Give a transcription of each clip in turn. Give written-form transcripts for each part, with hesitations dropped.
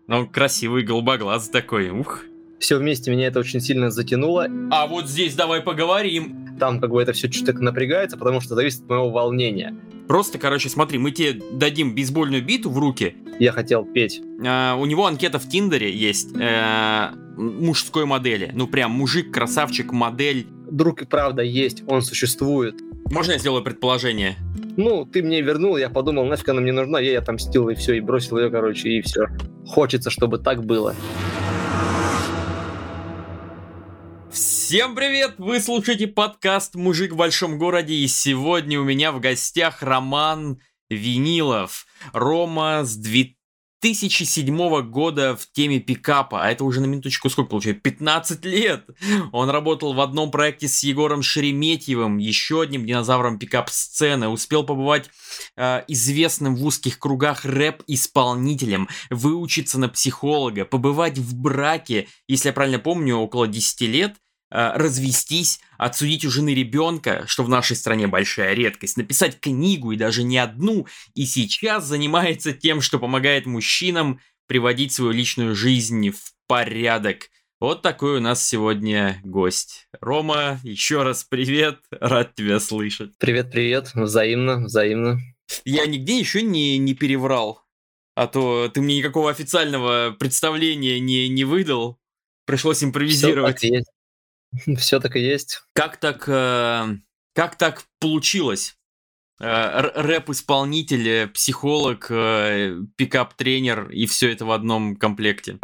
Ну, красивый, голубоглазый такой, ух. Все вместе меня это очень сильно затянуло. А вот здесь давай поговорим. Там как бы это все чуть-чуть напрягается, потому что зависит от моего волнения. Просто, короче, смотри, мы тебе дадим бейсбольную биту в руки. Я хотел петь. У него анкета в Тиндере есть мужской модели. Ну, прям мужик, красавчик, модель. Друг и правда есть, он существует. Можно я сделаю предположение? Ну, ты мне вернул, я подумал, нафиг она мне нужна, я ей отомстил, и все, и бросил ее, короче, и все. Хочется, чтобы так было. Всем привет! Вы слушаете подкаст «Мужик в большом городе», и сегодня у меня в гостях Роман Винилов. Рома с 2007 года в теме пикапа, а это уже на минуточку сколько получается? 15 лет! Он работал в одном проекте с Егором Шереметьевым, еще одним динозавром пикап-сцены, успел побывать известным в узких кругах рэп-исполнителем, выучиться на психолога, побывать в браке, если я правильно помню, около 10 лет, развестись, отсудить у жены ребенка, что в нашей стране большая редкость, написать книгу и даже не одну, и сейчас занимается тем, что помогает мужчинам приводить свою личную жизнь в порядок. Вот такой у нас сегодня гость. Рома, еще раз привет, рад тебя слышать. Привет, взаимно. Я нигде еще не переврал, а то ты мне никакого официального представления не выдал, пришлось импровизировать. Все так и есть. Как так получилось? Рэп-исполнитель, психолог, пикап-тренер и все это в одном комплекте.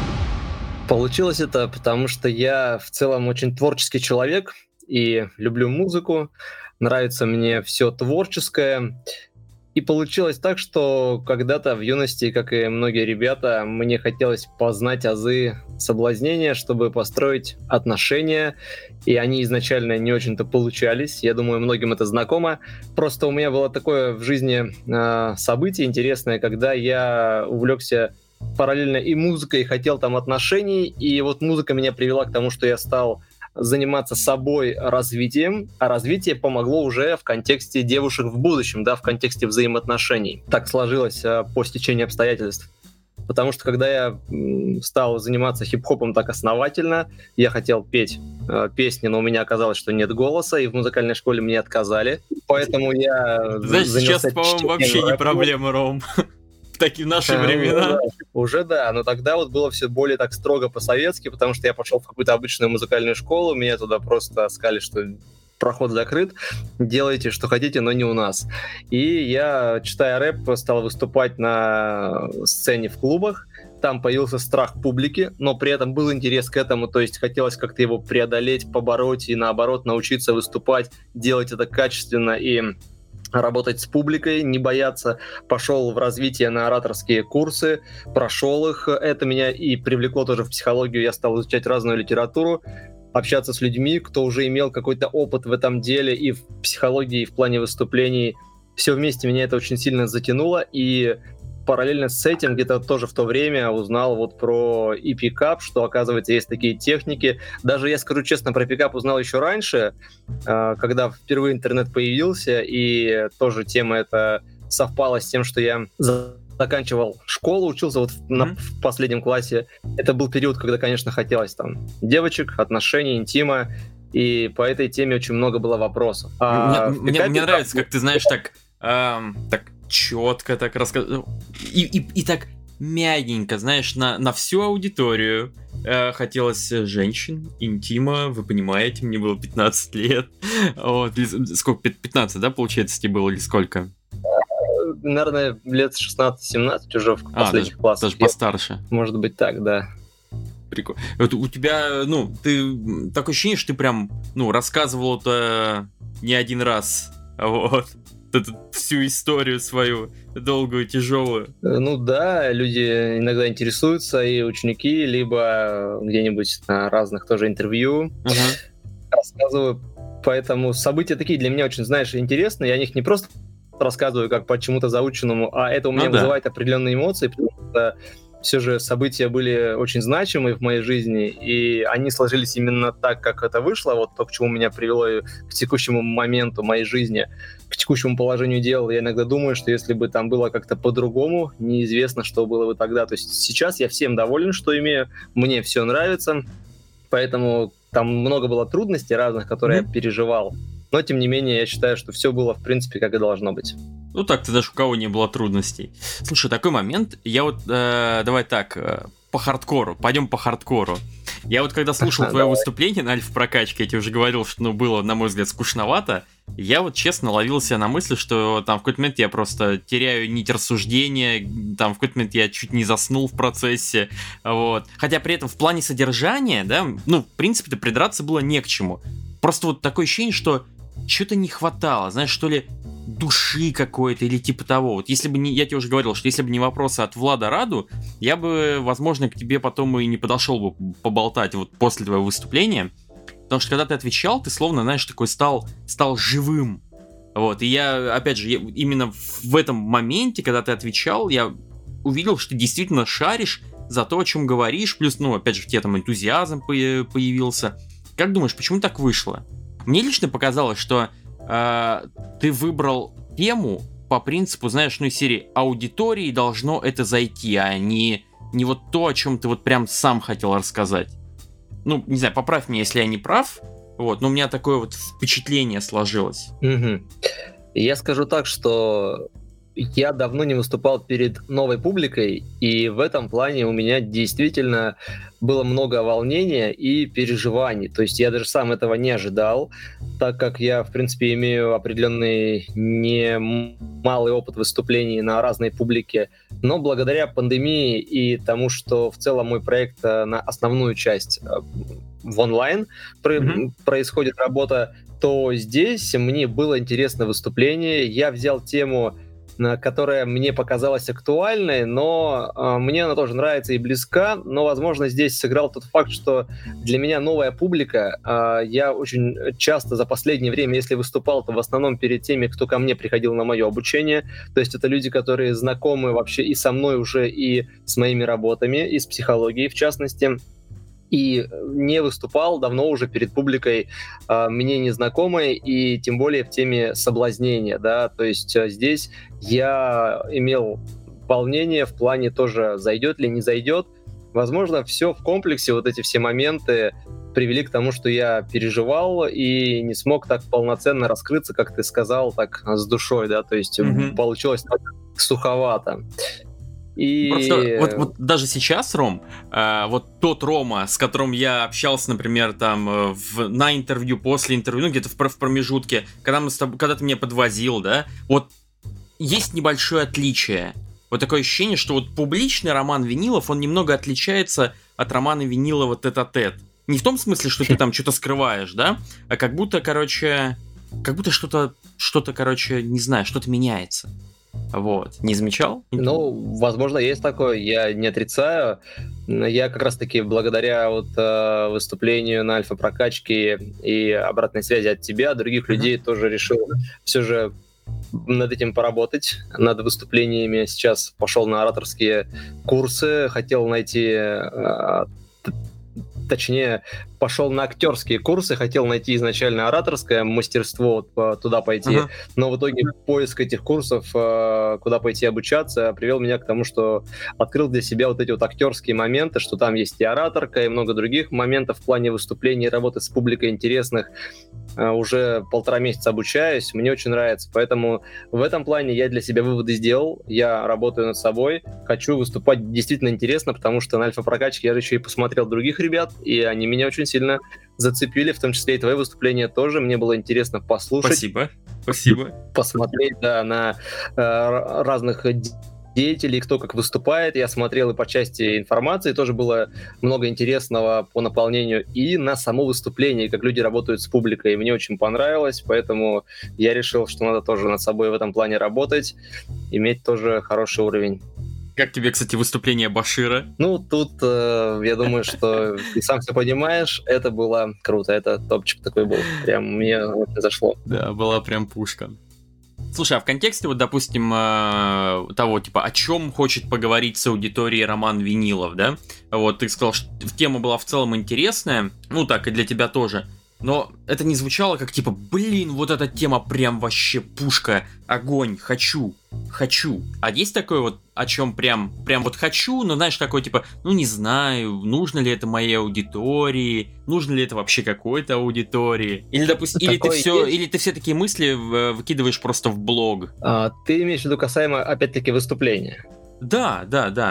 Получилось это потому, что я в целом очень творческий человек и люблю музыку, нравится мне все творческое. И получилось так, что когда-то в юности, как и многие ребята, мне хотелось познать азы соблазнения, чтобы построить отношения, и они изначально не очень-то получались. Я думаю, многим это знакомо. Просто у меня было такое в жизни событие интересное, когда я увлекся параллельно и музыкой, и хотел там отношений, и вот музыка меня привела к тому, что я стал заниматься собой развитием, а развитие помогло уже в контексте девушек в будущем, да, в контексте взаимоотношений. Так сложилось по стечению обстоятельств. Потому что когда я стал заниматься хип-хопом так основательно, я хотел петь песни, но у меня оказалось, что нет голоса, и в музыкальной школе мне отказали. Поэтому я Знаешь, сейчас, по-моему, вообще не проблема, Ром. Такие наши времена. Уже да, но тогда вот было все более так строго по-советски, потому что я пошел в какую-то обычную музыкальную школу, меня туда просто сказали, что проход закрыт, делайте, что хотите, но не у нас. И я, читая рэп, стал выступать на сцене в клубах, там появился страх публики, но при этом был интерес к этому, то есть хотелось как-то его преодолеть, побороть и наоборот научиться выступать, делать это качественно и работать с публикой, не бояться. Пошел в развитие на ораторские курсы, прошел их. Это меня и привлекло тоже в психологию. Я стал изучать разную литературу, общаться с людьми, кто уже имел какой-то опыт в этом деле и в психологии, и в плане выступлений. Все вместе меня это очень сильно затянуло, и параллельно с этим, где-то тоже в то время узнал вот про и пикап, что, оказывается, есть такие техники. Даже, я скажу честно, про пикап узнал еще раньше, когда впервые интернет появился, и тоже тема эта совпала с тем, что я заканчивал школу, учился вот в последнем классе. Это был период, когда, конечно, хотелось там девочек, отношений, интима, и по этой теме очень много было вопросов. Мне нравится, как ты знаешь, так четко так рассказывал. И так мягенько, знаешь, на всю аудиторию. Хотелось женщин, интима, вы понимаете, мне было 15 лет. Вот, сколько, 15, да, получается, тебе было или сколько? Наверное, лет 16-17 уже в последних классах. Даже постарше. Может быть так, да. Прикольно. Вот у тебя, ты такое ощущение, что ты прям, рассказывал это не один раз. Вот. Всю историю свою, долгую, тяжелую. Ну да, люди иногда интересуются, и ученики, либо где-нибудь на разных тоже интервью рассказываю. Поэтому события такие для меня очень, знаешь, интересные. Я о них не просто рассказываю как по чему-то заученному, а это у меня вызывает определенные эмоции, потому что все же события были очень значимые в моей жизни, и они сложились именно так, как это вышло, вот то, к чему меня привело к текущему моменту моей жизни, к текущему положению дел. Я иногда думаю, что если бы там было как-то по-другому, неизвестно, что было бы тогда. То есть сейчас я всем доволен, что имею, мне все нравится, поэтому там много было трудностей разных, которые я переживал. Но, тем не менее, я считаю, что все было, в принципе, как и должно быть. Ну так-то даже у кого не было трудностей. Слушай, такой момент, я вот, давай так, по хардкору, пойдем по хардкору. Я вот когда слушал твое выступление на альфа-прокачке, я тебе уже говорил, что было, на мой взгляд, скучновато. Я вот честно ловил себя на мысли, что там в какой-то момент я просто теряю нить рассуждения, там в какой-то момент я чуть не заснул в процессе, вот. Хотя при этом в плане содержания, да, ну, в принципе-то придраться было не к чему. Просто вот такое ощущение, что что-то не хватало, знаешь, что ли, души какой-то или типа того. Вот если бы не, я тебе уже говорил, что если бы не вопросы от Влада Раду, я бы, возможно, к тебе потом и не подошел бы поболтать вот после твоего выступления, потому что когда ты отвечал, ты словно, знаешь, такой стал живым. Вот, и я, опять же, именно в этом моменте, когда ты отвечал, я увидел, что ты действительно шаришь за то, о чем говоришь, плюс, ну, опять же, в тебе там энтузиазм появился. Как думаешь, почему так вышло? Мне лично показалось, что ты выбрал тему по принципу, знаешь, ну, из серии аудитории должно это зайти, а не вот то, о чем ты вот прям сам хотел рассказать. Ну, не знаю, поправь меня, если я не прав, вот, но у меня такое вот впечатление сложилось. Я скажу так, что я давно не выступал перед новой публикой, и в этом плане у меня действительно было много волнения и переживаний. То есть я даже сам этого не ожидал, так как я, в принципе, имею определенный немалый опыт выступлений на разной публике. Но благодаря пандемии и тому, что в целом мой проект на основную часть в онлайн происходит работа, то здесь мне было интересно выступление. Я взял тему, которая мне показалась актуальной, но мне она тоже нравится и близка, но, возможно, здесь сыграл тот факт, что для меня новая публика. Я очень часто за последнее время, если выступал, то в основном перед теми, кто ко мне приходил на мое обучение, то есть это люди, которые знакомы вообще и со мной уже, и с моими работами, и с психологией, в частности, и не выступал давно уже перед публикой мне незнакомой, и тем более в теме соблазнения, да, то есть здесь я имел волнение в плане тоже, зайдет ли, не зайдет. Возможно, все в комплексе, вот эти все моменты привели к тому, что я переживал и не смог так полноценно раскрыться, как ты сказал, так с душой, да, то есть получилось так суховато. И... Просто вот даже сейчас, Ром, вот тот Рома, с которым я общался, например, там на интервью, после интервью, ну где-то в промежутке, когда ты меня подвозил, да, вот есть небольшое отличие. Вот такое ощущение, что вот публичный Роман Винилов, он немного отличается от Романа Винилова тет-а-тет. Не в том смысле, что ты там что-то скрываешь, да, а как будто, короче, что-то, короче, не знаю, что-то меняется. Вот. Не замечал? Ну, возможно, есть такое, я не отрицаю. Я как раз-таки благодаря вот выступлению на альфа-прокачке и обратной связи от тебя, других людей тоже решил все же над этим поработать, над выступлениями. Сейчас пошел на ораторские курсы, хотел найти... Точнее, пошел на актерские курсы, хотел найти изначально ораторское мастерство, туда пойти, но в итоге поиск этих курсов, куда пойти обучаться, привел меня к тому, что открыл для себя вот эти вот актерские моменты, что там есть и ораторка, и много других моментов в плане выступлений, работы с публикой интересных. Уже 1,5 месяца обучаюсь, мне очень нравится, поэтому в этом плане я для себя выводы сделал, я работаю над собой, хочу выступать действительно интересно, потому что на альфа-прокачке я еще и посмотрел других ребят, и они меня очень сильно зацепили, в том числе и твои выступления тоже, мне было интересно послушать. Спасибо. Посмотреть, да, на разных деятелей, кто как выступает. Я смотрел и по части информации, тоже было много интересного по наполнению, и на само выступление, как люди работают с публикой. Мне очень понравилось, поэтому я решил, что надо тоже над собой в этом плане работать, иметь тоже хороший уровень. Как тебе, кстати, выступление Башира? Ну, тут, я думаю, что ты сам все понимаешь, это было круто, это топчик такой был, прям мне зашло. Да, была прям пушка. Слушай, а в контексте, вот, допустим, того, типа, о чем хочет поговорить с аудиторией Роман Винилов, да? Вот, ты сказал, что тема была в целом интересная, ну, так, и для тебя тоже. Но это не звучало как, типа, блин, вот эта тема прям вообще пушка, огонь, хочу. А есть такое вот, о чем прям вот хочу, но, знаешь, такое, типа, ну, не знаю, нужно ли это моей аудитории, нужно ли это вообще какой-то аудитории? Или, допустим, или ты все такие мысли выкидываешь просто в блог? Ты имеешь в виду касаемо, опять-таки, выступления? Да.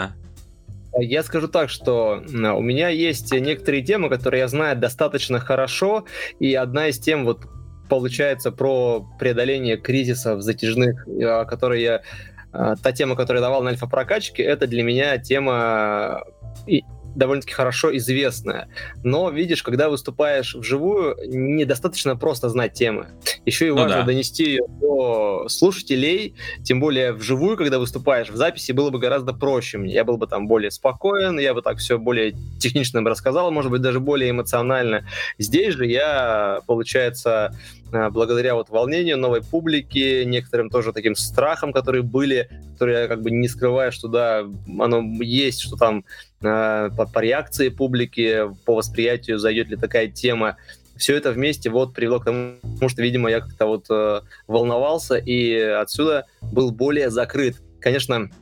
Я скажу так, что у меня есть некоторые темы, которые я знаю достаточно хорошо, и одна из тем вот получается про преодоление кризисов затяжных, та тема, которую я давал на альфа-прокачке, это для меня тема довольно-таки хорошо известная. Но, видишь, когда выступаешь вживую, недостаточно просто знать темы. Еще и важно донести ее до слушателей, тем более вживую, когда выступаешь. В записи было бы гораздо проще мне. Я был бы там более спокоен, я бы так все более технично рассказал, может быть, даже более эмоционально. Здесь же я, получается, благодаря вот волнению новой публики, некоторым тоже таким страхам, которые я как бы не скрываю, что да, оно есть, что там по реакции публики, по восприятию, зайдет ли такая тема. Все это вместе вот привело к тому, что, видимо, я как-то вот волновался и отсюда был более закрыт. Конечно,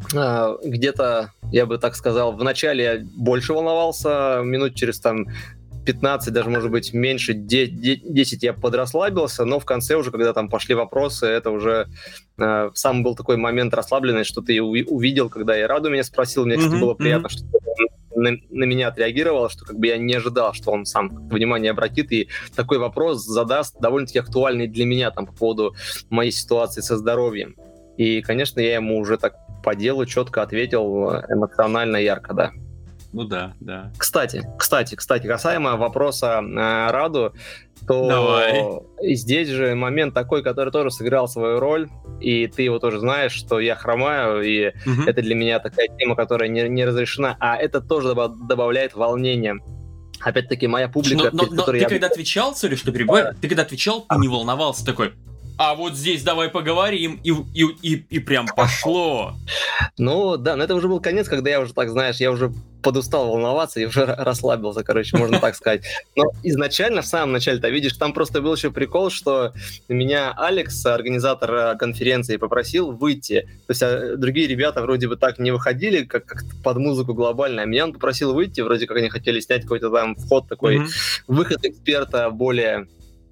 где-то, я бы так сказал, в начале я больше волновался, минут через там 15, даже, может быть, меньше, 10 я подрасслабился, но в конце уже, когда там пошли вопросы, это уже сам был такой момент расслабленный, что ты увидел, когда и Раду меня спросил, мне, кстати, было приятно, что он на меня отреагировал, что как бы я не ожидал, что он сам внимание обратит и такой вопрос задаст, довольно-таки актуальный для меня там по поводу моей ситуации со здоровьем. И, конечно, я ему уже так по делу четко ответил, эмоционально, ярко, да. Ну да. Кстати, касаемо вопроса Раду, то Давай. здесь же момент такой, который тоже сыграл свою роль, и ты его тоже знаешь, что я хромаю, и это для меня такая тема, которая не разрешена, а это тоже добавляет волнения. Опять-таки, моя публика... Но ты когда отвечал, сори, что перебиваю, ты когда отвечал, ты не волновался такой... А вот здесь давай поговорим, и прям пошло. Ну, да, но это уже был конец, когда я уже, так знаешь, я уже подустал волноваться и уже расслабился, короче, можно так сказать. Но изначально, в самом начале-то, видишь, там просто был еще прикол, что меня Алекс, организатор конференции, попросил выйти. То есть другие ребята вроде бы так не выходили, как под музыку глобально, а меня он попросил выйти, вроде как они хотели снять какой-то там вход такой, выход эксперта более...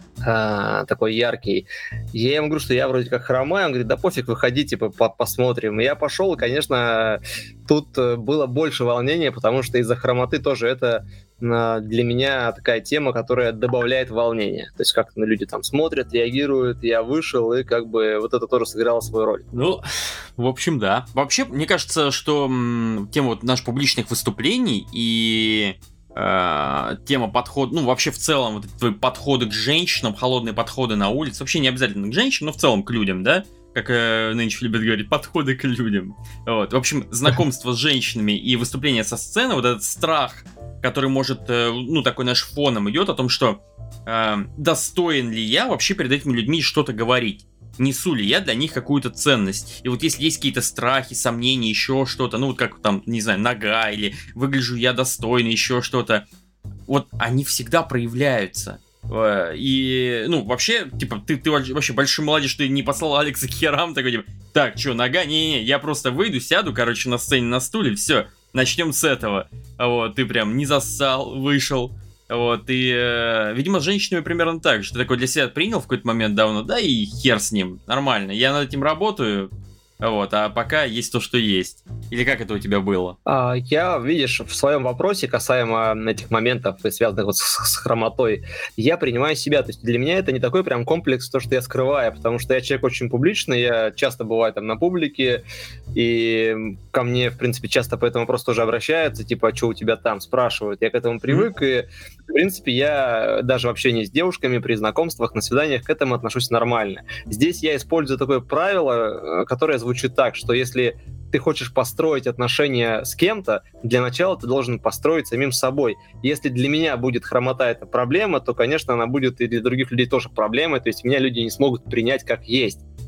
такой яркий. Я ему говорю, что я вроде как хромаю, он говорит, да пофиг, выходи, типа, посмотрим. И я пошел, и, конечно, тут было больше волнения, потому что из-за хромоты тоже это для меня такая тема, которая добавляет волнения. То есть как люди там смотрят, реагируют, я вышел, и как бы вот это тоже сыграло свою роль. Ну, в общем, да. Вообще, мне кажется, что тема вот наших публичных выступлений и... тема подхода, ну, вообще в целом, вот эти твои подходы к женщинам, холодные подходы на улице, вообще не обязательно к женщинам, но в целом к людям, да, как нынче любят говорить, подходы к людям. Вот. В общем, знакомство с женщинами и выступление со сцены, вот этот страх, который может, ну, такой наш фоном идет о том, что достоин ли я вообще перед этими людьми что-то говорить. Несу ли я для них какую-то ценность? И вот если есть какие-то страхи, сомнения, еще что-то, ну вот как там, не знаю, нога, или выгляжу я достойно, еще что-то, вот они всегда проявляются. И, ну, вообще, типа, ты вообще большой молодец, что ты не послал Алекса к херам, такой, типа, так, что, нога? Не-не-не, я просто выйду, сяду, короче, на сцене на стуле, все, начнем с этого. Вот, ты прям не зассал, вышел. Вот, и, видимо, с женщинами примерно так же. Ты такой для себя принял в какой-то момент давно, да и хер с ним, нормально. Я над этим работаю, вот, а пока есть то, что есть. Или как это у тебя было? Я, видишь, в своем вопросе касаемо этих моментов, связанных вот с хромотой, я принимаю себя. То есть для меня это не такой прям комплекс, то, что я скрываю, потому что я человек очень публичный, я часто бываю там на публике, и ко мне, в принципе, часто по этому вопросу тоже обращаются, типа, а что у тебя там, спрашивают. Я к этому привык, и, в принципе, я даже в общении с девушками, при знакомствах, на свиданиях к этому отношусь нормально. Здесь я использую такое правило, которое звучит так, что если ты хочешь построить отношения с кем-то, для начала ты должен построить самим собой. Если для меня будет хромота эта проблема, то, конечно, она будет и для других людей тоже проблемой, то есть меня люди не смогут принять как есть.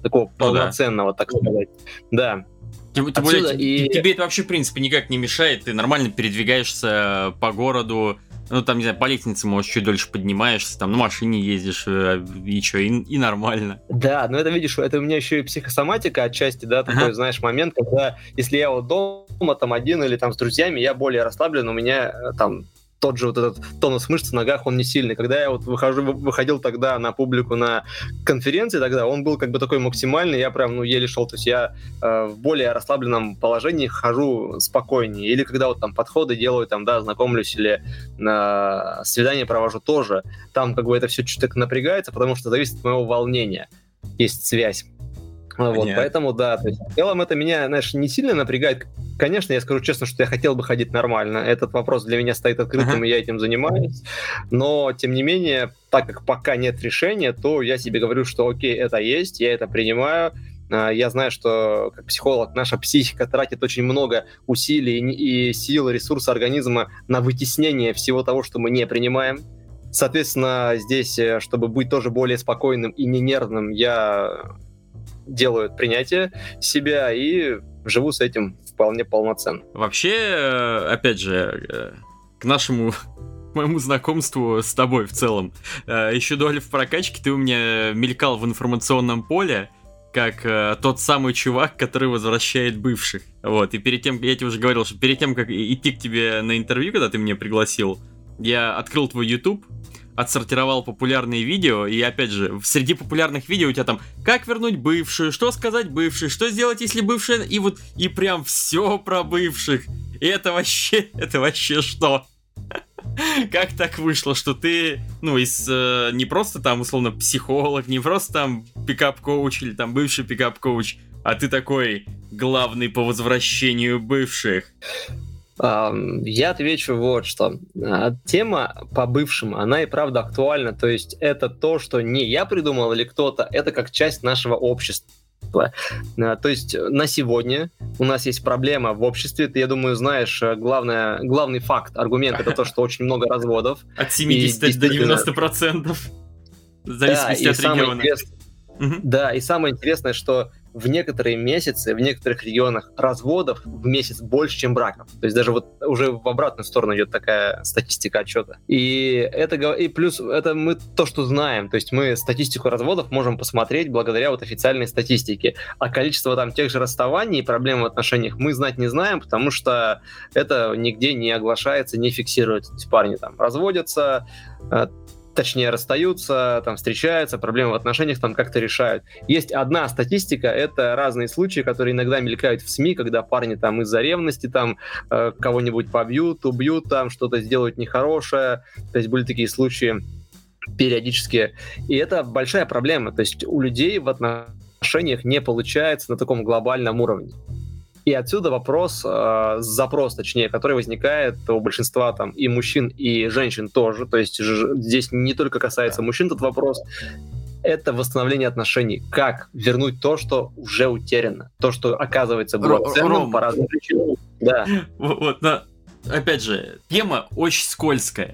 такого полноценного, так сказать. Да. Тем более, тебе это вообще, в принципе, никак не мешает, ты нормально передвигаешься по городу, ну, там, не знаю, по лестнице, может, чуть дольше поднимаешься, там, на машине ездишь, и что, и нормально. Да, но это, видишь, это у меня еще и психосоматика отчасти, да, такой, знаешь, момент, когда, если я вот дома, там, один или там с друзьями, я более расслаблен, у меня там тот же вот этот тонус мышц в ногах, он не сильный. Когда я вот выходил тогда на публику на конференции, тогда он был как бы такой максимальный, я прям, еле шел, то есть я в более расслабленном положении хожу спокойнее. Или когда вот там подходы делаю, там, да, знакомлюсь или свидание провожу тоже, там как бы это все чуть-чуть напрягается, потому что зависит от моего волнения. Есть связь. Вот, поэтому, да, то есть, в целом это меня, знаешь, не сильно напрягает. Конечно, я скажу честно, что я хотел бы ходить нормально. Этот вопрос для меня стоит открытым, и я этим занимаюсь. Но, тем не менее, так как пока нет решения, то я себе говорю, что окей, это есть, я это принимаю. Я знаю, что как психолог наша психика тратит очень много усилий и сил, ресурсов организма на вытеснение всего того, что мы не принимаем. Соответственно, здесь, чтобы быть тоже более спокойным и не нервным, я делаю принятие себя и живу с этим вполне полноценно. Вообще, опять же, к моему знакомству с тобой в целом, еще до в прокачке ты у меня мелькал в информационном поле, как тот самый чувак, который возвращает бывших. Вот, и перед тем, я тебе уже говорил, что перед тем, как идти к тебе на интервью, когда ты меня пригласил, я открыл твой YouTube, отсортировал популярные видео, и опять же, среди популярных видео у тебя там «Как вернуть бывшую?», «Что сказать бывшей?», «Что сделать, если бывшая?», и прям все про бывших. И это вообще что? Как так вышло, что ты, не просто там, условно, психолог, не просто там пикап-коуч или там бывший пикап-коуч, а ты такой главный по возвращению бывших? Я отвечу вот что. Тема по бывшим, она и правда актуальна. То есть это то, что не я придумал или кто-то, это как часть нашего общества. То есть на сегодня у нас есть проблема в обществе. Ты, я думаю, знаешь, главный факт, аргумент, это то, что очень много разводов. От 70 до 90%. В зависимости от региона. Да, и самое интересное, что в некоторые месяцы, в некоторых регионах разводов в месяц больше, чем браков. То есть даже вот уже в обратную сторону идет такая статистика отчета. И плюс это мы то, что знаем. То есть мы статистику разводов можем посмотреть благодаря вот официальной статистике. А количество там тех же расставаний и проблем в отношениях мы знать не знаем, потому что это нигде не оглашается, не фиксируется. То есть парни там разводятся, точнее, расстаются, там, встречаются, проблемы в отношениях там как-то решают. Есть одна статистика, это разные случаи, которые иногда мелькают в СМИ, когда парни там из-за ревности там кого-нибудь побьют, убьют, там что-то сделают нехорошее. То есть были такие случаи периодически. И это большая проблема. То есть у людей в отношениях не получается на таком глобальном уровне. И отсюда запрос, точнее, который возникает у большинства там и мужчин, и женщин тоже. То есть здесь не только касается мужчин этот вопрос. Это восстановление отношений. Как вернуть то, что уже утеряно? То, что оказывается было ценным по разным причинам. Да. Вот, но, опять же, тема очень скользкая.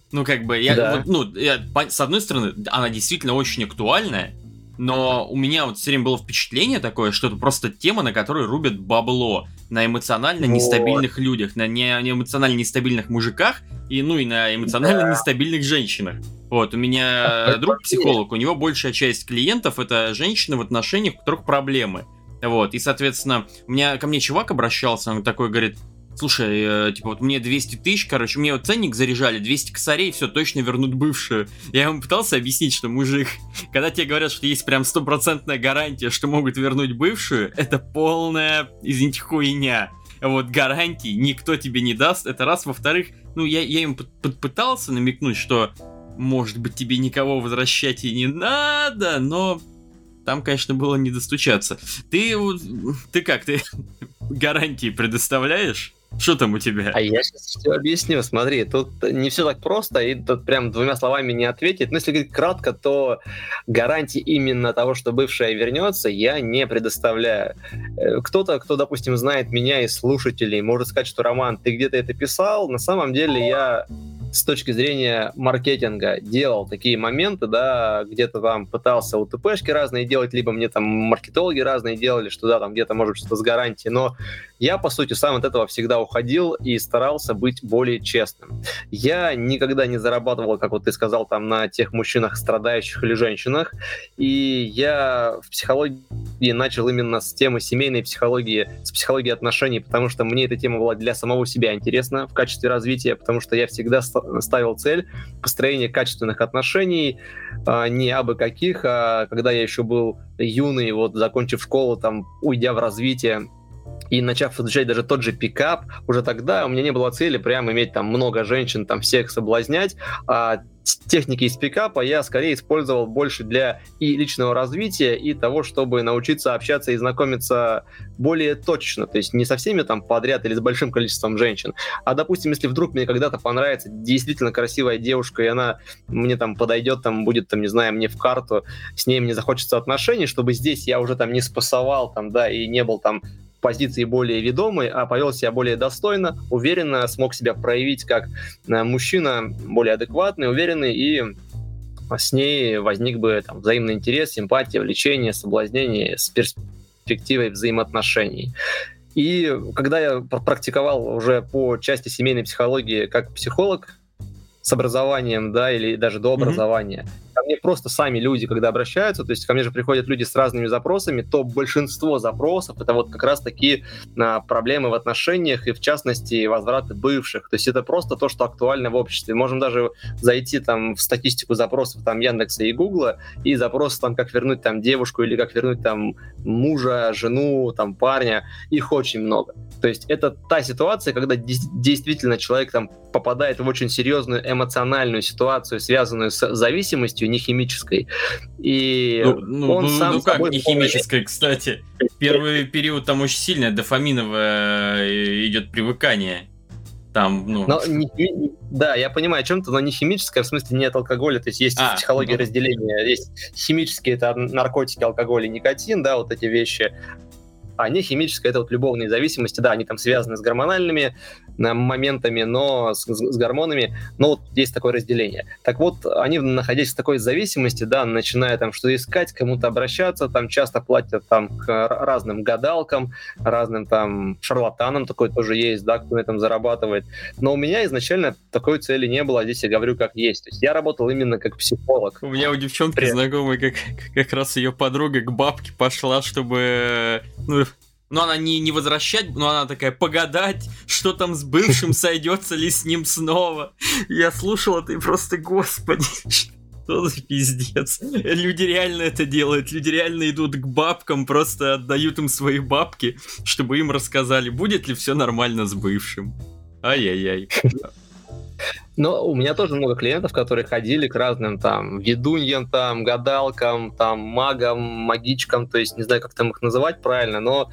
С одной стороны, она действительно очень актуальная, но у меня вот все время было впечатление такое, что это просто тема, на которой рубят бабло. На эмоционально нестабильных людях, на эмоционально нестабильных мужиках и на эмоционально нестабильных женщинах. Вот, у меня друг-психолог, у него большая часть клиентов это женщины в отношениях, у которых проблемы. Вот, и, соответственно, ко мне чувак обращался, он такой говорит: слушай, вот мне 200 тысяч, мне вот ценник заряжали, 200 косарей, все, точно вернут бывшую. Я ему пытался объяснить, что, мужик, когда тебе говорят, что есть прям 100% гарантия, что могут вернуть бывшую, это полная, извините, хуйня. Вот гарантий никто тебе не даст, это раз. Во-вторых, я ему пытался намекнуть, что, может быть, тебе никого возвращать и не надо, но там, конечно, было не достучаться. Ты как, ты гарантии предоставляешь? Что там у тебя? А я сейчас все объясню. Смотри, тут не все так просто, и тут прям двумя словами не ответить. Но если говорить кратко, то гарантии именно того, что бывшая вернется, я не предоставляю. Кто-то, кто, допустим, знает меня из слушателей, может сказать, что Роман, ты где-то это писал. На самом деле я с точки зрения маркетинга делал такие моменты, да, где-то там пытался УТПшки разные делать, либо мне там маркетологи разные делали, что да, там где-то может что-то с гарантией, но я, по сути, сам от этого всегда уходил и старался быть более честным. Я никогда не зарабатывал, как вот ты сказал, там на тех мужчинах, страдающих или женщинах, и я в психологии начал именно с темы семейной психологии, с психологии отношений, потому что мне эта тема была для самого себя интересна в качестве развития, потому что я всегда ставил цель построения качественных отношений, не абы каких, а когда я еще был юный, вот закончив школу, там, уйдя в развитие, и начав изучать даже тот же пикап, уже тогда у меня не было цели прям иметь там много женщин, там всех соблазнять, а техники из пикапа я скорее использовал больше для и личного развития, и того, чтобы научиться общаться и знакомиться более точно, то есть не со всеми там подряд или с большим количеством женщин, а, допустим, если вдруг мне когда-то понравится действительно красивая девушка, и она мне там подойдет, там будет, там, не знаю, мне в карту, с ней мне захочется отношений, чтобы здесь я уже там не спасовал, там, да, и не был там позиции более ведомой, а повел себя более достойно, уверенно, смог себя проявить как мужчина более адекватный, уверенный, и с ней возник бы там взаимный интерес, симпатия, влечение, соблазнение с перспективой взаимоотношений. И когда я практиковал уже по части семейной психологии как психолог с образованием, да, или даже до образования, ко мне просто сами люди, когда обращаются, то есть ко мне же приходят люди с разными запросами, то большинство запросов это вот как раз такие проблемы в отношениях и в частности возвраты бывших. То есть это просто то, что актуально в обществе. Можем даже зайти там в статистику запросов там Яндекса и Гугла и запросы там как вернуть там девушку или как вернуть там мужа, жену, там парня. Их очень много. То есть это та ситуация, когда действительно человек там попадает в очень серьезную эмоциональную ситуацию, связанную с зависимостью, не химической. И он сам как не химической, кстати. Первый период там очень сильное дофаминовое идет привыкание. Там, да, я понимаю о чем-то, но не химическое, в смысле нет алкоголя, то есть есть в психологии разделение, есть химические, это наркотики, алкоголь и никотин, да, вот эти вещи, а не химическое, это вот любовные зависимости, да, они там связаны с гормональными моментами, но с гормонами, но вот есть такое разделение. Так вот, они, находясь в такой зависимости, да, начиная там что искать, кому-то обращаться, там часто платят там к разным гадалкам, разным там шарлатанам, такой тоже есть, да, кто на этом зарабатывает. Но у меня изначально такой цели не было, здесь я говорю как есть. То есть я работал именно как психолог. У меня у девчонки знакомой как раз ее подруга к бабке пошла, чтобы... Но она не возвращать, но она такая погадать, что там с бывшим, сойдется ли с ним снова. Я слушал это и просто, господи, что за пиздец. Люди реально это делают, люди реально идут к бабкам, просто отдают им свои бабки, чтобы им рассказали, будет ли все нормально с бывшим. Ай-яй-яй. Но у меня тоже много клиентов, которые ходили к разным там ведуньям, там, гадалкам, там, магам, магичкам, то есть не знаю, как там их называть правильно, но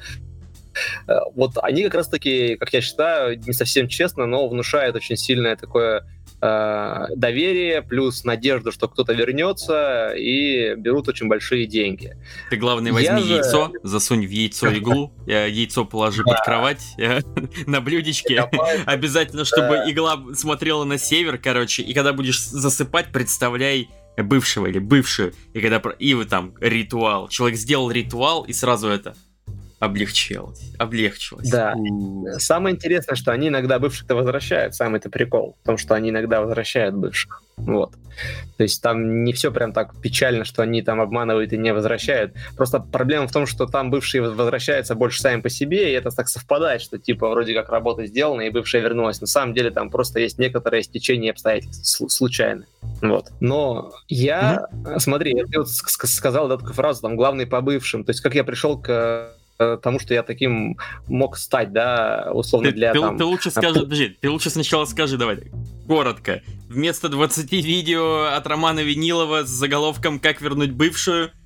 вот они как раз-таки, как я считаю, не совсем честно, но внушают очень сильное такое доверие, плюс надежду, что кто-то вернется, и берут очень большие деньги. Ты, главное, возьми яйцо, засунь в яйцо иглу, яйцо положи под кровать на блюдечке. Обязательно, чтобы игла смотрела на север, короче, и когда будешь засыпать, представляй бывшего или бывшую, и когда и там ритуал. Человек сделал ритуал, и сразу это... облегчилось. Да. Самое интересное, что они иногда бывших-то возвращают. Самый-то прикол в том, что они иногда возвращают бывших. Вот. То есть там не все прям так печально, что они там обманывают и не возвращают. Просто проблема в том, что там бывшие возвращаются больше сами по себе, и это так совпадает, что типа вроде как работа сделана, и бывшая вернулась. На самом деле там просто есть некоторое стечение обстоятельств случайно. Вот. Но я... Смотри, я вот сказал такую фразу, там, главный по бывшим. То есть как я пришел к тому, что я таким мог стать, да, условно для там... Ты лучше скажи, подожди, ты лучше сначала скажи, давай, коротко. Вместо 20 видео от Романа Винилова с заголовком «Как вернуть бывшую»,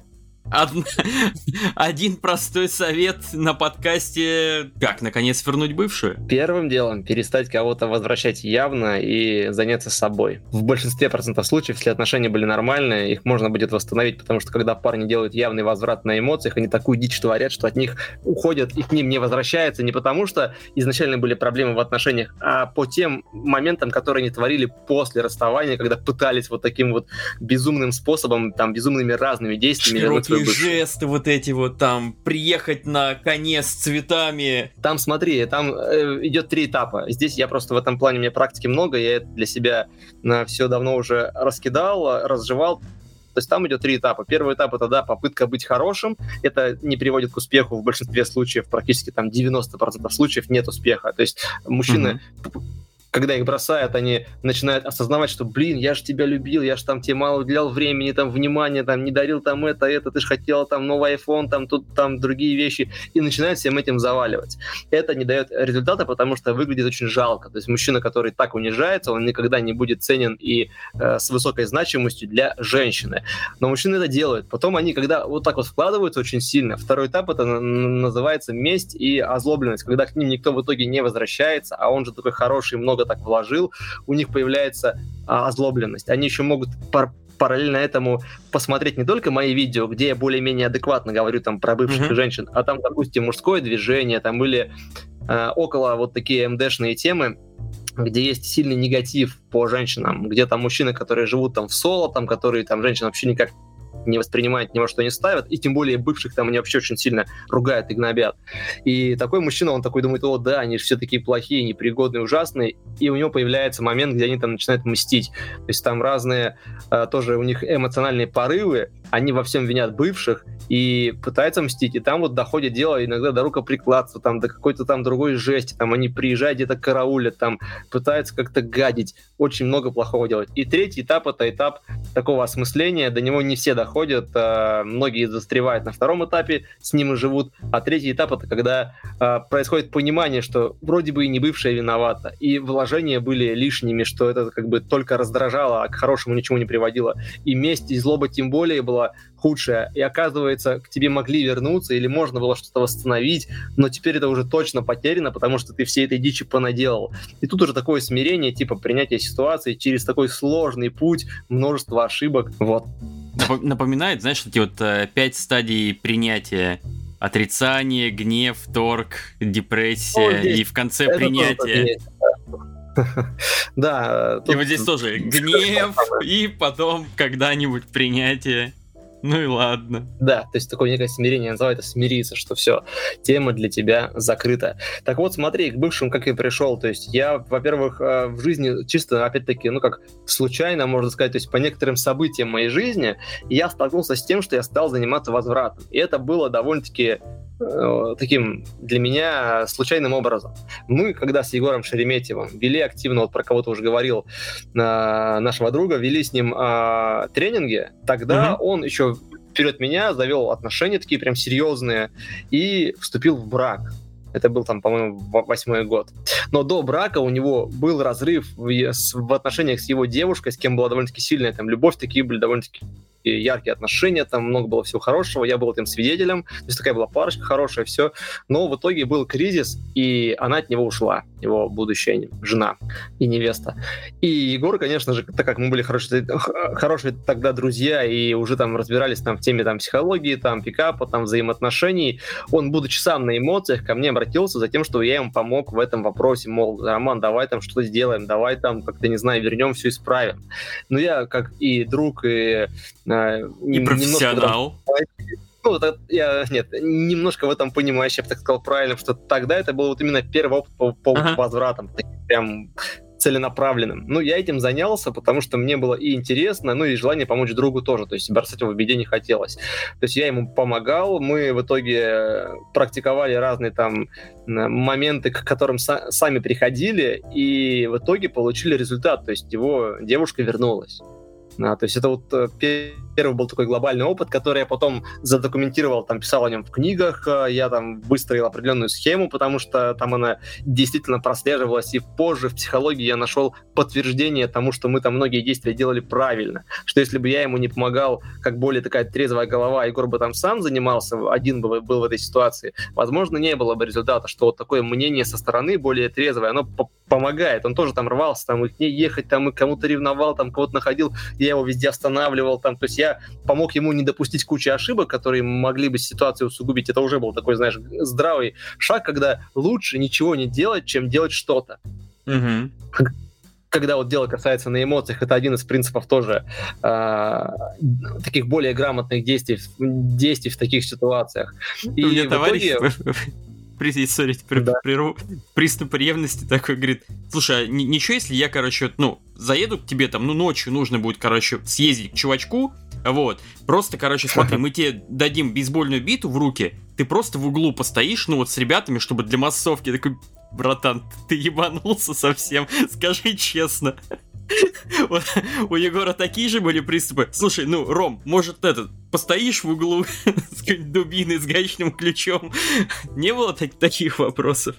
Один простой совет на подкасте: как наконец вернуть бывшую? Первым делом перестать кого-то возвращать явно и заняться собой. В большинстве процентов случаев, если отношения были нормальные, их можно будет восстановить, потому что когда парни делают явный возврат на эмоциях, они такую дичь творят, что от них уходят и к ним не возвращаются не потому, что изначально были проблемы в отношениях, а по тем моментам, которые они творили после расставания, когда пытались вот таким вот безумным способом, там, безумными разными действиями вернуть свою бывшую. Жесты вот эти вот, там, приехать на коне с цветами. Там, смотри, там идет 3 этапа. Здесь я просто в этом плане, у меня практики много, я это для себя все давно уже раскидал, разжевал. То есть там идет 3 этапа. Первый этап — это, да, попытка быть хорошим. Это не приводит к успеху в большинстве случаев, практически там 90% случаев нет успеха. То есть мужчины... Когда их бросают, они начинают осознавать, что, блин, я же тебя любил, я же там тебе мало уделял времени, там, внимания, там, не дарил там это, ты же хотела там новый iPhone, там, тут, там, другие вещи, и начинают всем этим заваливать. Это не дает результата, потому что выглядит очень жалко. То есть мужчина, который так унижается, он никогда не будет ценен и с высокой значимостью для женщины. Но мужчины это делают. Потом они, когда вот так вот вкладываются очень сильно, второй этап — это называется месть и озлобленность, когда к ним никто в итоге не возвращается, а он же такой хороший, много так вложил, у них появляется озлобленность. Они еще могут параллельно этому посмотреть не только мои видео, где я более-менее адекватно говорю там про бывших женщин, а там, допустим, мужское движение, там были около вот такие МДшные темы, где есть сильный негатив по женщинам, где там мужчины, которые живут там в соло, там, которые там женщин вообще никак не воспринимают, ни во что не ставят, и тем более бывших там они вообще очень сильно ругают и гнобят. И такой мужчина, он такой думает: о, да, они же все такие плохие, непригодные, ужасные, и у него появляется момент, где они там начинают мстить. То есть там разные, тоже у них эмоциональные порывы, они во всем винят бывших и пытаются мстить, и там вот доходит дело иногда до рукоприкладства, там, до какой-то там другой жести, там они приезжают где-то караулят, там пытаются как-то гадить, очень много плохого делать. И третий этап — это этап такого осмысления, до него не все доходят, многие застревают на втором этапе, с ним и живут, а третий этап — это когда происходит понимание, что вроде бы и не бывшая виновата, и вложения были лишними, что это как бы только раздражало, а к хорошему ничего не приводило, и месть, и злоба тем более была худшая, и оказывается, к тебе могли вернуться, или можно было что-то восстановить, но теперь это уже точно потеряно, потому что ты всей этой дичи понаделал. И тут уже такое смирение, типа принятие ситуации через такой сложный путь, множество ошибок, вот. Напоминает, знаешь, эти вот 5 стадий принятия: отрицание, гнев, торг, депрессия, и в конце принятие. Да. И вот здесь тоже гнев, и потом когда-нибудь принятие. Ну и ладно. Да, то есть такое некое смирение, я называю это смириться, что все, тема для тебя закрыта. Так вот, смотри, к бывшим как я пришел. То есть я, во-первых, в жизни чисто, опять-таки, ну как случайно, можно сказать, то есть по некоторым событиям моей жизни я столкнулся с тем, что я стал заниматься возвратом. И это было довольно-таки таким для меня случайным образом. Мы, когда с Егором Шереметьевым вели активно, вот про кого-то уже говорил, нашего друга, вели с ним тренинги, тогда он еще вперед меня завел отношения такие прям серьезные и вступил в брак. Это был там, по-моему, 8-й год. Но до брака у него был разрыв в отношениях с его девушкой, с кем была довольно-таки сильная там любовь, такие были довольно-таки яркие отношения, там много было всего хорошего, я был этим свидетелем, то есть такая была парочка хорошая, все. Но в итоге был кризис, и она от него ушла, его будущая жена и невеста. И Егор, конечно же, так как мы были хорошие тогда друзья и уже там разбирались там в теме там психологии, там пикапа, там взаимоотношений, он, будучи сам на эмоциях, ко мне обратился за тем, чтобы я ему помог в этом вопросе, мол, Роман, давай там что-то сделаем, давай там как-то, не знаю, вернем, все исправим. Но я, как и друг, и профессионал. Немножко в этом понимающий, я бы так сказал правильно, что тогда это был вот именно первый опыт по возвратам, прям целенаправленным. Ну, я этим занялся, потому что мне было и интересно, ну, и желание помочь другу тоже, то есть бросать его в беде не хотелось. То есть я ему помогал, мы в итоге практиковали разные там моменты, к которым сами приходили, и в итоге получили результат, то есть его девушка вернулась. То есть это вот первый был такой глобальный опыт, который я потом задокументировал, там, писал о нем в книгах, я там выстроил определенную схему, потому что там она действительно прослеживалась, и позже в психологии я нашел подтверждение тому, что мы там многие действия делали правильно, что если бы я ему не помогал, как более такая трезвая голова, Егор бы там сам занимался, один был в этой ситуации, возможно, не было бы результата, что вот такое мнение со стороны более трезвое, оно помогает, он тоже там рвался, там, и к ней ехать, там, и кому-то ревновал, там, кого-то находил, я его везде останавливал, там, то есть я помог ему не допустить кучу ошибок, которые могли бы ситуацию усугубить. Это уже был такой, знаешь, здравый шаг, когда лучше ничего не делать, чем делать что-то. Угу. Когда вот дело касается на эмоциях, это один из принципов тоже таких более грамотных действий в таких ситуациях. И у меня товарищ... Приступ ревности такой, говорит, слушай, а ничего, если я, короче, заеду к тебе там, ночью нужно будет, короче, съездить к чувачку, вот, просто, короче, смотри, мы тебе дадим бейсбольную биту в руки, ты просто в углу постоишь, с ребятами, чтобы для массовки, такой, братан, ты ебанулся совсем, скажи честно. Вот, у Егора такие же были приступы. Слушай, Ром, может постоишь в углу с какой-нибудь дубиной, с гаечным ключом? Не было таких вопросов?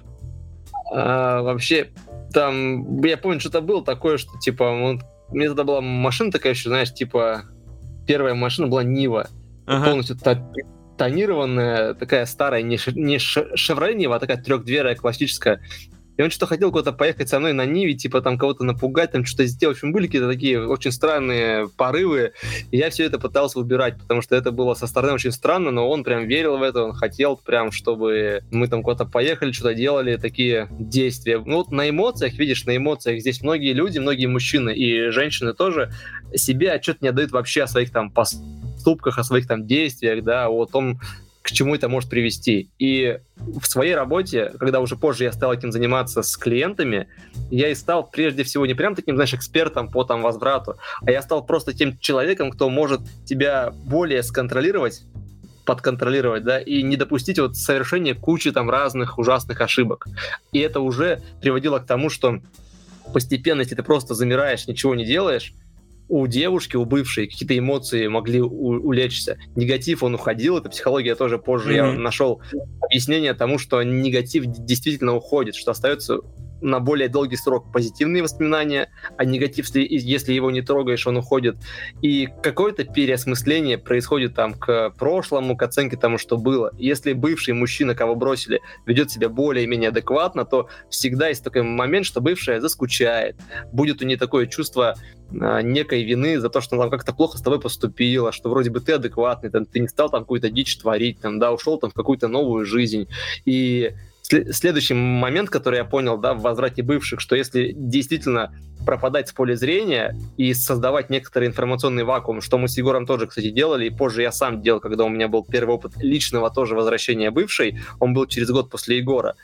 Вообще, там, я помню, что-то было такое, что, типа, у меня тогда была машина такая еще, знаешь, типа, первая машина была Нива, полностью тонированная, такая старая, не Chevrolet Нива, а такая трехдверная, классическая. И он что-то хотел куда-то поехать со мной на Ниве, типа там кого-то напугать, там что-то сделать. В общем, были какие-то такие очень странные порывы. И я все это пытался убирать, потому что это было со стороны очень странно, но он прям верил в это, он хотел прям, чтобы мы там куда-то поехали, что-то делали, такие действия. На эмоциях, видишь, на эмоциях здесь многие люди, многие мужчины и женщины тоже себе отчет не отдают вообще о своих там поступках, о своих там действиях, да, о том, к чему это может привести. И в своей работе, когда уже позже я стал этим заниматься с клиентами, я и стал прежде всего не прям таким, знаешь, экспертом по там возврату, а я стал просто тем человеком, кто может тебя более сконтролировать, подконтролировать, да, и не допустить вот совершения кучи там разных ужасных ошибок. И это уже приводило к тому, что постепенно, если ты просто замираешь, ничего не делаешь, у девушки, у бывшей какие-то эмоции могли улечься. Негатив, он уходил, это психология тоже позже. Я нашел объяснение тому, что негатив действительно уходит, что остается на более долгий срок позитивные воспоминания, а негатив, если его не трогаешь, он уходит. И какое-то переосмысление происходит там к прошлому, к оценке тому, что было. Если бывший мужчина, кого бросили, ведет себя более-менее адекватно, то всегда есть такой момент, что бывшая заскучает. Будет у нее такое чувство некой вины за то, что она там как-то плохо с тобой поступила, что вроде бы ты адекватный, там, ты не стал там какую-то дичь творить, там, да, ушел там в какую-то новую жизнь. И следующий момент, который я понял, да, в возврате бывших, что если действительно пропадать с поля зрения и создавать некоторый информационный вакуум, что мы с Егором тоже, кстати, делали, и позже я сам делал, когда у меня был первый опыт личного тоже возвращения бывшей, он был через год после Егора,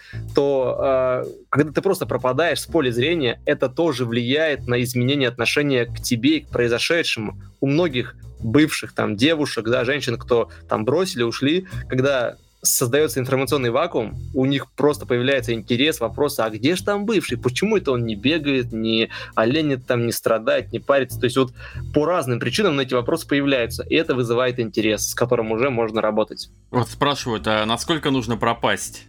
то когда ты просто пропадаешь с поля зрения, это тоже влияет на изменение отношения к тебе и к произошедшему. У многих бывших там девушек, да, женщин, кто там бросили, ушли, когда создается информационный вакуум, у них просто появляется интерес, вопросы, а где же там бывший? Почему это он не бегает, не оленит там, не страдает, не парится? То есть вот по разным причинам на эти вопросы появляются, и это вызывает интерес, с которым уже можно работать. Вот спрашивают, а насколько нужно пропасть?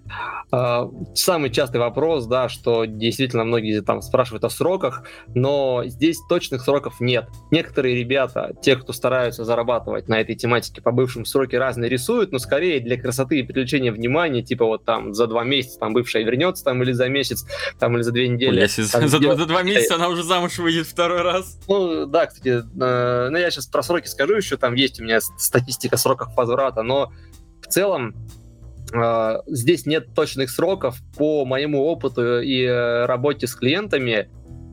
Самый частый вопрос, да, что действительно многие там спрашивают о сроках, но здесь точных сроков нет. Некоторые ребята, те, кто стараются зарабатывать на этой тематике по бывшим, сроки разные рисуют, но скорее для красоты и привлечения внимания, типа вот там за 2 месяца там бывшая вернется, там или за месяц, там или за 2 недели. За 2 месяца она уже замуж выйдет второй раз. Да, кстати, я сейчас про сроки скажу еще, там есть у меня статистика сроков возврата, но в целом здесь нет точных сроков по моему опыту и работе с клиентами.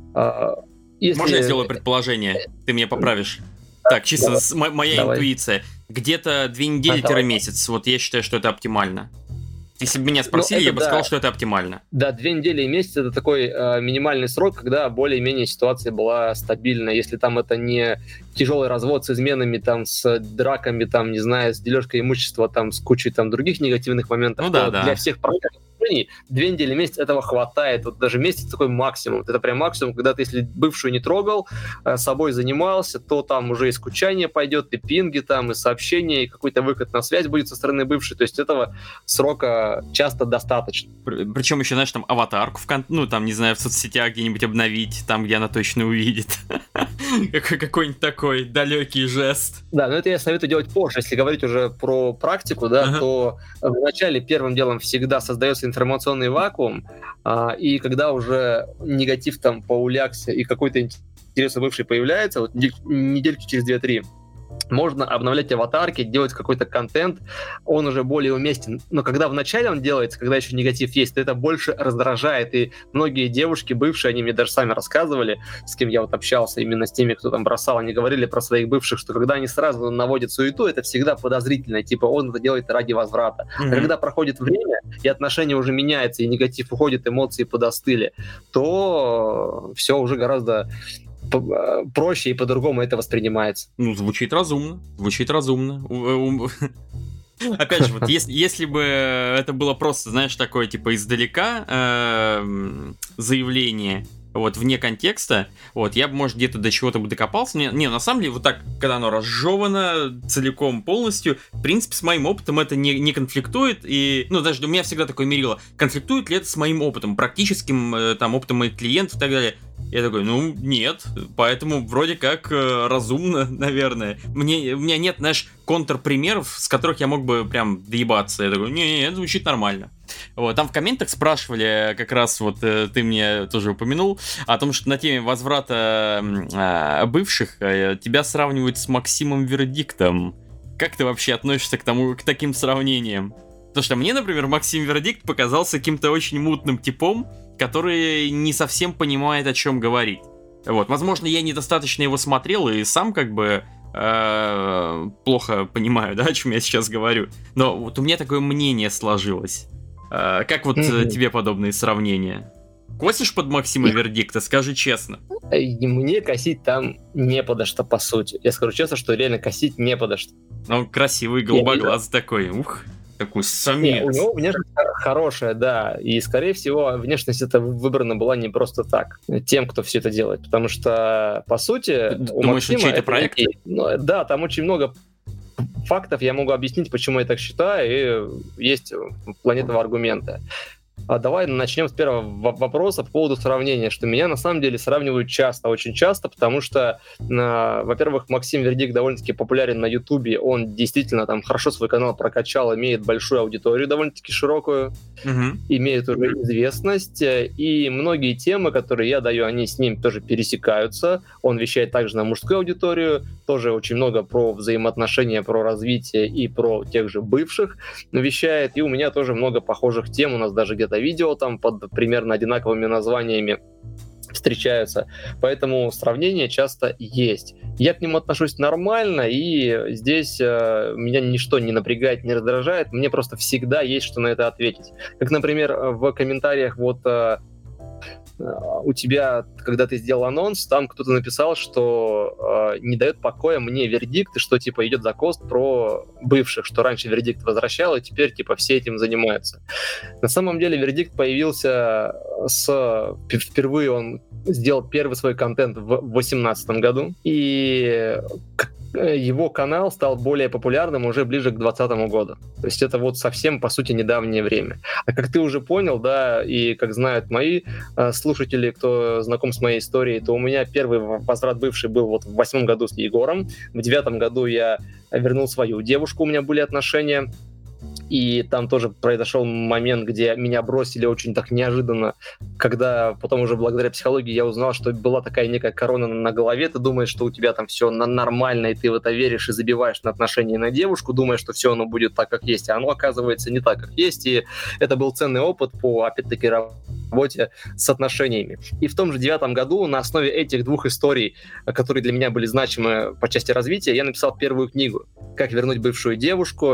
Можно я сделаю предположение? Ты меня поправишь. Так, чисто моя интуиция. Где-то 2 недели-месяц. Вот я считаю, что это оптимально. Если бы меня спросили, я бы сказал, что это оптимально. Да, 2 недели и месяц — это такой минимальный срок, когда более-менее ситуация была стабильна. Если там это не тяжелый развод с изменами, там, с драками, там, не знаю, с дележкой имущества, там, с кучей там других негативных моментов, для всех проектов отношений, 2 недели, месяц этого хватает. Вот даже месяц такой максимум. Это прям максимум, когда ты, если бывшую не трогал, собой занимался, то там уже и скучание пойдет, и пинги там, и сообщения, и какой-то выход на связь будет со стороны бывшей. То есть этого срока часто достаточно. Причем еще, знаешь, там аватарку, ну, там, не знаю, в соцсетях где-нибудь обновить, там, где она точно увидит. Какой-нибудь такой далекий жест. Да, но это я советую делать позже. Если говорить уже про практику, да, то вначале первым делом всегда создается информационный вакуум, и когда уже негатив там поулягся и какой-то интерес у бывшей появляется, вот недельки через 2-3, можно обновлять аватарки, делать какой-то контент, он уже более уместен. Но когда вначале он делается, когда еще негатив есть, то это больше раздражает. И многие девушки, бывшие, они мне даже сами рассказывали, с кем я вот общался, именно с теми, кто там бросал, они говорили про своих бывших, что когда они сразу наводят суету, это всегда подозрительно, типа он это делает ради возврата. А когда проходит время, и отношения уже меняются, и негатив уходит, эмоции подостыли, то все уже гораздо проще и по-другому это воспринимается. Ну, звучит разумно. Опять же, вот если бы это было просто, знаешь, такое, типа, издалека заявление, вот, вне контекста, вот, я бы, может, где-то до чего-то бы докопался. Не, на самом деле, вот так, когда оно разжевано целиком, полностью, в принципе, с моим опытом это не конфликтует, и, ну, даже у меня всегда такое мерило, конфликтует ли это с моим опытом, практическим, там, опытом моих клиентов и так далее. Я такой, ну, нет, поэтому вроде как разумно, наверное. У меня нет, знаешь, контрпримеров, с которых я мог бы прям доебаться. Я такой, не, звучит нормально. Вот, там в комментах спрашивали, как раз вот ты мне тоже упомянул, о том, что на теме возврата бывших тебя сравнивают с Максимом Вердиктом. Как ты вообще относишься к таким сравнениям? Потому что мне, например, Максим Вердикт показался каким-то очень мутным типом, который не совсем понимает, о чем говорит. Вот, возможно, я недостаточно его смотрел и сам как бы плохо понимаю, да, о чем я сейчас говорю. Но вот у меня такое мнение сложилось. Как вот тебе подобные сравнения? Косишь под Максима Вердикта, скажи честно. Мне косить там не подо что, по сути. Я скажу честно, что реально косить не подо что. Он красивый, голубоглазый такой, такой самец. У него внешность хорошая, да, и, скорее всего, внешность эта выбрана была не просто так, тем, кто все это делает, потому что, по сути, у Думаешь, Максима... чей-то проект? Да, там очень много фактов, я могу объяснить, почему я так считаю, и есть вплоть этого аргумента. Давай начнем с первого вопроса по поводу сравнения, что меня на самом деле сравнивают часто, очень часто, потому что, во-первых, Максим Вердикт довольно-таки популярен на Ютубе, он действительно там хорошо свой канал прокачал, имеет большую аудиторию довольно-таки широкую, имеет уже известность, и многие темы, которые я даю, они с ним тоже пересекаются, он вещает также на мужскую аудиторию, тоже очень много про взаимоотношения, про развитие и про тех же бывших вещает, и у меня тоже много похожих тем, у нас даже где-то видео там под примерно одинаковыми названиями встречаются, поэтому сравнение часто есть. Я к нему отношусь нормально, и здесь меня ничто не напрягает, не раздражает, мне просто всегда есть что на это ответить. Как, например, в комментариях вот у тебя, когда ты сделал анонс, там кто-то написал, что не дает покоя мне Вердикт, и что, типа, идет закост про бывших, что раньше Вердикт возвращал, и теперь, типа, все этим занимаются. На самом деле Вердикт появился впервые он сделал первый свой контент в 2018 году, и его канал стал более популярным уже ближе к 2020 году. То есть это вот совсем, по сути, недавнее время. А как ты уже понял, да, и как знают мои слушатели, кто знаком с моей историей, то у меня первый возврат бывший был вот в 2008 году с Егором. В 2009 году я вернул свою девушку, у меня были отношения. И там тоже произошел момент, где меня бросили очень так неожиданно, когда потом уже благодаря психологии я узнал, что была такая некая корона на голове, ты думаешь, что у тебя там все нормально, и ты в это веришь и забиваешь на отношения на девушку, думаешь, что все оно будет так, как есть, а оно оказывается не так, как есть, и это был ценный опыт по, опять-таки, работе с отношениями. И в том же 2009 году на основе этих двух историй, которые для меня были значимы по части развития, я написал первую книгу «Как вернуть бывшую девушку».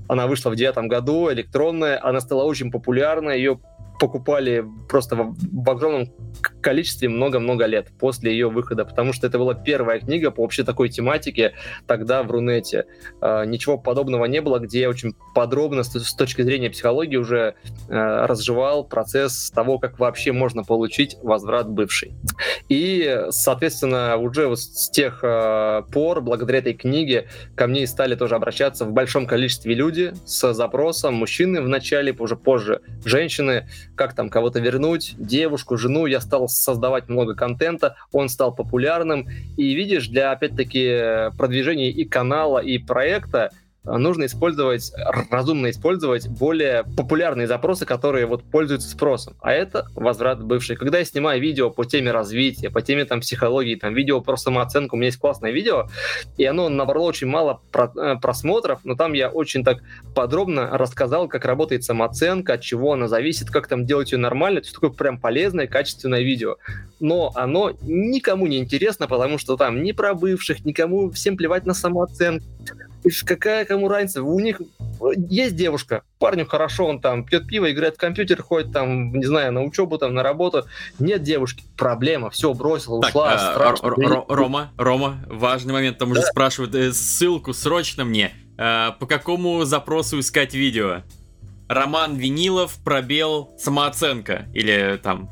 она вышла в 2009 году, электронная, она стала очень популярной, ее покупали просто в огромном количестве много-много лет после ее выхода, потому что это была первая книга по вообще такой тематике тогда в Рунете. Ничего подобного не было, где я очень подробно с точки зрения психологии уже разжевал процесс того, как вообще можно получить возврат бывшей. И, соответственно, уже вот с тех пор, благодаря этой книге, ко мне стали тоже обращаться в большом количестве люди с запросом, мужчины вначале, уже позже женщины, как там кого-то вернуть, девушку, жену. Я стал создавать много контента, он стал популярным. И видишь, для, опять-таки, продвижения и канала, и проекта нужно разумно использовать более популярные запросы, которые вот пользуются спросом. А это возврат бывшей. Когда я снимаю видео по теме развития, по теме там психологии, там видео про самооценку, у меня есть классное видео, и оно набрало очень мало просмотров, но там я очень так подробно рассказал, как работает самооценка, от чего она зависит, как там делать ее нормально. То есть такое прям полезное, качественное видео. Но оно никому не интересно, потому что там ни про бывших, никому, всем плевать на самооценку. Какая кому разница? У них есть девушка, парню хорошо, он там пьет пиво, играет в компьютер, ходит там, не знаю, на учебу, там, на работу. Нет девушки, проблема, все, бросила, ушла. Рома, важный момент, там уже спрашивают ссылку срочно мне. По какому запросу искать видео? Роман Винилов, пробел, самооценка. Или там...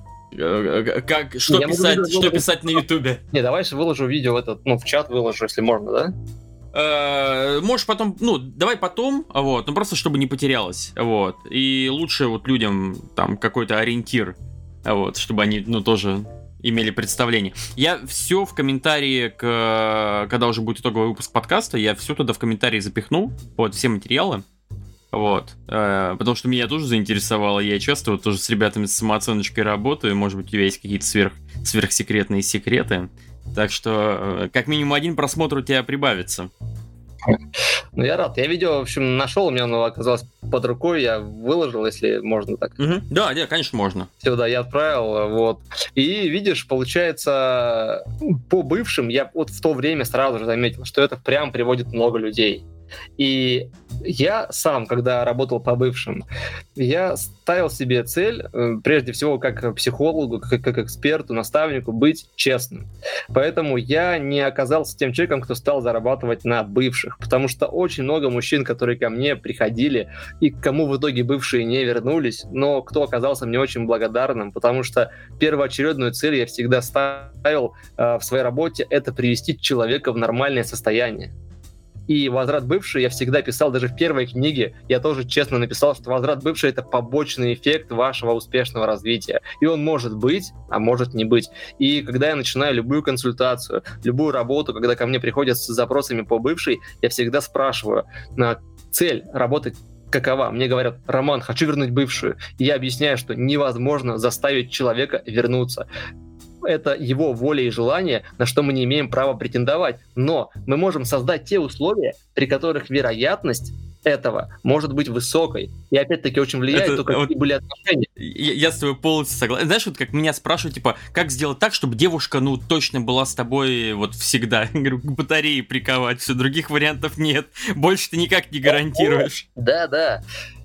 Что писать на Ютубе? Не, давай же выложу видео в чат выложу, если можно, да? Можешь потом, давай потом, вот, просто чтобы не потерялось, вот, и лучше вот людям там какой-то ориентир, вот, чтобы они, тоже имели представление. Я все в комментарии, когда уже будет итоговый выпуск подкаста, я все туда в комментарии запихну, вот, все материалы, вот, потому что меня тоже заинтересовало, я часто вот тоже с ребятами с самооценочкой работаю, может быть, у тебя есть какие-то сверхсекретные секреты. Так что, как минимум, 1 просмотр у тебя прибавится. Я рад. Я видео, в общем, нашел, у меня оно оказалось под рукой, я выложил, если можно так. Да, конечно, можно. Все, да, я отправил, вот. И, видишь, получается, по бывшим, я вот в то время сразу же заметил, что это прям приводит много людей. И я сам, когда работал по бывшим, я ставил себе цель, прежде всего, как психологу, как эксперту, наставнику, быть честным. Поэтому я не оказался тем человеком, кто стал зарабатывать на бывших, потому что очень много мужчин, которые ко мне приходили, и к кому в итоге бывшие не вернулись, но кто оказался мне очень благодарным, потому что первоочередную цель я всегда ставил в своей работе — это привести человека в нормальное состояние. И возврат бывший я всегда писал, даже в первой книге я тоже честно написал, что возврат бывший — это побочный эффект вашего успешного развития. И он может быть, а может не быть. И когда я начинаю любую консультацию, любую работу, когда ко мне приходят с запросами по бывшей, я всегда спрашиваю, цель работы какова? Мне говорят: Роман, хочу вернуть бывшую. И я объясняю, что невозможно заставить человека вернуться. Это его воля и желание, на что мы не имеем права претендовать. Но мы можем создать те условия, при которых вероятность этого может быть высокой. И опять-таки очень влияет то, какие были отношения. Я с тобой полностью согласен. Знаешь, вот как меня спрашивают, типа, как сделать так, чтобы девушка, точно была с тобой вот всегда. Я говорю, к батарее приковать, все, других вариантов нет. Больше ты никак не гарантируешь. Да.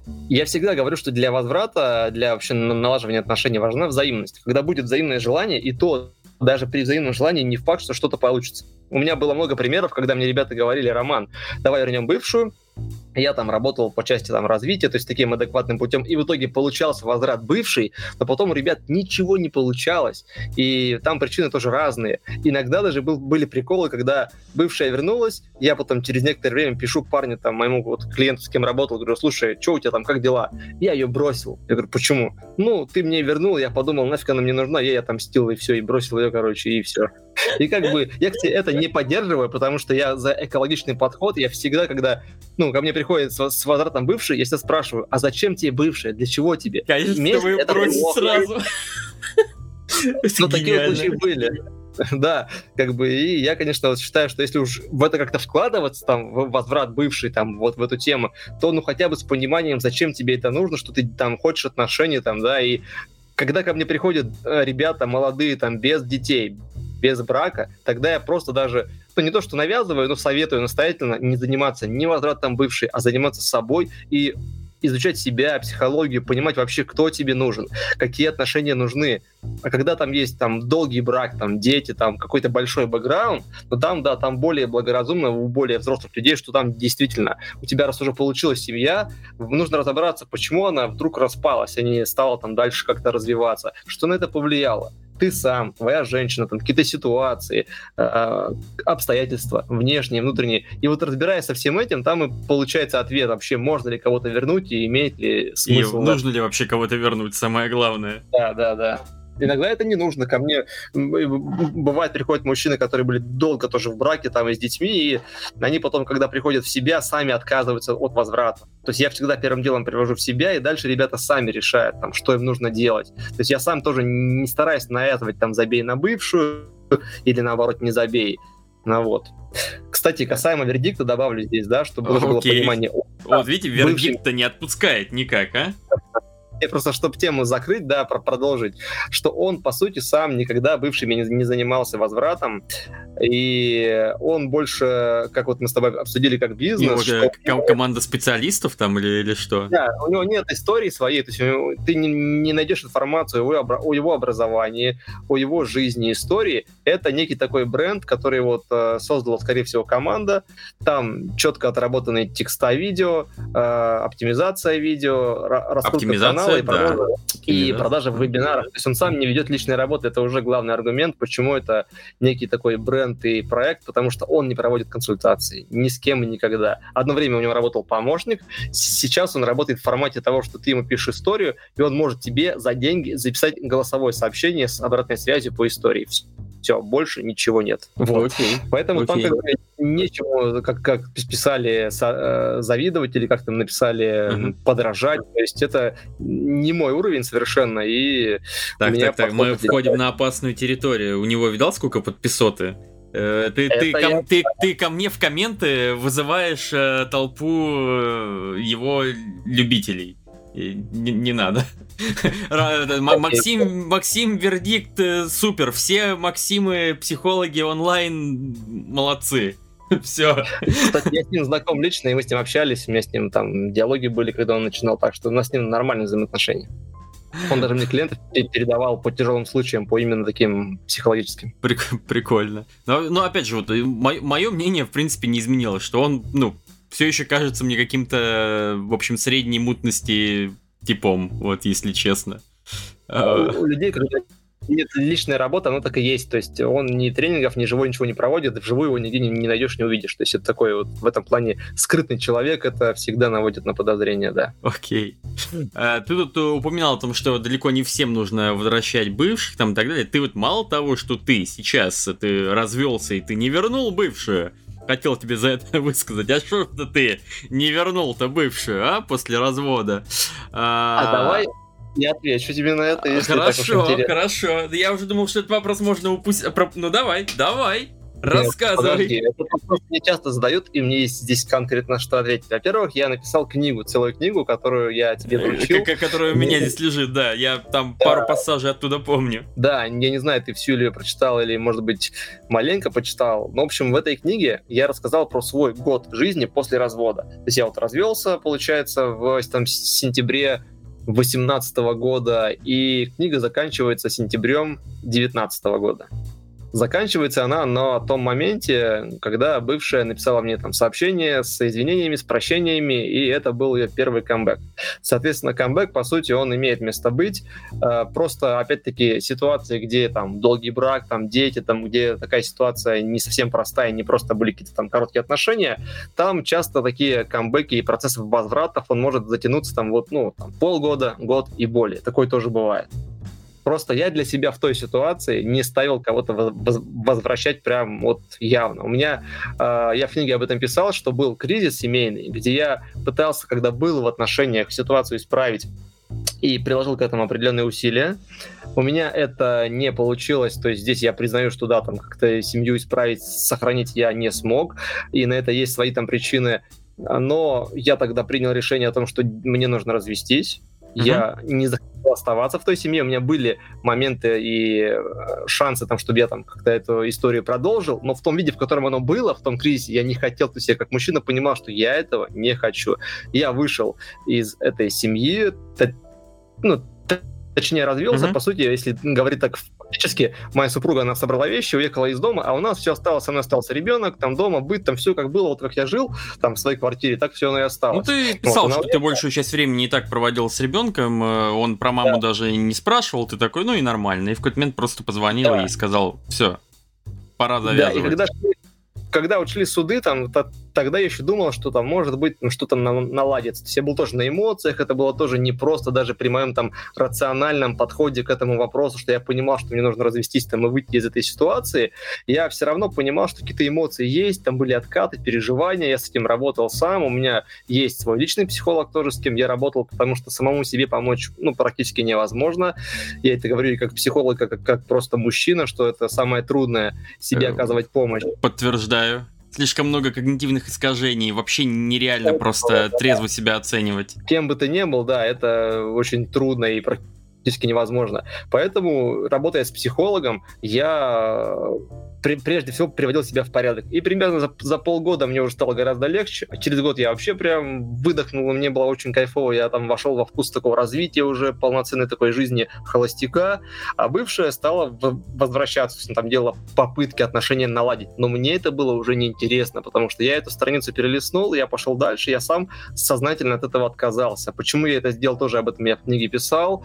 Я всегда говорю, что для возврата, для вообще налаживания отношений важна взаимность. Когда будет взаимное желание, и то даже при взаимном желании не факт, что что-то получится. У меня было много примеров, когда мне ребята говорили: Роман, давай вернем бывшую. Я там работал по части развития, то есть таким адекватным путем, и в итоге получался возврат бывший, но потом у ребят ничего не получалось, и там причины тоже разные. Иногда даже были приколы, когда бывшая вернулась, я потом через некоторое время пишу парню, моему клиенту, с кем работал, говорю: слушай, что у тебя там, как дела? Я ее бросил. Я говорю: почему? Ты мне вернул, я подумал, нафиг она мне нужна, я отомстил, и все, и бросил ее, и все. И я, кстати, это не поддерживаю, потому что я за экологичный подход. Я всегда, когда ко мне приходит с возвратом бывший, я всегда спрашиваю: а зачем тебе бывшая? Для чего тебе? Конечно, вы бросите сразу. Такие случаи были. Да, и я, конечно, считаю, что если уж в это как-то вкладываться, в возврат бывший, вот в эту тему, то хотя бы с пониманием, зачем тебе это нужно, что ты хочешь отношений, и когда ко мне приходят ребята молодые, без детей, без брака, тогда я просто даже то не то, что навязываю, но советую настоятельно не заниматься ни возвратом бывшей, а заниматься собой и изучать себя, психологию, понимать вообще, кто тебе нужен, какие отношения нужны. А когда там есть там долгий брак, там дети, там какой-то большой бэкграунд, то там, да, там более благоразумно у более взрослых людей, что там действительно у тебя, раз уже получилась семья, нужно разобраться, почему она вдруг распалась, а не стала там дальше как-то развиваться, что на это повлияло. Ты сам, твоя женщина, там какие-то ситуации, обстоятельства внешние, внутренние. И вот разбираясь со всем этим, там и получается ответ, вообще можно ли кого-то вернуть и имеет ли смысл. И нужно ли вообще кого-то вернуть, самое главное. Да. Иногда это не нужно. Ко мне бывает, приходят мужчины, которые были долго тоже в браке, там, и с детьми, и они потом, когда приходят в себя, сами отказываются от возврата. То есть я всегда первым делом привожу в себя, и дальше ребята сами решают, там, что им нужно делать. То есть я сам тоже не стараюсь навязывать, там, забей на бывшую, или наоборот, не забей. Ну вот. Кстати, касаемо вердикта добавлю здесь, да, чтобы было понимание. Вот видите, вердикт-то не отпускает никак, а? И просто, чтобы тему закрыть, да, продолжить, что он, по сути, сам никогда бывшими не занимался возвратом, и он больше, как вот мы с тобой обсудили, как бизнес. Команда специалистов там или что? Да, у него нет истории своей, то есть ты не найдешь информацию о его образовании, о его жизни, истории. Это некий такой бренд, который вот создала, скорее всего, команда. Там четко отработанные текста видео, оптимизация видео, раскрутка канала и продажа в вебинарах. То есть он сам не ведет личной работы, это уже главный аргумент, почему это некий такой бренд и проект, потому что он не проводит консультации ни с кем и никогда. Одно время у него работал помощник, сейчас он работает в формате того, что ты ему пишешь историю, и он может тебе за деньги записать голосовое сообщение с обратной связью по истории. Все, больше ничего нет. Вот. Поэтому там как бы нечему, как писали, завидовать или как там написали, подражать. То есть это не мой уровень совершенно. И так, мы входим на опасную территорию. У него видал, сколько подписоты? Ты ко мне в комменты вызываешь толпу его любителей. Не надо. Максим вердикт супер. Все Максимы психологи онлайн молодцы. Все. Кстати, я с ним знаком лично, и мы с ним общались, у меня с ним там диалоги были, когда он начинал, так что у нас с ним нормальные взаимоотношения. Он даже мне клиентов передавал по тяжелым случаям, по именно таким психологическим. Прикольно. Но опять же, вот мое мнение, в принципе, не изменилось, что он, все еще кажется мне каким-то, в общем, средней мутности типом, вот, если честно. У людей, когда нет личная работа, она так и есть. То есть он ни тренингов, ни живой ничего не проводит, вживую его нигде не найдешь, не увидишь. То есть это такой вот в этом плане скрытный человек, это всегда наводит на подозрение, да. Окей. Ты тут упоминал о том, что далеко не всем нужно возвращать бывших, там и так далее. Ты вот мало того, что ты сейчас развелся и ты не вернул бывшую, хотел тебе за это высказать. А что ты не вернул-то бывшую, после развода? Давай я отвечу тебе на это, если так уж интересно. Хорошо. Я уже думал, что этот вопрос можно упустить. Ну давай, рассказывай. Подожди, этот вопрос мне часто задают, и мне есть здесь конкретно что ответить. Во-первых, я написал книгу, целую книгу, которую я тебе вручил. Которая у меня здесь лежит, да. Я там пару пассажей оттуда помню. Да, я не знаю, ты всю ее прочитал или, может быть, маленько почитал. Но, в общем, в этой книге я рассказал про свой год жизни после развода. То есть я вот развелся, получается, в сентябре 2018 года, и книга заканчивается сентябрем 2019 года. Заканчивается она на том моменте, когда бывшая написала мне там сообщение с извинениями, с прощениями, и это был ее первый камбэк. Соответственно, камбэк, по сути, он имеет место быть. Просто, опять-таки, ситуации, где там долгий брак, там дети, там где такая ситуация не совсем простая, не просто были какие-то там короткие отношения, там часто такие камбэки и процессы возвратов, он может затянуться там полгода, год и более. Такое тоже бывает. Просто я для себя в той ситуации не ставил кого-то возвращать прям вот явно. У меня, я в книге об этом писал, что был кризис семейный, где я пытался, когда был в отношениях, ситуацию исправить и приложил к этому определенные усилия. У меня это не получилось, то есть здесь я признаю, что да, там как-то семью исправить, сохранить я не смог, и на это есть свои там причины, но я тогда принял решение о том, что мне нужно развестись. Я не захотел хотел оставаться в той семье, у меня были моменты и шансы, там, чтобы я там как-то эту историю продолжил, но в том виде, в котором оно было, в том кризисе, я не хотел, то есть я как мужчина понимал, что я этого не хочу. Я вышел из этой семьи, точнее, развелся, по сути, если говорить так фактически, моя супруга, она собрала вещи, уехала из дома, а у нас все осталось, со мной остался ребенок, там дома, быт, там все как было, вот как я жил, там в своей квартире, так все оно и осталось. Ну, ты писал, что ты большую часть времени и так проводил с ребенком, он про маму даже не спрашивал, ты такой, ну и нормально, и в какой-то момент просто позвонил и сказал, все, пора завязывать. Да, и когда ушли суды, там, тогда я еще думал, что там может быть что-то наладится. То есть я был тоже на эмоциях, это было тоже не просто даже при моем там рациональном подходе к этому вопросу, что я понимал, что мне нужно развестись там и выйти из этой ситуации. Я все равно понимал, что какие-то эмоции есть, там были откаты, переживания, я с этим работал сам, у меня есть свой личный психолог тоже, с кем я работал, потому что самому себе помочь практически невозможно. Я это говорю и как психолог, как просто мужчина, что это самое трудное, себе оказывать помощь. Подтверждаю. Слишком много когнитивных искажений, вообще нереально просто трезво себя оценивать. Кем бы ты ни был, да, это очень трудно и практически невозможно. Поэтому, работая с психологом, я прежде всего приводил себя в порядок. И примерно за полгода мне уже стало гораздо легче. А через год я вообще прям выдохнул, мне было очень кайфово. Я там вошел во вкус такого развития уже, полноценной такой жизни холостяка. А бывшая стала возвращаться, там делала попытки отношения наладить. Но мне это было уже неинтересно, потому что я эту страницу перелистнул, я пошел дальше, я сам сознательно от этого отказался. Почему я это сделал, тоже об этом я в книге писал.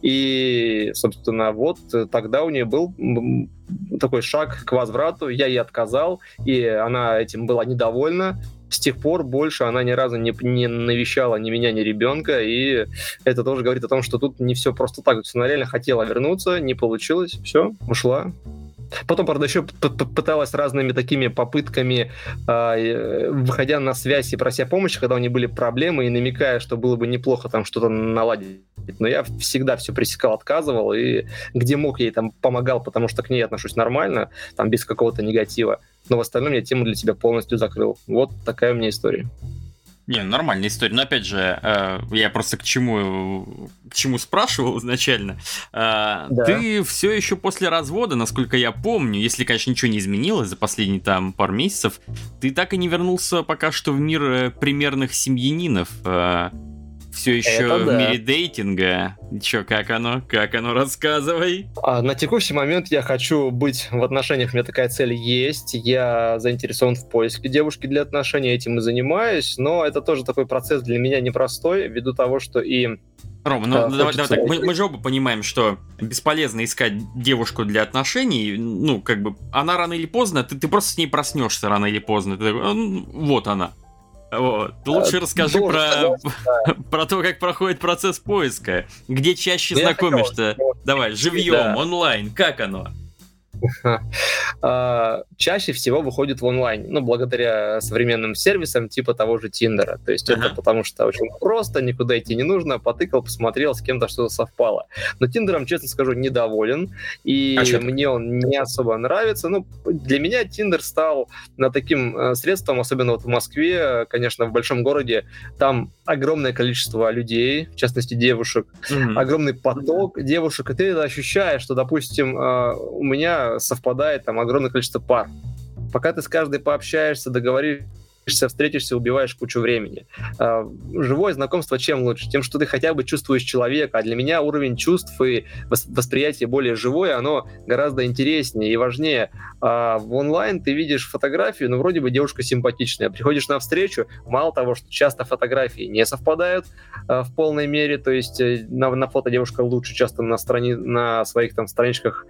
И, собственно, вот тогда у нее был такой шаг к возврату, я ей отказал, и она этим была недовольна. С тех пор больше она ни разу не навещала ни меня, ни ребенка, и это тоже говорит о том, что тут не все просто так. Она реально хотела вернуться, не получилось, все, ушла. Потом, правда, еще пыталась разными такими попытками, выходя на связь и прося помощи, когда у нее были проблемы, и намекая, что было бы неплохо там что-то наладить. Но я всегда все пресекал, отказывал, и где мог, я ей там помогал, потому что к ней отношусь нормально, там без какого-то негатива. Но в остальном я тему для себя полностью закрыл. Вот такая у меня история. Не, нормальная история. Но опять же, я просто к чему спрашивал изначально. Да. Ты все еще после развода, насколько я помню, если, конечно, ничего не изменилось за последние там пару месяцев, ты так и не вернулся пока что в мир примерных семьянинов. Все еще в мире дейтинга. Че, как оно? Как оно? Рассказывай. На текущий момент я хочу быть в отношениях, у меня такая цель есть. Я заинтересован в поиске девушки для отношений, этим и занимаюсь. Но это тоже такой процесс для меня непростой, ввиду того, что и... Рома, давай так. Мы же оба понимаем, что бесполезно искать девушку для отношений. Ну, как бы, она рано или поздно, ты просто с ней проснешься рано или поздно. Ты такой, вот она. Вот. Лучше расскажи про то, как проходит процесс поиска. Где чаще знакомишься? Давай, живьем, онлайн, как оно? Чаще всего выходит в онлайн, благодаря современным сервисам типа того же Тиндера. То есть это потому что очень просто, никуда идти не нужно, потыкал, посмотрел, с кем-то что-то совпало. Но Тиндером, честно скажу, недоволен, и мне он не особо нравится. Для меня Тиндер стал таким средством, особенно вот в Москве, конечно, в большом городе, там огромное количество людей, в частности девушек, огромный поток девушек, и ты это ощущаешь, что, допустим, у меня совпадает там огромное количество пар. Пока ты с каждой пообщаешься, договоришься, встретишься, убиваешь кучу времени. Живое знакомство чем лучше? Тем, что ты хотя бы чувствуешь человека. А для меня уровень чувств и восприятие более живое, оно гораздо интереснее и важнее. В онлайн ты видишь фотографию, вроде бы девушка симпатичная. Приходишь на встречу, мало того, что часто фотографии не совпадают в полной мере, то есть на фото девушка лучше часто на своих там страничках.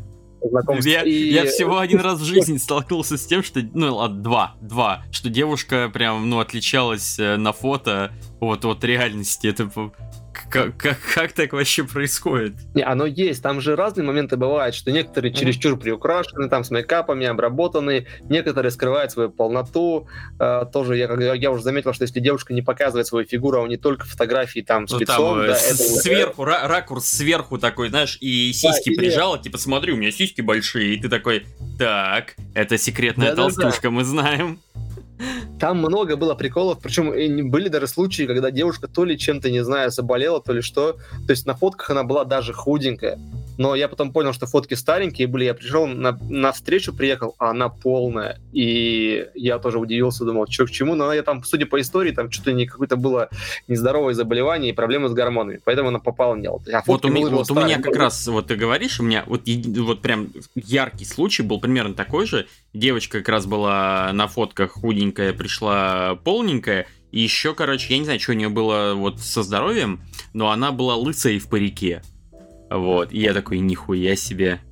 Я всего один раз в жизни столкнулся с тем, что, два, что девушка прям, отличалась на фото от реальности. Это как так вообще происходит? Оно есть, там же разные моменты бывают, что некоторые чересчур приукрашены, там с мейкапами, обработаны, некоторые скрывают свою полноту. Тоже я уже заметил, что если девушка не показывает свою фигуру, а не только фотографии там с лицом... Там, сверху, ракурс сверху такой, знаешь, и сиськи прижала, типа, смотри, у меня сиськи большие, и ты такой, так, это секретная толстушка, мы знаем. Там много было приколов, причем были даже случаи, когда девушка то ли чем-то, не знаю, заболела, то ли что. То есть на фотках она была даже худенькая. Но я потом понял, что фотки старенькие были. Я пришел на встречу, приехал, а она полная. И я тоже удивился, думал, что к чему. Но я там, судя по истории, там что-то какое-то было нездоровое заболевание и проблемы с гормонами. Поэтому она пополнела. А вот у меня как раз, вот ты говоришь, у меня вот прям яркий случай был примерно такой же. Девочка как раз была на фотках худенькая, пришла полненькая. И еще, короче, я не знаю, что у нее было вот со здоровьем, но она была лысая и в парике. Вот, и я такой, нихуя себе.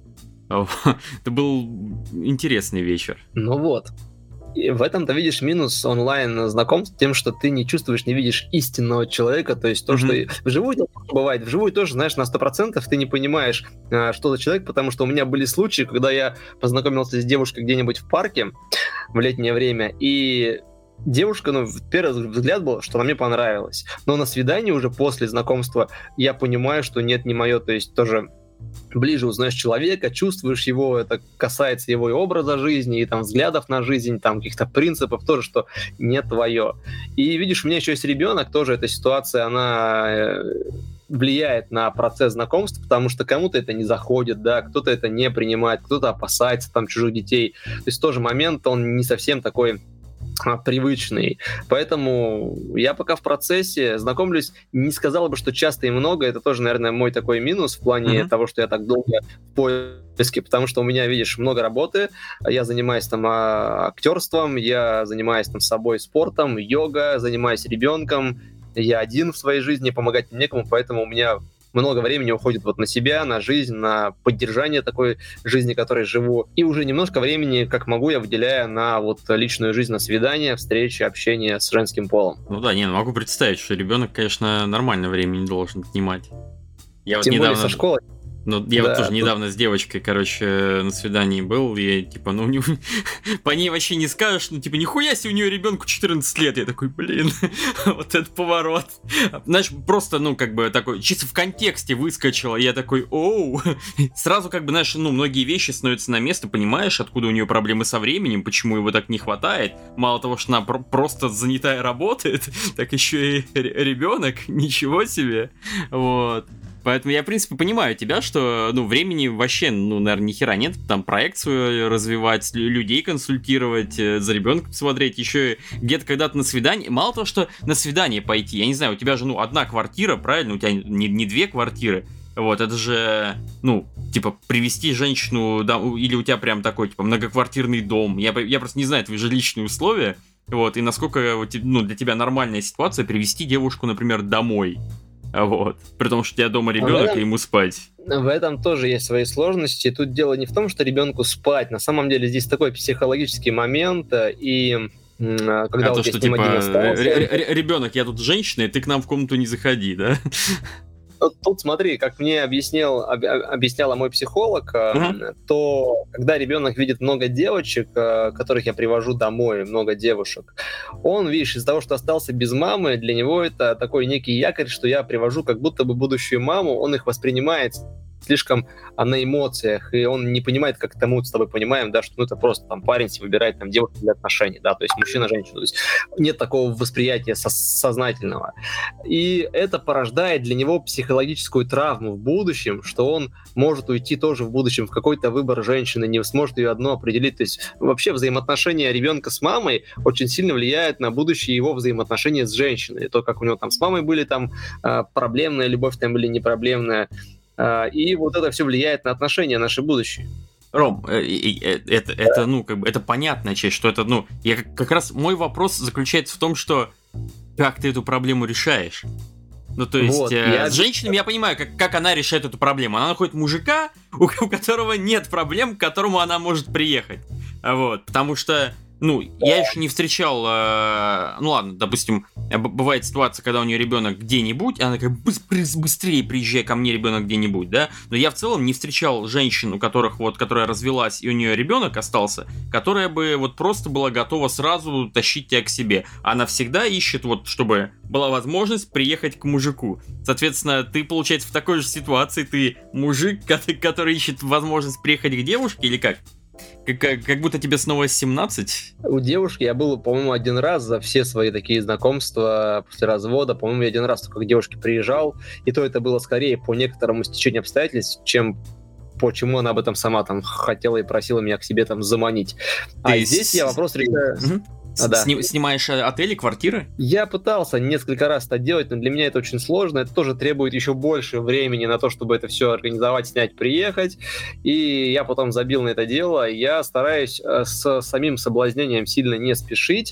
Это был интересный вечер. Ну вот. И в этом-то видишь минус онлайн знакомств тем, что ты не чувствуешь, не видишь истинного человека, то есть то, что вживую бывает, вживую тоже, знаешь, на 100% ты не понимаешь, что за человек, потому что у меня были случаи, когда я познакомился с девушкой где-нибудь в парке в летнее время, и девушка, первый взгляд был, что она мне понравилась. Но на свидании уже после знакомства я понимаю, что нет, не мое. То есть тоже ближе узнаешь человека, чувствуешь его, это касается его и образа жизни, и там взглядов на жизнь, там каких-то принципов тоже, что не твое. И видишь, у меня еще есть ребенок, тоже эта ситуация, она влияет на процесс знакомств, потому что кому-то это не заходит, да, кто-то это не принимает, кто-то опасается там чужих детей. То есть тоже момент, он не совсем такой привычный. Поэтому я пока в процессе знакомлюсь, не сказал бы, что часто и много, это тоже, наверное, мой такой минус в плане того, что я так долго в поиске, потому что у меня, видишь, много работы, я занимаюсь там актерством, я занимаюсь там собой спортом, йога, занимаюсь ребенком, я один в своей жизни, помогать некому, поэтому у меня много времени уходит вот на себя, на жизнь, на поддержание такой жизни, которой живу. И уже немножко времени, как могу, я выделяю на вот личную жизнь, на свидания, встречи, общение с женским полом. Ну да, могу представить, что ребенок, конечно, нормально времени должен отнимать. Я Тем более со школы. Ну, я вот тоже недавно с девочкой, короче, на свидании был, и, типа, по ней вообще не скажешь, нихуя себе, у нее ребенку 14 лет. Я такой, блин, вот это поворот. Знаешь, просто, такой, чисто в контексте выскочило, я такой, оу. Сразу, знаешь, многие вещи становятся на место, понимаешь, откуда у нее проблемы со временем, почему его так не хватает. Мало того, что она просто занятая работает, так еще и ребенок, ничего себе. Вот. Поэтому я, в принципе, понимаю тебя, что, времени вообще, наверное, ни хера нет. Там проекцию развивать, людей консультировать, за ребенком смотреть, еще и где-то когда-то на свидание. Мало того, что на свидание пойти, я не знаю, у тебя же, одна квартира, правильно? У тебя не две квартиры. Вот, это же, привести женщину, да, или у тебя прям такой, многоквартирный дом. Я просто не знаю твои жилищные условия, вот, и насколько, для тебя нормальная ситуация привести девушку, например, домой. Вот. При том, что у тебя дома ребенок, и ему спать. В этом тоже есть свои сложности. Тут дело не в том, что ребенку спать. На самом деле здесь такой психологический момент, и когда вот я с ним один остался... Ребенок, я тут женщина, и ты к нам в комнату не заходи, да? Тут смотри, как мне объясняла мой психолог, то когда ребенок видит много девочек, которых я привожу домой, много девушек, он, видишь, из-за того, что остался без мамы, для него это такой некий якорь, что я привожу как будто бы будущую маму, он их воспринимает слишком на эмоциях, и он не понимает, как это мы с тобой понимаем, да, что это просто там парень себе выбирает там девушку для отношений, да, то есть мужчина-женщина, то есть нет такого восприятия сознательного. И это порождает для него психологическую травму в будущем, что он может уйти тоже в будущем в какой-то выбор женщины, не сможет ее одно определить, то есть вообще взаимоотношения ребенка с мамой очень сильно влияют на будущее его взаимоотношения с женщиной, то, как у него там с мамой были там проблемная любовь там или не проблемная. И вот это все влияет на отношения наши будущие. Ром, это понятная часть, что это, я как раз мой вопрос заключается в том, что как ты эту проблему решаешь? То есть, вот, с женщинами я понимаю, как она решает эту проблему. Она находит мужика, у которого нет проблем, к которому она может приехать. Вот, потому что, я еще не встречал, ладно, допустим, бывает ситуация, когда у нее ребенок где-нибудь, она такая, быстрее приезжай ко мне, ребенок где-нибудь, да, но я в целом не встречал женщин, у которых которая развелась, и у нее ребенок остался, которая бы просто была готова сразу тащить тебя к себе. Она всегда ищет, чтобы была возможность приехать к мужику. Соответственно, ты, получается, в такой же ситуации, ты мужик, который ищет возможность приехать к девушке, или как? Как будто тебе снова 17? У девушки я был, по-моему, один раз за все свои такие знакомства после развода. По-моему, я один раз только к девушке приезжал. И то это было скорее по некоторому стечению обстоятельств, чем почему она об этом сама там хотела и просила меня к себе там заманить. Здесь я вопрос решаю... Снимаешь отели, квартиры? Я пытался несколько раз это делать, но для меня это очень сложно. Это тоже требует еще больше времени на то, чтобы это все организовать, снять, приехать. И я потом забил на это дело. Я стараюсь с самим соблазнением сильно не спешить.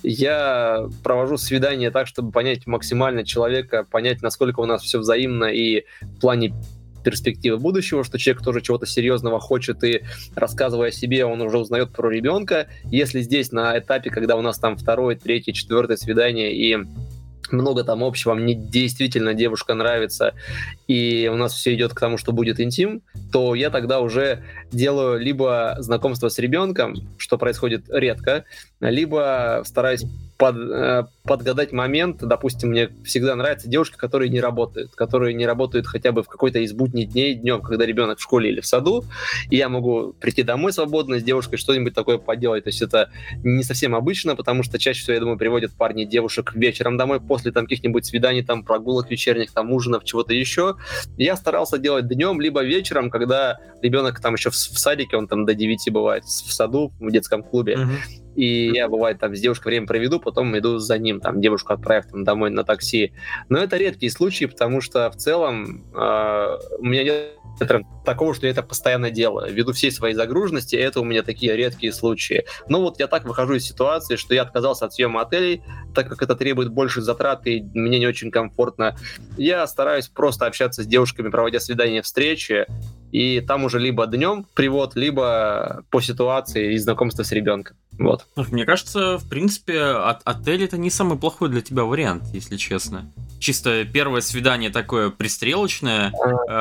Я провожу свидание так, чтобы понять максимально человека, понять, насколько у нас все взаимно и в плане перспективы будущего, что человек тоже чего-то серьезного хочет, и рассказывая о себе, он уже узнает про ребенка. Если здесь на этапе, когда у нас там 2-е, 3-е, 4-е свидание, и много там общего, мне действительно девушка нравится, и у нас все идет к тому, что будет интим, то я тогда уже делаю либо знакомство с ребенком, что происходит редко, либо стараюсь подгадать момент. Допустим, мне всегда нравятся девушки, которые не работают хотя бы в какой-то из будних дней, днем, когда ребенок в школе или в саду, и я могу прийти домой свободно с девушкой, что-нибудь такое поделать. То есть это не совсем обычно, потому что чаще всего, я думаю, приводят парни девушек вечером домой после там каких-нибудь свиданий, там прогулок вечерних, там ужинов, чего-то еще. Я старался делать днем, либо вечером, когда ребенок там еще в садике, он там до 9 бывает, в саду, в детском клубе. И я, бывает, там с девушкой время проведу, потом иду за ним, там, девушку отправив там, домой на такси. Но это редкие случаи, потому что в целом у меня нет такого, что я это постоянно делаю. Ввиду всей своей загруженности, это у меня такие редкие случаи. Но вот я так выхожу из ситуации, что я отказался от съема отелей, так как это требует больше затрат, и мне не очень комфортно. Я стараюсь просто общаться с девушками, проводя свидания, встречи, и там уже либо днем привод, либо по ситуации и знакомство с ребенком. Вот. Мне кажется, в принципе, отель это не самый плохой для тебя вариант, если честно. Чисто первое свидание такое пристрелочное,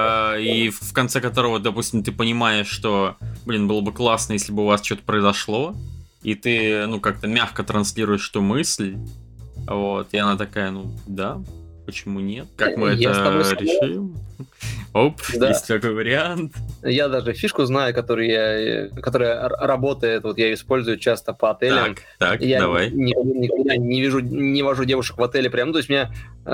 и в конце которого, допустим, ты понимаешь, что, было бы классно, если бы у вас что-то произошло, и ты, как-то мягко транслируешь эту мысль, вот, и она такая, да, почему нет? Как мы это решим? Да. Есть такой вариант. Я даже фишку знаю, которая работает, вот я ее использую часто по отелям. Так, я давай. Никогда не вожу девушек в отеле прям, то есть у меня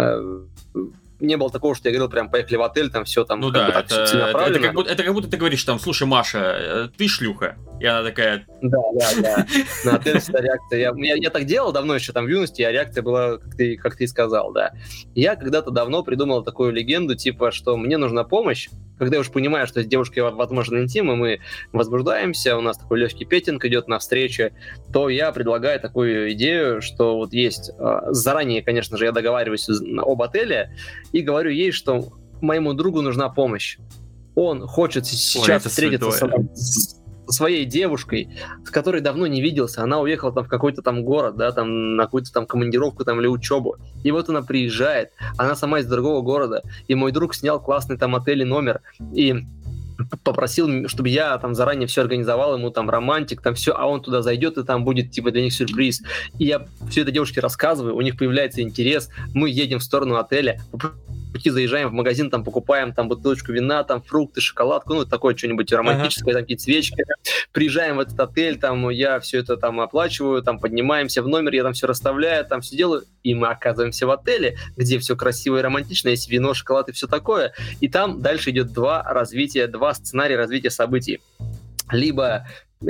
не было такого, что я говорил, прям поехали в отель, там все там это как будто ты говоришь там, слушай, Маша, ты шлюха. И она такая... Да. На отеле всегда реакция. Я так делал давно еще там в юности, а реакция была, как ты и сказал, да. Я когда-то давно придумал такую легенду, типа, что мне нужна помощь, когда я уж понимаю, что с девушкой возможен интим, и мы возбуждаемся, у нас такой легкий петинг идет на встрече, то я предлагаю такую идею, что вот есть... Заранее, конечно же, я договариваюсь об отеле и говорю ей, что моему другу нужна помощь. Он хочет сейчас встретиться со своей девушкой, с которой давно не виделся. Она уехала там в какой-то там город, да, там на какую-то там командировку там или учебу. И вот она приезжает, она сама из другого города, и мой друг снял классный там отель и номер, и попросил, чтобы я там заранее все организовал, ему там романтик, там все, а он туда зайдет, и там будет типа для них сюрприз. И я все это девушке рассказываю, у них появляется интерес, мы едем в сторону отеля, пути заезжаем в магазин, там покупаем там бутылочку вина, там фрукты, шоколадку, такое что-нибудь романтическое, там какие-то свечки. Приезжаем в этот отель, там я все это там оплачиваю, там поднимаемся в номер, я там все расставляю, там все делаю, и мы оказываемся в отеле, где все красиво и романтично, есть вино, шоколад и все такое, и там дальше идет два сценария развития событий. Либо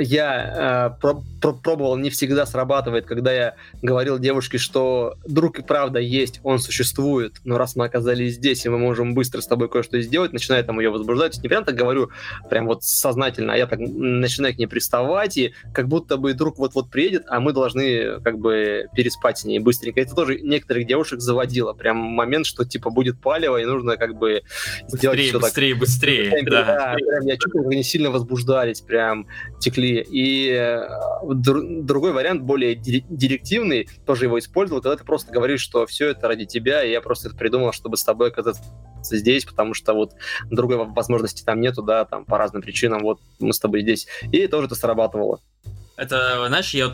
я пробовал, не всегда срабатывает, когда я говорил девушке, что друг и правда есть, он существует, но раз мы оказались здесь, и мы можем быстро с тобой кое-что сделать, начинаю там ее возбуждать. То есть не прям так говорю, прям вот сознательно, а я так начинаю к ней приставать, и как будто бы друг вот-вот приедет, а мы должны как бы переспать с ней быстренько. Это тоже некоторых девушек заводило. Прям момент, что типа будет палево, и нужно как бы сделать все так. Быстрее. Да, прям я чувствую, как они сильно возбуждались, прям текли. И другой вариант, более директивный, тоже его использовал, когда ты просто говоришь, что все это ради тебя, и я просто это придумал, чтобы с тобой оказаться здесь, потому что вот другой возможности там нету, да, там по разным причинам, вот мы с тобой здесь. И тоже это срабатывало. Это, знаешь, я,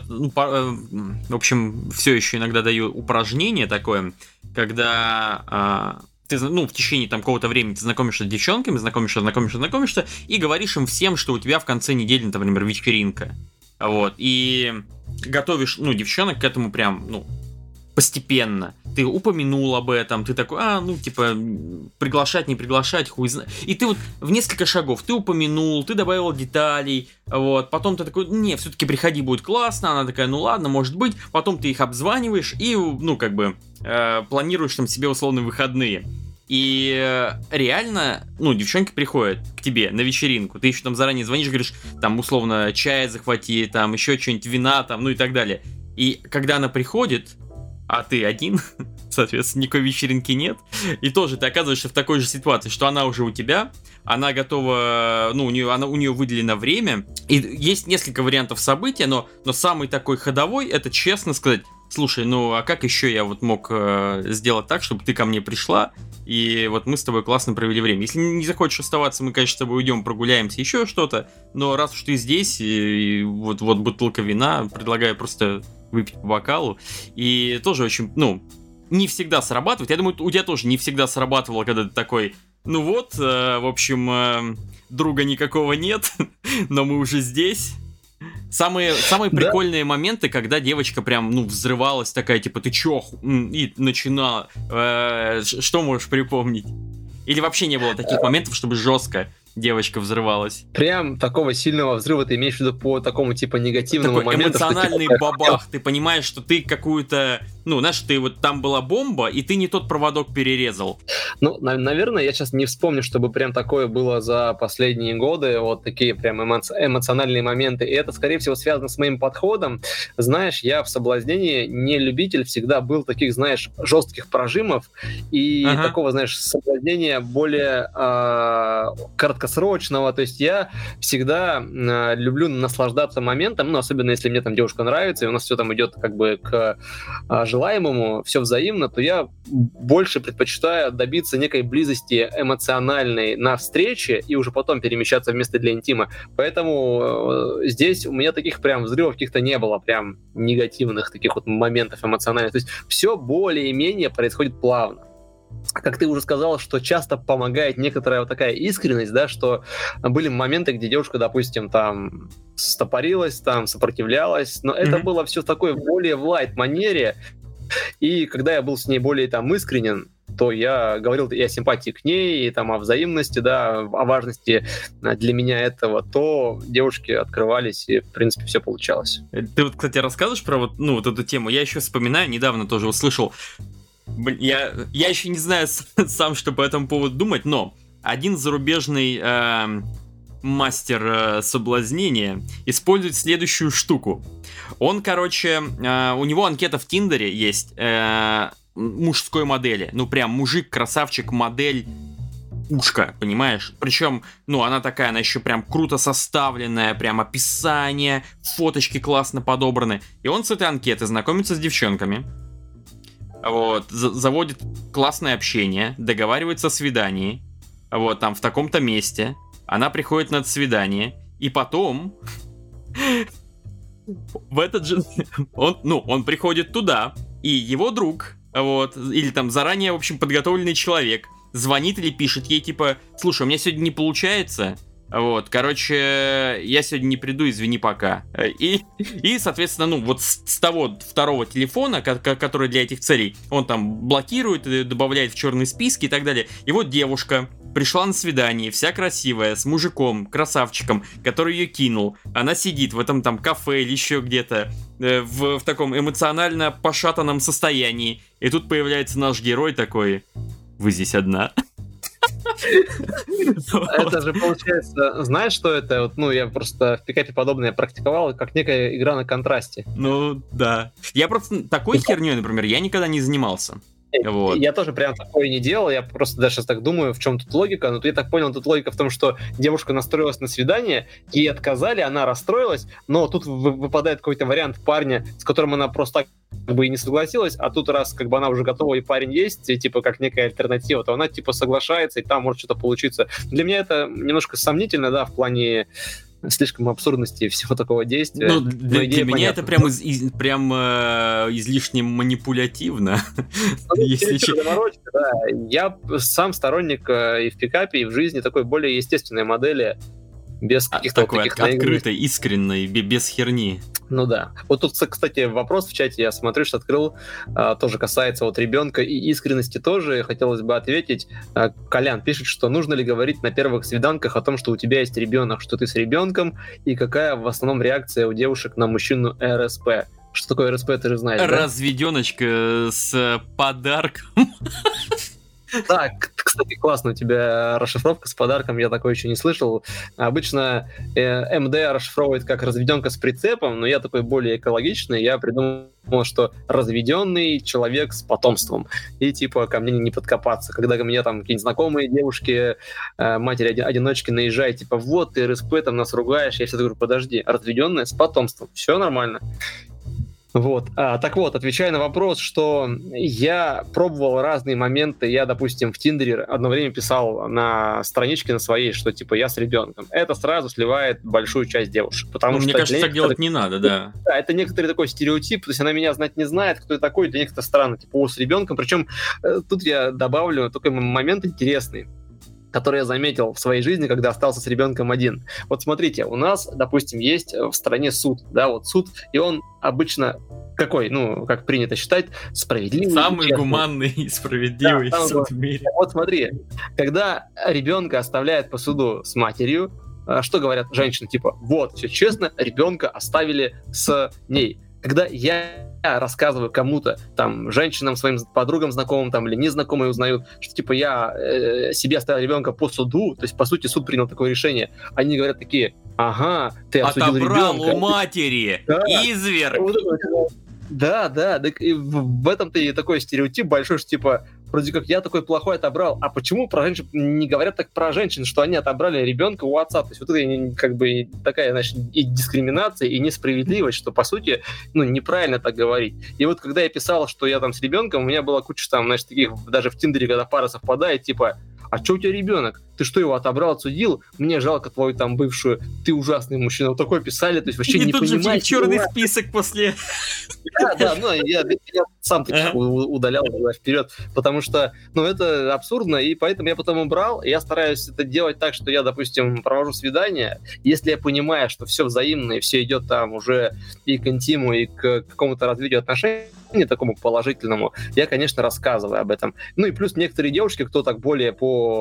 в общем, все еще иногда даю упражнение такое, когда ты, ну, в течение там какого-то времени ты знакомишься с девчонками, знакомишься, и говоришь им всем, что у тебя в конце недели, например, вечеринка. Вот, и готовишь, ну, девчонок к этому прям, ну, постепенно. Ты упомянул об этом, ты такой, ну, типа, приглашать, не приглашать, хуй знает. И ты вот в несколько шагов, ты упомянул, ты добавил деталей, вот, потом ты такой, не, все-таки приходи, будет классно, она такая, ну ладно, может быть, потом ты их обзваниваешь и, ну, как бы, планируешь там себе условные выходные. И реально, ну, девчонки приходят к тебе на вечеринку, ты еще там заранее звонишь, говоришь, там, условно, чай захвати, там, еще что-нибудь, вина, там, ну и так далее. И когда она приходит, а ты один, соответственно, никакой вечеринки нет, и тоже ты оказываешься в такой же ситуации, что она уже у тебя, она готова, ну, у нее выделено время, и есть несколько вариантов события, но самый такой ходовой, это честно сказать, слушай, ну, а как еще я вот мог сделать так, чтобы ты ко мне пришла, и вот мы с тобой классно провели время. Если не захочешь оставаться, мы, конечно, с тобой уйдем, прогуляемся, еще что-то, но раз уж ты здесь, и вот бутылка вина, предлагаю просто выпить по бокалу, и тоже очень, ну, не всегда срабатывает. Я думаю, у тебя тоже не всегда срабатывало, когда ты такой, ну вот, в общем, друга никакого нет, но мы уже здесь. Самые прикольные моменты, когда девочка прям, ну, взрывалась такая, типа, ты чё? И начинала. Что можешь припомнить? Или вообще не было таких моментов, чтобы жестко девочка взрывалась? Прям такого сильного взрыва ты имеешь в виду по такому, типа, негативному такой моменту? Эмоциональный что, типа, бабах. Ты понимаешь, что ты какую-то... Ну, знаешь, ты вот там была бомба, и ты не тот проводок перерезал. Ну, наверное, я сейчас не вспомню, чтобы прям такое было за последние годы, вот такие прям эмоциональные моменты. И это, скорее всего, связано с моим подходом. Знаешь, я в соблазнении не любитель, всегда был таких, знаешь, жестких прожимов и такого, знаешь, соблазнения более краткосрочного. То есть я всегда люблю наслаждаться моментом, ну, особенно если мне там девушка нравится, и у нас все там идет как бы к желаемому, все взаимно, то я больше предпочитаю добиться некой близости эмоциональной на встрече и уже потом перемещаться в место для интима. Поэтому здесь у меня таких прям взрывов каких-то не было, прям негативных таких вот моментов эмоциональных. То есть все более-менее происходит плавно. Как ты уже сказал, что часто помогает некоторая вот такая искренность, да, что были моменты, где девушка, допустим, там стопорилась, там сопротивлялась, но это было все в такой более в лайт-манере, и когда я был с ней более там искренен, то я говорил и о симпатии к ней, и там о взаимности, да, о важности для меня этого, то девушки открывались, и, в принципе, все получалось. Ты вот, кстати, рассказываешь про вот, ну, вот эту тему? Я еще вспоминаю, недавно тоже услышал. Я еще не знаю сам, что по этому поводу думать, но один зарубежный мастер соблазнения использует следующую штуку. Он, короче, у него анкета в Тиндере есть мужской модели. Ну, прям мужик, красавчик, модель, ушка, понимаешь? Причем, ну, она такая, она еще прям круто составленная, прям описание, фоточки классно подобраны. И он с этой анкеты знакомится с девчонками. Вот, заводит классное общение, договаривается о свидании, вот, там, в таком-то месте, она приходит на это свидание, и потом, в этот же, он приходит туда, и его друг, вот, или там заранее, в общем, подготовленный человек, звонит или пишет ей, типа, слушай, у меня сегодня не получается, вот, короче, я сегодня не приду, извини, пока. И соответственно, ну, вот с того второго телефона, который для этих целей, он там блокирует, добавляет в черные списки и так далее. И вот девушка пришла на свидание, вся красивая, с мужиком, красавчиком, который ее кинул. Она сидит в этом там кафе или еще где-то, в таком эмоционально пошатанном состоянии. И тут появляется наш герой такой: вы здесь одна. Это же получается, знаешь, что это? Вот, ну, я просто в пикапе подобное практиковал, как некая игра на контрасте. Ну, да. Я просто такой херней, например, я никогда не занимался. Вот. Я тоже прям такое не делал, я просто даже сейчас так думаю, в чем тут логика, но я так понял, тут логика в том, что девушка настроилась на свидание, ей отказали, она расстроилась, но тут выпадает какой-то вариант парня, с которым она просто так как бы и не согласилась, а тут раз как бы она уже готова и парень есть, и типа как некая альтернатива, то она типа соглашается, и там может что-то получиться. Для меня это немножко сомнительно, да, в плане слишком абсурдности всего такого действия. Ну, для меня это прям излишне манипулятивно. Да. Я сам сторонник и в пикапе, и в жизни такой более естественной модели, без каких-то такой открытой, искренней, без херни. Ну да. Вот тут, кстати, вопрос в чате, я смотрю, что открыл, тоже касается вот ребенка и искренности тоже. Хотелось бы ответить. Колян пишет, что нужно ли говорить на первых свиданках о том, что у тебя есть ребенок, что ты с ребенком, и какая в основном реакция у девушек на мужчину РСП. Что такое РСП, ты же знаешь, разведеночка с подарком. Да, кстати, классно у тебя расшифровка с подарком, я такое еще не слышал. Обычно МД расшифровывает как разведенка с прицепом, но я такой более экологичный, я придумал, что разведенный человек с потомством. И типа ко мне не подкопаться. Когда ко мне там какие-нибудь знакомые девушки, матери-одиночки наезжают, типа вот ты РСП, там нас ругаешь, я всегда говорю, подожди, разведенная с потомством, все нормально. Вот. Так вот, отвечая на вопрос, что я пробовал разные моменты, я, допустим, в Тиндере одно время писал на страничке на своей, что типа я с ребенком. Это сразу сливает большую часть девушек, потому что... Мне кажется, так делать не надо, да. Да, это некоторый такой стереотип, то есть она меня знать не знает, кто я такой, для них это странно, типа, с ребенком. Причем тут я добавлю такой момент интересный, который я заметил в своей жизни, когда остался с ребенком один. Вот смотрите, у нас, допустим, есть в стране суд, да, вот суд, и он обычно какой, ну, как принято считать, справедливый. Самый гуманный и справедливый суд в мире. Вот смотри, когда ребенка оставляют по суду с матерью, что говорят женщины, типа, вот, все честно, ребенка оставили с ней. Когда я рассказываю кому-то, там, женщинам, своим подругам, знакомым, там, или незнакомые узнают, что, типа, я себе оставил ребенка по суду, то есть, по сути, суд принял такое решение, они говорят такие, ага, ты осудил ребенка. Отобрал у матери, да. Изверг. Да, так и в этом-то и такой стереотип большой, что, типа, вроде как я такой плохой отобрал, а почему про женщин не говорят так про женщин, что они отобрали ребенка у отца? То есть вот это как бы такая, значит, и дискриминация, и несправедливость, что, по сути, ну, неправильно так говорить. И вот когда я писал, что я там с ребенком, у меня была куча там, значит, таких, даже в Тиндере, когда пара совпадает, типа, а что у тебя ребенок? Ты что, его отобрал, отсудил? Мне жалко твою там бывшую, ты ужасный мужчина. Вот такое писали, то есть вообще не понимаете. Черный список после... Да, ну я сам таких удалял вперед, потому что, ну, это абсурдно, и поэтому я потом убрал. Я стараюсь это делать так, что я, допустим, провожу свидание, если я понимаю, что все взаимно, и все идет там уже и к интиму, и к какому-то развитию отношений, такому положительному, я, конечно, рассказываю об этом. Ну и плюс некоторые девушки, кто так более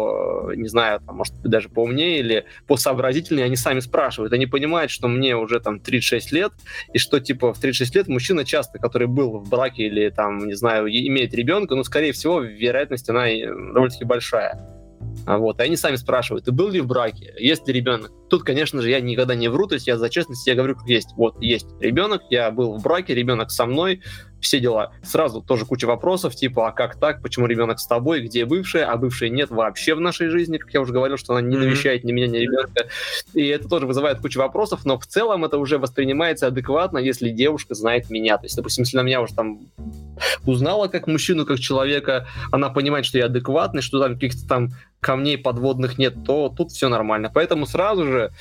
не знаю, там, может быть, даже поумнее или посообразительнее, они сами спрашивают. Они понимают, что мне уже там 36 лет, и что, типа, в 36 лет мужчина часто, который был в браке или, там, не знаю, имеет ребенка, ну, скорее всего, вероятность, она довольно-таки большая. Вот, и они сами спрашивают, ты был ли в браке, есть ли ребенок? Тут, конечно же, я никогда не вру, то есть я за честность, я говорю, как есть. Вот, есть ребенок, я был в браке, ребенок со мной, все дела. Сразу тоже куча вопросов, типа, а как так, почему ребенок с тобой, где бывшая, а бывшей нет вообще в нашей жизни, как я уже говорил, что она не навещает ни меня, ни ребенка. И это тоже вызывает кучу вопросов, но в целом это уже воспринимается адекватно, если девушка знает меня. То есть, допустим, если она меня уже там узнала как мужчину, как человека, она понимает, что я адекватный, что там каких-то там камней подводных нет, то тут все нормально. Поэтому сразу же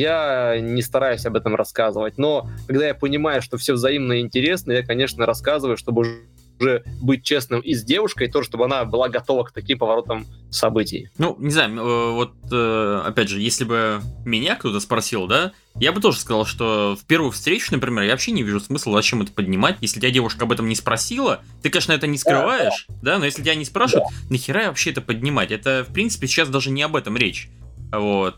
я не стараюсь об этом рассказывать. Но когда я понимаю, что все взаимно и интересно, я, конечно, рассказываю, чтобы уже быть честным и с девушкой, и тоже, чтобы она была готова к таким поворотам событий. Ну, не знаю, вот, опять же, если бы меня кто-то спросил, да, я бы тоже сказал, что в первую встречу, например, я вообще не вижу смысла, зачем это поднимать. Если тебя девушка об этом не спросила, ты, конечно, это не скрываешь, да, но если тебя не спрашивают, нахера вообще это поднимать? Это, в принципе, сейчас даже не об этом речь. Вот.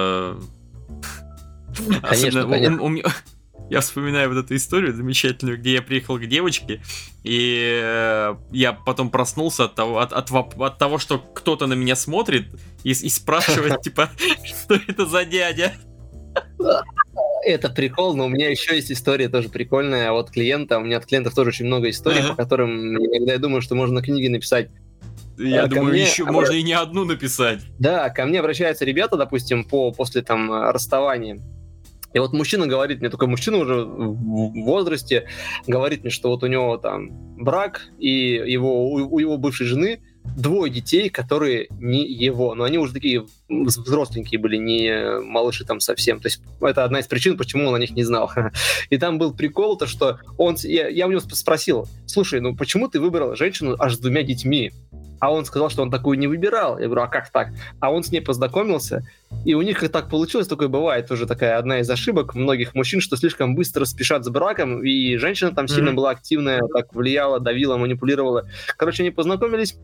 Конечно. Я вспоминаю вот эту историю замечательную, где я приехал к девочке, и я потом проснулся от того, что кто-то на меня смотрит и спрашивает, типа, что это за дядя? Это прикол, но у меня еще есть история тоже прикольная от клиента. У меня от клиентов тоже очень много историй, по которым иногда я думаю, что можно книги написать. Я думаю, еще можно и не одну написать. Да, ко мне обращаются ребята, допустим, после там расставания. И вот мужчина говорит мне, такой мужчина уже в возрасте, говорит мне, что вот у него там брак, и у его бывшей жены двое детей, которые не его, но они уже такие взросленькие были, не малыши там совсем. То есть это одна из причин, почему он о них не знал. И там был прикол, то что я у него спросил: слушай, ну почему ты выбрал женщину аж с 2 детьми? А он сказал, что он такую не выбирал. Я говорю, а как так? А он с ней познакомился, и у них так получилось, такое бывает тоже такая одна из ошибок многих мужчин, что слишком быстро спешат с браком, и женщина там сильно была активная, так влияла, давила, манипулировала. Короче, они познакомились,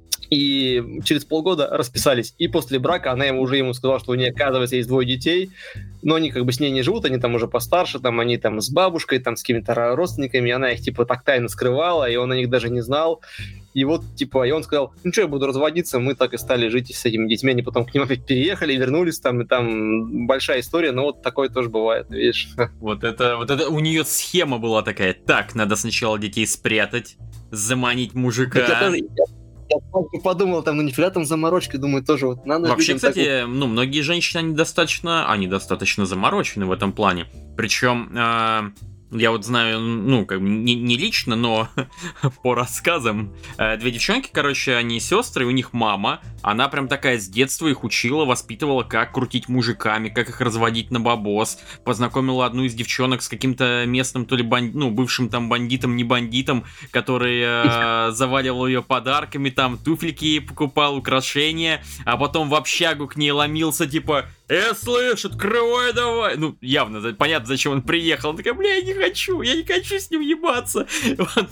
и через полгода расписались. И после брака она ему сказала, что у нее, оказывается, есть 2 детей, но они как бы с ней не живут, они там уже постарше, там они там с бабушкой, там с какими-то родственниками, и она их типа так тайно скрывала, и он о них даже не знал. И вот, типа, и он сказал, ну что, я буду разводиться, мы так и стали жить с этими детьми, они потом к ним опять переехали, вернулись там, и там большая история, но вот такое тоже бывает, видишь. Вот это у нее схема была такая, так, надо сначала детей спрятать, заманить мужика. Я подумал, там, ну нифига там заморочки, думаю, тоже вот надо... Вообще, кстати, ну, многие женщины, они достаточно заморочены в этом плане. Причем, я вот знаю, ну, как бы не лично, но по рассказам. 2 девчонки, короче, они сестры, у них мама. Она прям такая с детства их учила, воспитывала, как крутить мужиками, как их разводить на бабос. Познакомила одну из девчонок с каким-то местным, то ли бывшим там бандитом, не бандитом, который заваливал ее подарками, там туфельки ей покупал, украшения. А потом в общагу к ней ломился, типа... слышь, открывай давай! Ну, явно, понятно, зачем он приехал. Он такой, бля, я не хочу с ним ебаться. Вот.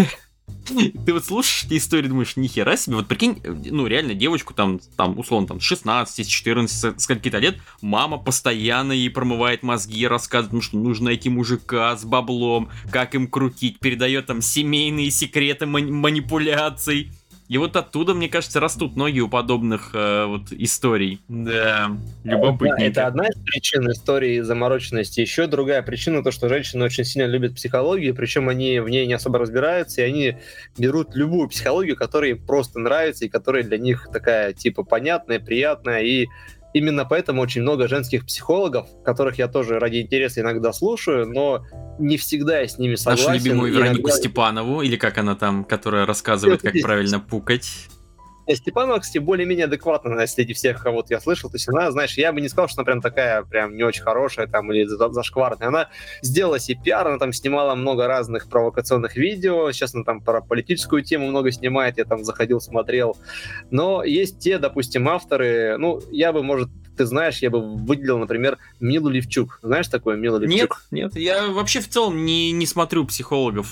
Ты вот слушаешь эти истории, думаешь, нихера себе. Вот прикинь, ну, реально, девочку там условно, там, с 16, с 14, с каких-то лет, мама постоянно ей промывает мозги, рассказывает, что нужно найти мужика с баблом, как им крутить, передает там семейные секреты манипуляций. И вот оттуда, мне кажется, растут ноги у подобных вот историй. Да, любопытненько. Да, это одна из причин истории замороченности. Еще другая причина, то, что женщины очень сильно любят психологию, причем они в ней не особо разбираются, и они берут любую психологию, которая им просто нравится, и которая для них такая, типа, понятная, приятная, и именно поэтому очень много женских психологов, которых я тоже ради интереса иногда слушаю, но не всегда я с ними согласен. Нашу любимую Веронику Степанову, или как она там, которая рассказывает, как правильно пукать. Степанова, кстати, более-менее адекватна среди всех, кого я слышал. То есть она, знаешь, я бы не сказал, что она прям такая, прям не очень хорошая там или зашкварная. Она сделала себе пиар, она там снимала много разных провокационных видео. Сейчас она там про политическую тему много снимает. Я там заходил, смотрел. Но есть те, допустим, авторы, ну, я бы, может, ты знаешь, я бы выделил, например, Милу Левчук. Знаешь такое, Мила Левчук? Нет. Я вообще в целом не смотрю психологов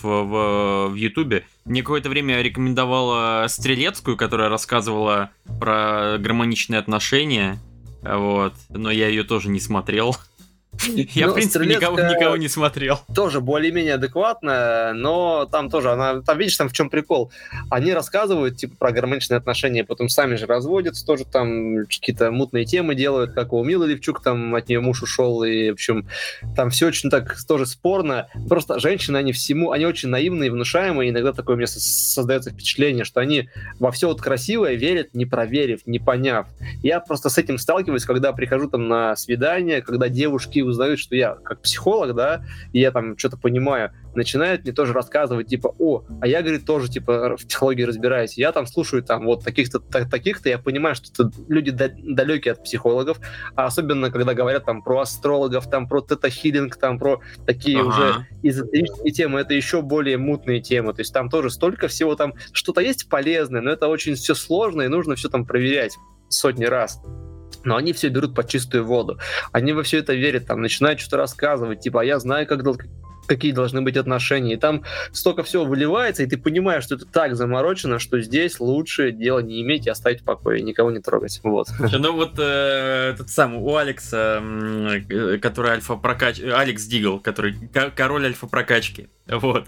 в Ютубе. Мне какое-то время рекомендовала Стрелецкую, которая рассказывала про гармоничные отношения. Вот. Но я ее тоже не смотрел. Я, в принципе, никого не смотрел. Тоже более-менее адекватно, но там тоже она... Там, видишь, там в чем прикол? Они рассказывают, типа, про гармоничные отношения, потом сами же разводятся, тоже там какие-то мутные темы делают, как у Милы Левчук, там от нее муж ушел, и, в общем, там все очень так тоже спорно. Просто женщины, они очень наивные, внушаемые, иногда такое у меня создается впечатление, что они во все вот красивое верят, не проверив, не поняв. Я просто с этим сталкиваюсь, когда прихожу там на свидание, когда девушки узнают, что я как психолог, да, и я там что-то понимаю, начинают мне тоже рассказывать, типа, а я, говорит, тоже, типа, в психологии разбираюсь. Я там слушаю, там, вот, таких-то, я понимаю, что это люди далекие от психологов, а особенно, когда говорят, там, про астрологов, там, про тета-хилинг, там, про такие уже эзотерические темы, это еще более мутные темы, то есть там тоже столько всего, там, что-то есть полезное, но это очень все сложно, и нужно все там проверять сотни раз. Но они все берут под чистую воду. Они во все это верят, там, начинают что-то рассказывать, типа, я знаю, какие должны быть отношения. И там столько всего выливается, и ты понимаешь, что это так заморочено, что здесь лучше дело не иметь и оставить в покое, никого не трогать. Вот. Ну вот этот самый у Алекса, который Алекс Дигл, который король альфа-прокачки. Вот.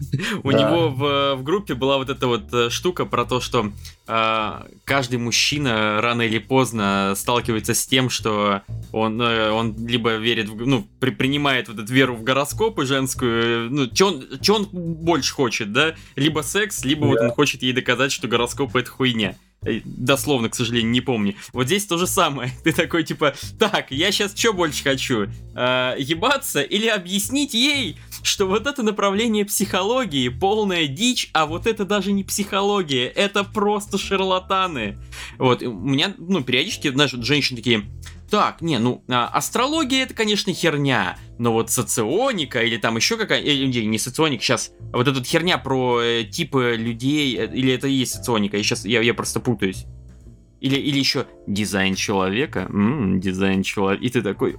У него в группе была вот эта вот штука про то, что каждый мужчина рано или поздно сталкивается с тем, что он либо верит, принимает вот эту веру в гороскопы женскую, что он больше хочет, да? Либо секс, либо вот он хочет ей доказать, что гороскопы — это хуйня. Дословно, к сожалению, не помню. Вот здесь то же самое. Ты такой, типа, так, я сейчас что больше хочу? Ебаться или объяснить ей, что вот это направление психологии полная дичь, а вот это даже не психология, это просто шарлатаны. Вот, у меня, периодически, знаешь, вот женщины такие... Так, астрология это, конечно, херня, но вот соционика или там еще какая-то, не соционика, сейчас, вот эта херня про типы людей, или это и есть соционика, я просто путаюсь. Или еще дизайн человека, дизайн человека, и ты такой,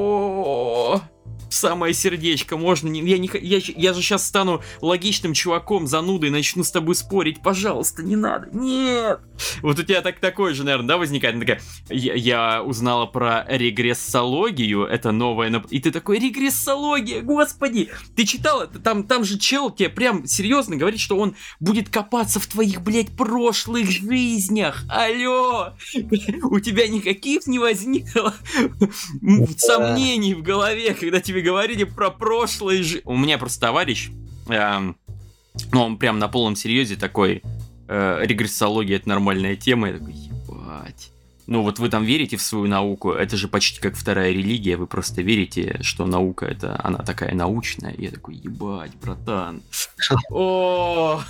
самое сердечко, можно, я же сейчас стану логичным чуваком, занудой, начну с тобой спорить, пожалуйста, не надо, нет. Вот у тебя такое же, наверное, да, возникает, такая, я узнала про регрессологию, это новое, и ты такой, регрессология, господи, ты читала, там же чел тебе прям серьезно говорит, что он будет копаться в твоих, блядь, прошлых жизнях, алло, у тебя никаких не возникло сомнений в голове, когда тебе говорили про прошлое жизнь. У меня просто товарищ, он прям на полном серьезе такой, регрессология это нормальная тема, я такой, ебать. Вот вы там верите в свою науку, это же почти как вторая религия, вы просто верите, что наука это, она такая научная, и я такой, ебать, братан. О,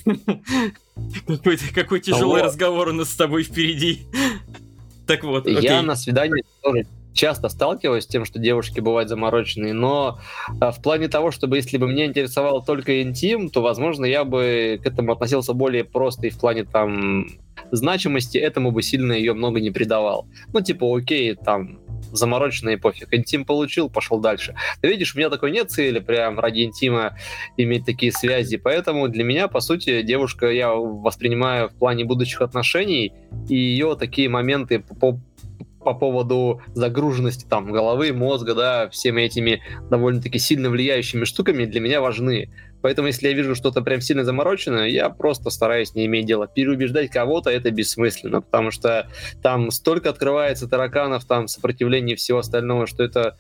какой тяжелый разговор у нас с тобой впереди. Так вот, я на свидании тоже часто сталкиваюсь с тем, что девушки бывают замороченные, но в плане того, чтобы если бы меня интересовал только интим, то, возможно, я бы к этому относился более просто и в плане там значимости этому бы сильно ее много не придавал. Окей, там замороченный пофиг, интим получил, пошел дальше. Ты видишь, у меня такой нет цели прям ради интима иметь такие связи, поэтому для меня, по сути, девушка я воспринимаю в плане будущих отношений, и ее такие моменты по поводу загруженности там головы, мозга, да, всеми этими довольно-таки сильно влияющими штуками для меня важны. Поэтому, если я вижу что-то прям сильно замороченное, я просто стараюсь не иметь дела. Переубеждать кого-то это бессмысленно, потому что там столько открывается тараканов, там сопротивление и всего остального, что это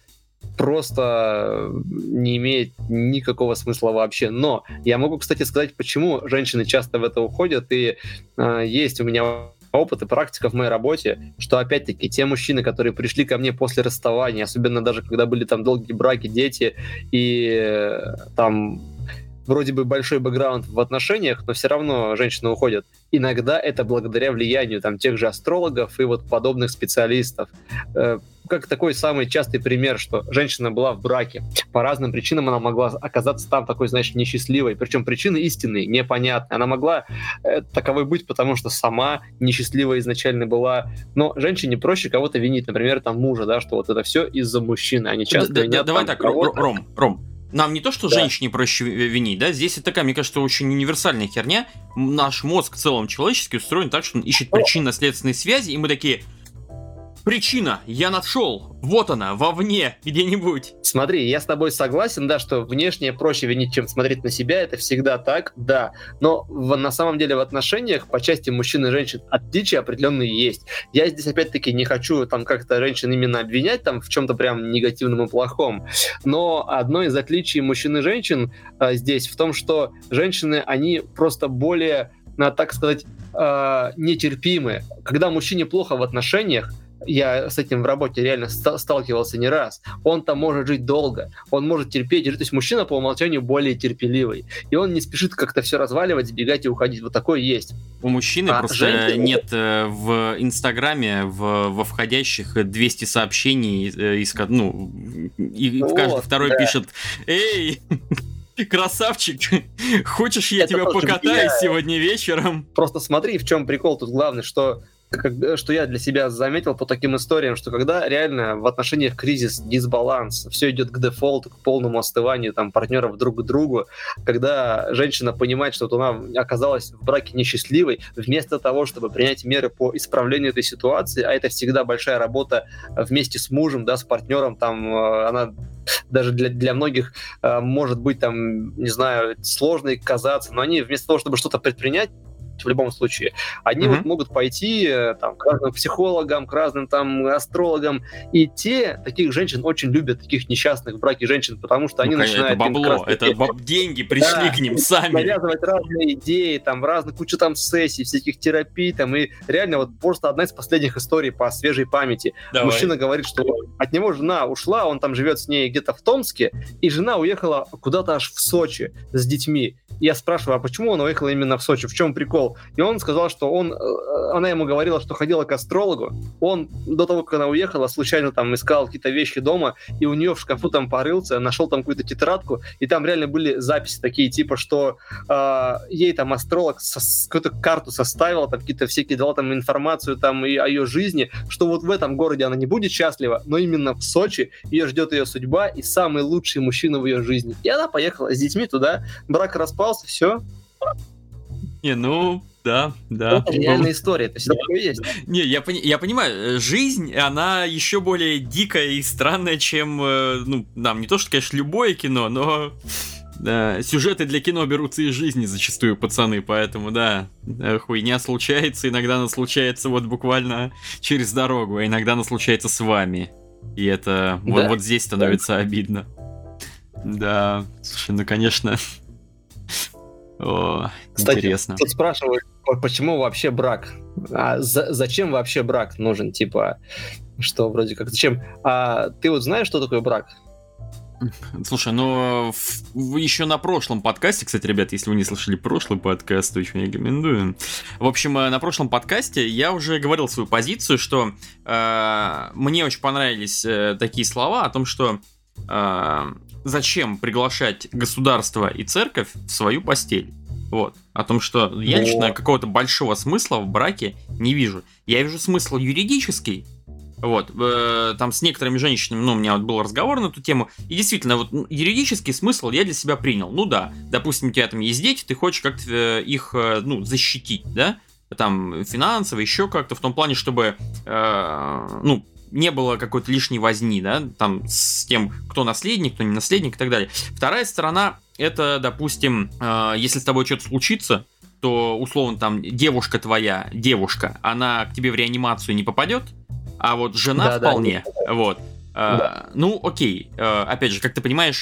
просто не имеет никакого смысла вообще. Но я могу, кстати, сказать, почему женщины часто в это уходят, и есть у меня опыт и практика в моей работе, что, опять-таки, те мужчины, которые пришли ко мне после расставания, особенно даже когда были там долгие браки, дети, и там вроде бы большой бэкграунд в отношениях, но все равно женщины уходят. Иногда это благодаря влиянию там тех же астрологов и вот подобных специалистов. Как такой самый частый пример, что женщина была в браке. По разным причинам она могла оказаться там такой, знаешь, несчастливой. Причем причины истинные, непонятные. Она могла таковой быть, потому что сама несчастливая изначально была. Но женщине проще кого-то винить. Например, там мужа, да, что вот это все из-за мужчины. Они часто винят давай там так, Ром. Нам не то, что женщине проще винить, да, здесь это такая, мне кажется, очень универсальная херня. Наш мозг в целом человеческий устроен так, что он ищет причинно-следственные связи, и мы такие... Причина, я нашел, вот она, вовне, где-нибудь. Смотри, я с тобой согласен, да, что внешне проще винить, чем смотреть на себя, это всегда так, да. Но на самом деле в отношениях по части мужчин и женщин отличия определенные есть. Я здесь опять-таки не хочу там как-то женщин именно обвинять там в чем-то прям негативном и плохом, но одно из отличий мужчин и женщин здесь в том, что женщины, они просто более, так сказать, нетерпимы. Когда мужчине плохо в отношениях, я с этим в работе реально сталкивался не раз. Он там может жить долго, он может терпеть, то есть мужчина по умолчанию более терпеливый, и он не спешит как-то все разваливать, сбегать и уходить. Вот такое есть. У мужчины просто нет в Инстаграме во входящих 200 сообщений, и в каждый второй пишет: «Эй, красавчик, хочешь, я тебя покатаю сегодня вечером?» Просто смотри, в чем прикол тут главный, что я для себя заметил по таким историям, что когда реально в отношениях кризис, дисбаланс, все идет к дефолту, к полному остыванию там партнеров друг к другу, когда женщина понимает, что вот она оказалась в браке несчастливой, вместо того, чтобы принять меры по исправлению этой ситуации, а это всегда большая работа вместе с мужем, да, с партнером, там она даже для многих может быть там, не знаю, сложной казаться, но они вместо того, чтобы что-то предпринять, в любом случае. Они вот могут пойти там, к разным психологам, к разным там астрологам, и таких женщин очень любят, таких несчастных в браке женщин, потому что они начинают... Это бабло, деньги пришли к ним сами. Навязывать разные идеи, там, кучу там сессий, всяких терапий, там, и реально вот просто одна из последних историй по свежей памяти. Давай. Мужчина говорит, что от него жена ушла, он там живет с ней где-то в Томске, и жена уехала куда-то аж в Сочи с детьми. Я спрашиваю, а почему она уехала именно в Сочи, в чем прикол? И он сказал, что она ему говорила, что ходила к астрологу, он до того, как она уехала, случайно там искал какие-то вещи дома, и у нее в шкафу там порылся, нашел там какую-то тетрадку, и там реально были записи такие, типа, что ей там астролог какую-то карту составил, там какие-то всякие дала там информацию там и о ее жизни, что вот в этом городе она не будет счастлива, но именно в Сочи ее ждет ее судьба и самый лучший мужчина в ее жизни. И она поехала с детьми туда, брак распался, все. Да. Это реальная история, то есть такое есть. Не, я понимаю, жизнь, она еще более дикая и странная, чем, не то что, конечно, любое кино, но сюжеты для кино берутся из жизни зачастую, пацаны, поэтому, хуйня случается, иногда она случается вот буквально через дорогу, а иногда она случается с вами. И это вот здесь становится обидно. Да, слушай, конечно... Кстати, интересно. Тут спрашивают, почему вообще брак? Зачем вообще брак нужен? Типа, что вроде как, зачем? А ты вот знаешь, что такое брак? Слушай, еще на прошлом подкасте, кстати, ребят, если вы не слышали прошлый подкаст, то очень рекомендую. В общем, на прошлом подкасте я уже говорил свою позицию, что мне очень понравились такие слова о том, что зачем приглашать государство и церковь в свою постель. Вот. О том, что я лично какого-то большого смысла в браке не вижу. Я вижу смысл юридический. Вот. Там с некоторыми женщинами, у меня вот был разговор на эту тему. И действительно, вот юридический смысл я для себя принял. Допустим, у тебя там есть дети, ты хочешь как-то их, защитить, да? Там финансово, еще как-то, в том плане, чтобы, не было какой-то лишней возни, да, там с тем, кто наследник, кто не наследник и так далее. Вторая сторона, это, допустим, если с тобой что-то случится, то, условно, там, девушка, она к тебе в реанимацию не попадет, а вот жена вполне, вот. Окей. Опять же, как ты понимаешь,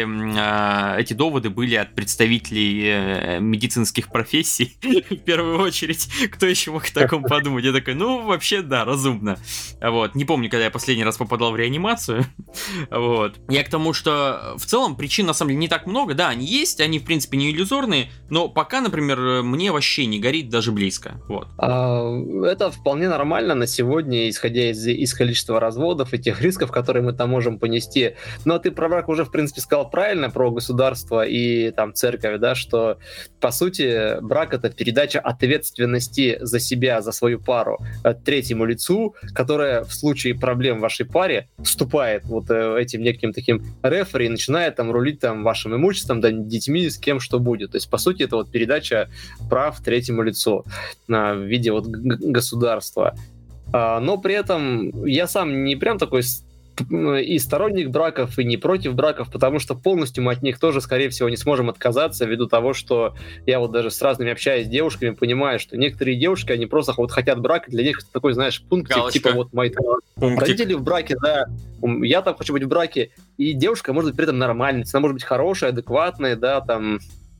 эти доводы были от представителей медицинских профессий, в первую очередь. Кто еще мог о таком подумать? Я такой, вообще, да, разумно. Вот. Не помню, когда я последний раз попадал в реанимацию. Вот. Я к тому, что в целом причин, на самом деле, не так много. Да, они есть, они, в принципе, не иллюзорные, но пока, например, мне вообще не горит даже близко. Вот. Это вполне нормально на сегодня, исходя из количества разводов и тех рисков, которые мы там можем понести. Но ты про брак уже, в принципе, сказал правильно, про государство и там церковь, да, что, по сути, брак — это передача ответственности за себя, за свою пару третьему лицу, которое в случае проблем в вашей паре вступает вот этим неким таким рефери и начинает там рулить там вашим имуществом, да, детьми, с кем что будет. То есть, по сути, это вот передача прав третьему лицу в виде вот государства. Но при этом я сам не прям такой и сторонник браков, и не против браков, потому что полностью мы от них тоже, скорее всего, не сможем отказаться, ввиду того, что я вот даже с разными общаясь с девушками, понимаю, что некоторые девушки, они просто вот хотят брака, для них это такой, знаешь, пунктик, галочка. Типа вот мои родители в браке, да, я там хочу быть в браке, и девушка может быть при этом нормальной, она может быть хорошая, адекватная, да, там,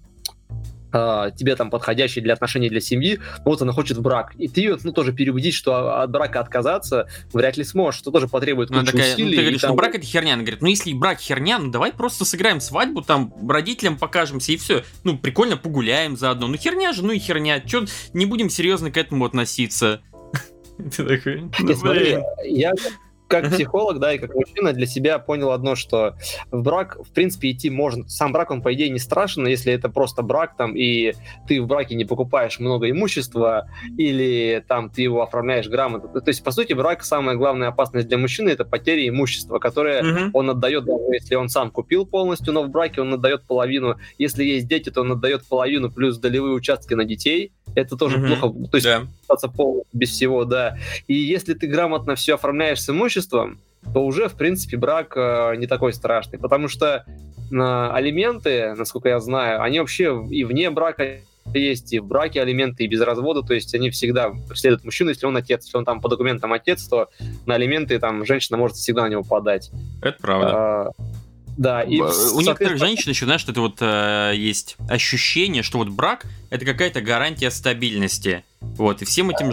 тебе там подходящий для отношений, для семьи, вот она хочет в брак, и ты ее, тоже переубедить, что от брака отказаться вряд ли сможешь, что тоже потребует кучу усилий. Ты говоришь, что брак это херня, она говорит, если брак херня, давай просто сыграем свадьбу, там, родителям покажемся, и все, прикольно погуляем заодно, херня же, и херня, чё, не будем серьезно к этому относиться. Ты такой, блин. Я как психолог, да, и как мужчина для себя понял одно, что в брак, в принципе, идти можно. Сам брак, он, по идее, не страшен, если это просто брак, там, и ты в браке не покупаешь много имущества, или там ты его оформляешь грамотно. То есть, по сути, брак, самая главная опасность для мужчины — это потеря имущества, которое он отдает, даже если он сам купил полностью, но в браке он отдает половину. Если есть дети, то он отдает половину плюс долевые участки на детей. Это тоже плохо. То есть, остаться полностью без всего, да. И если ты грамотно все оформляешь с имуществом, то уже, в принципе, брак не такой страшный. Потому что алименты, насколько я знаю, они вообще и вне брака есть и в браке алименты, и без развода, то есть они всегда преследуют мужчину, если он отец, если он там по документам отец, то на алименты там женщина может всегда на него подать. Это правда. Да, и у некоторых женщин еще, знаешь, что это вот есть ощущение, что вот брак — это какая-то гарантия стабильности. Вот, и всем этим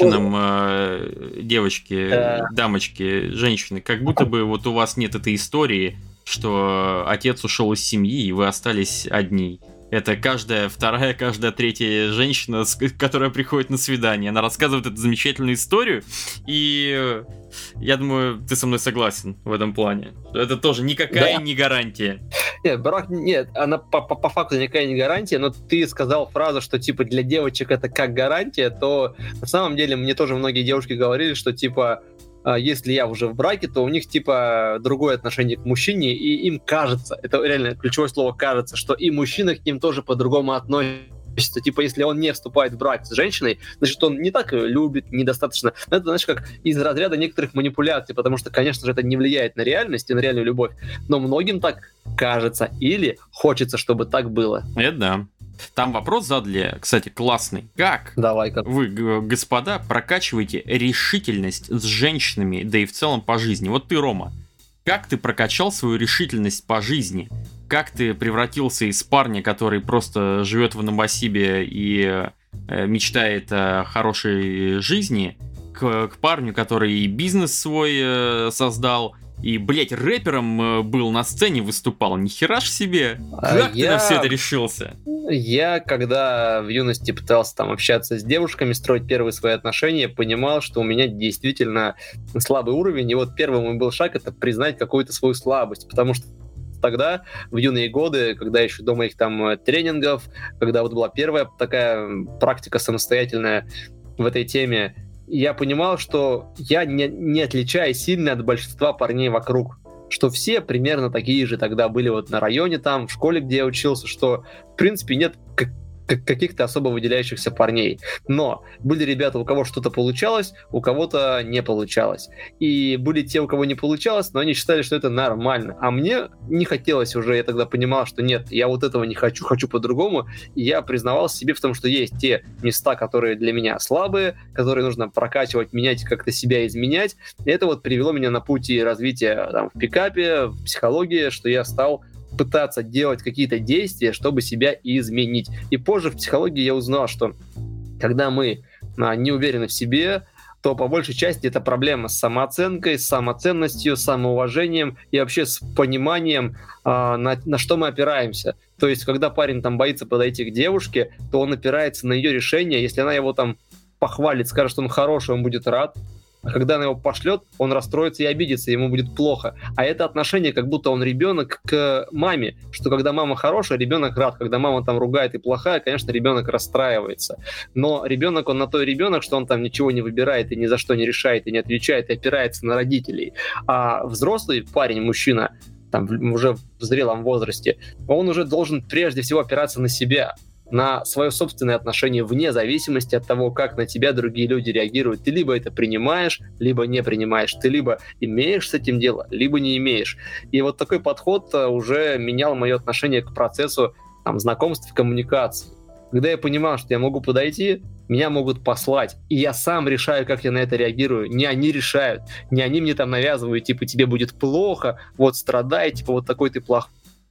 женщинам, девочки, дамочки, женщины, как будто бы вот у вас нет этой истории, что отец ушел из семьи, и вы остались одни. Это каждая вторая, каждая третья женщина, которая приходит на свидание. Она рассказывает эту замечательную историю, и я думаю, ты со мной согласен в этом плане. Это тоже никакая не гарантия. Нет, брак, нет, она по факту никакая не гарантия, но ты сказал фразу, что типа для девочек это как гарантия, то на самом деле мне тоже многие девушки говорили, что типа если я уже в браке, то у них типа другое отношение к мужчине, и им кажется, это реально ключевое слово кажется, что и мужчина к ним тоже по-другому относится. Типа, если он не вступает в брак с женщиной, значит, он не так ее любит, недостаточно. Но это, знаешь, как из разряда некоторых манипуляций, потому что, конечно же, это не влияет на реальность и на реальную любовь, но многим так кажется или хочется, чтобы так было. Это да. Там вопрос задали, кстати, классный. Как вы, господа, прокачиваете решительность с женщинами, да и в целом по жизни? Вот ты, Рома, как ты прокачал свою решительность по жизни? Как ты превратился из парня, который просто живет в Новосибе и мечтает о хорошей жизни, к парню, который и бизнес свой создал, и, блять, рэпером был, на сцене выступал. Нихера ж себе! Как ты на все это решился? Я, когда в юности пытался там общаться с девушками, строить первые свои отношения, понимал, что у меня действительно слабый уровень. И вот первый мой был шаг — это признать какую-то свою слабость. Потому что тогда, в юные годы, когда еще до моих там тренингов, когда вот была первая такая практика самостоятельная в этой теме, я понимал, что я не отличаюсь сильно от большинства парней вокруг. Что все примерно такие же тогда были вот на районе там, в школе, где я учился, что, в принципе, нет каких-то особо выделяющихся парней. Но были ребята, у кого что-то получалось, у кого-то не получалось. И были те, у кого не получалось, но они считали, что это нормально. А мне не хотелось уже, я тогда понимал, что нет, я вот этого не хочу, хочу по-другому. И я признавал себе в том, что есть те места, которые для меня слабые, которые нужно прокачивать, менять, как-то себя изменять. И это вот привело меня на пути развития там, в пикапе, в психологии, что я стал пытаться делать какие-то действия, чтобы себя изменить. И позже в психологии я узнал, что когда мы не уверены в себе, то по большей части это проблема с самооценкой, с самоценностью, с самоуважением и вообще с пониманием, на что мы опираемся. То есть, когда парень там боится подойти к девушке, то он опирается на ее решение. Если она его там похвалит, скажет, что он хороший, он будет рад. А когда она его пошлет, он расстроится и обидится, ему будет плохо. А это отношение, как будто он ребенок к маме, что когда мама хорошая, ребенок рад. Когда мама там ругает и плохая, конечно, ребенок расстраивается. Но ребенок, он на то и ребенок, что он там ничего не выбирает и ни за что не решает и не отвечает, и опирается на родителей. А взрослый парень, мужчина, там уже в зрелом возрасте, он уже должен прежде всего опираться на себя, на свое собственное отношение вне зависимости от того, как на тебя другие люди реагируют. Ты либо это принимаешь, либо не принимаешь. Ты либо имеешь с этим дело, либо не имеешь. И вот такой подход уже менял мое отношение к процессу там, знакомств и коммуникации. Когда я понимал, что я могу подойти, меня могут послать, и я сам решаю, как я на это реагирую. Не они решают, не они мне там навязывают, типа, тебе будет плохо, вот страдай, типа, вот такой ты плохой.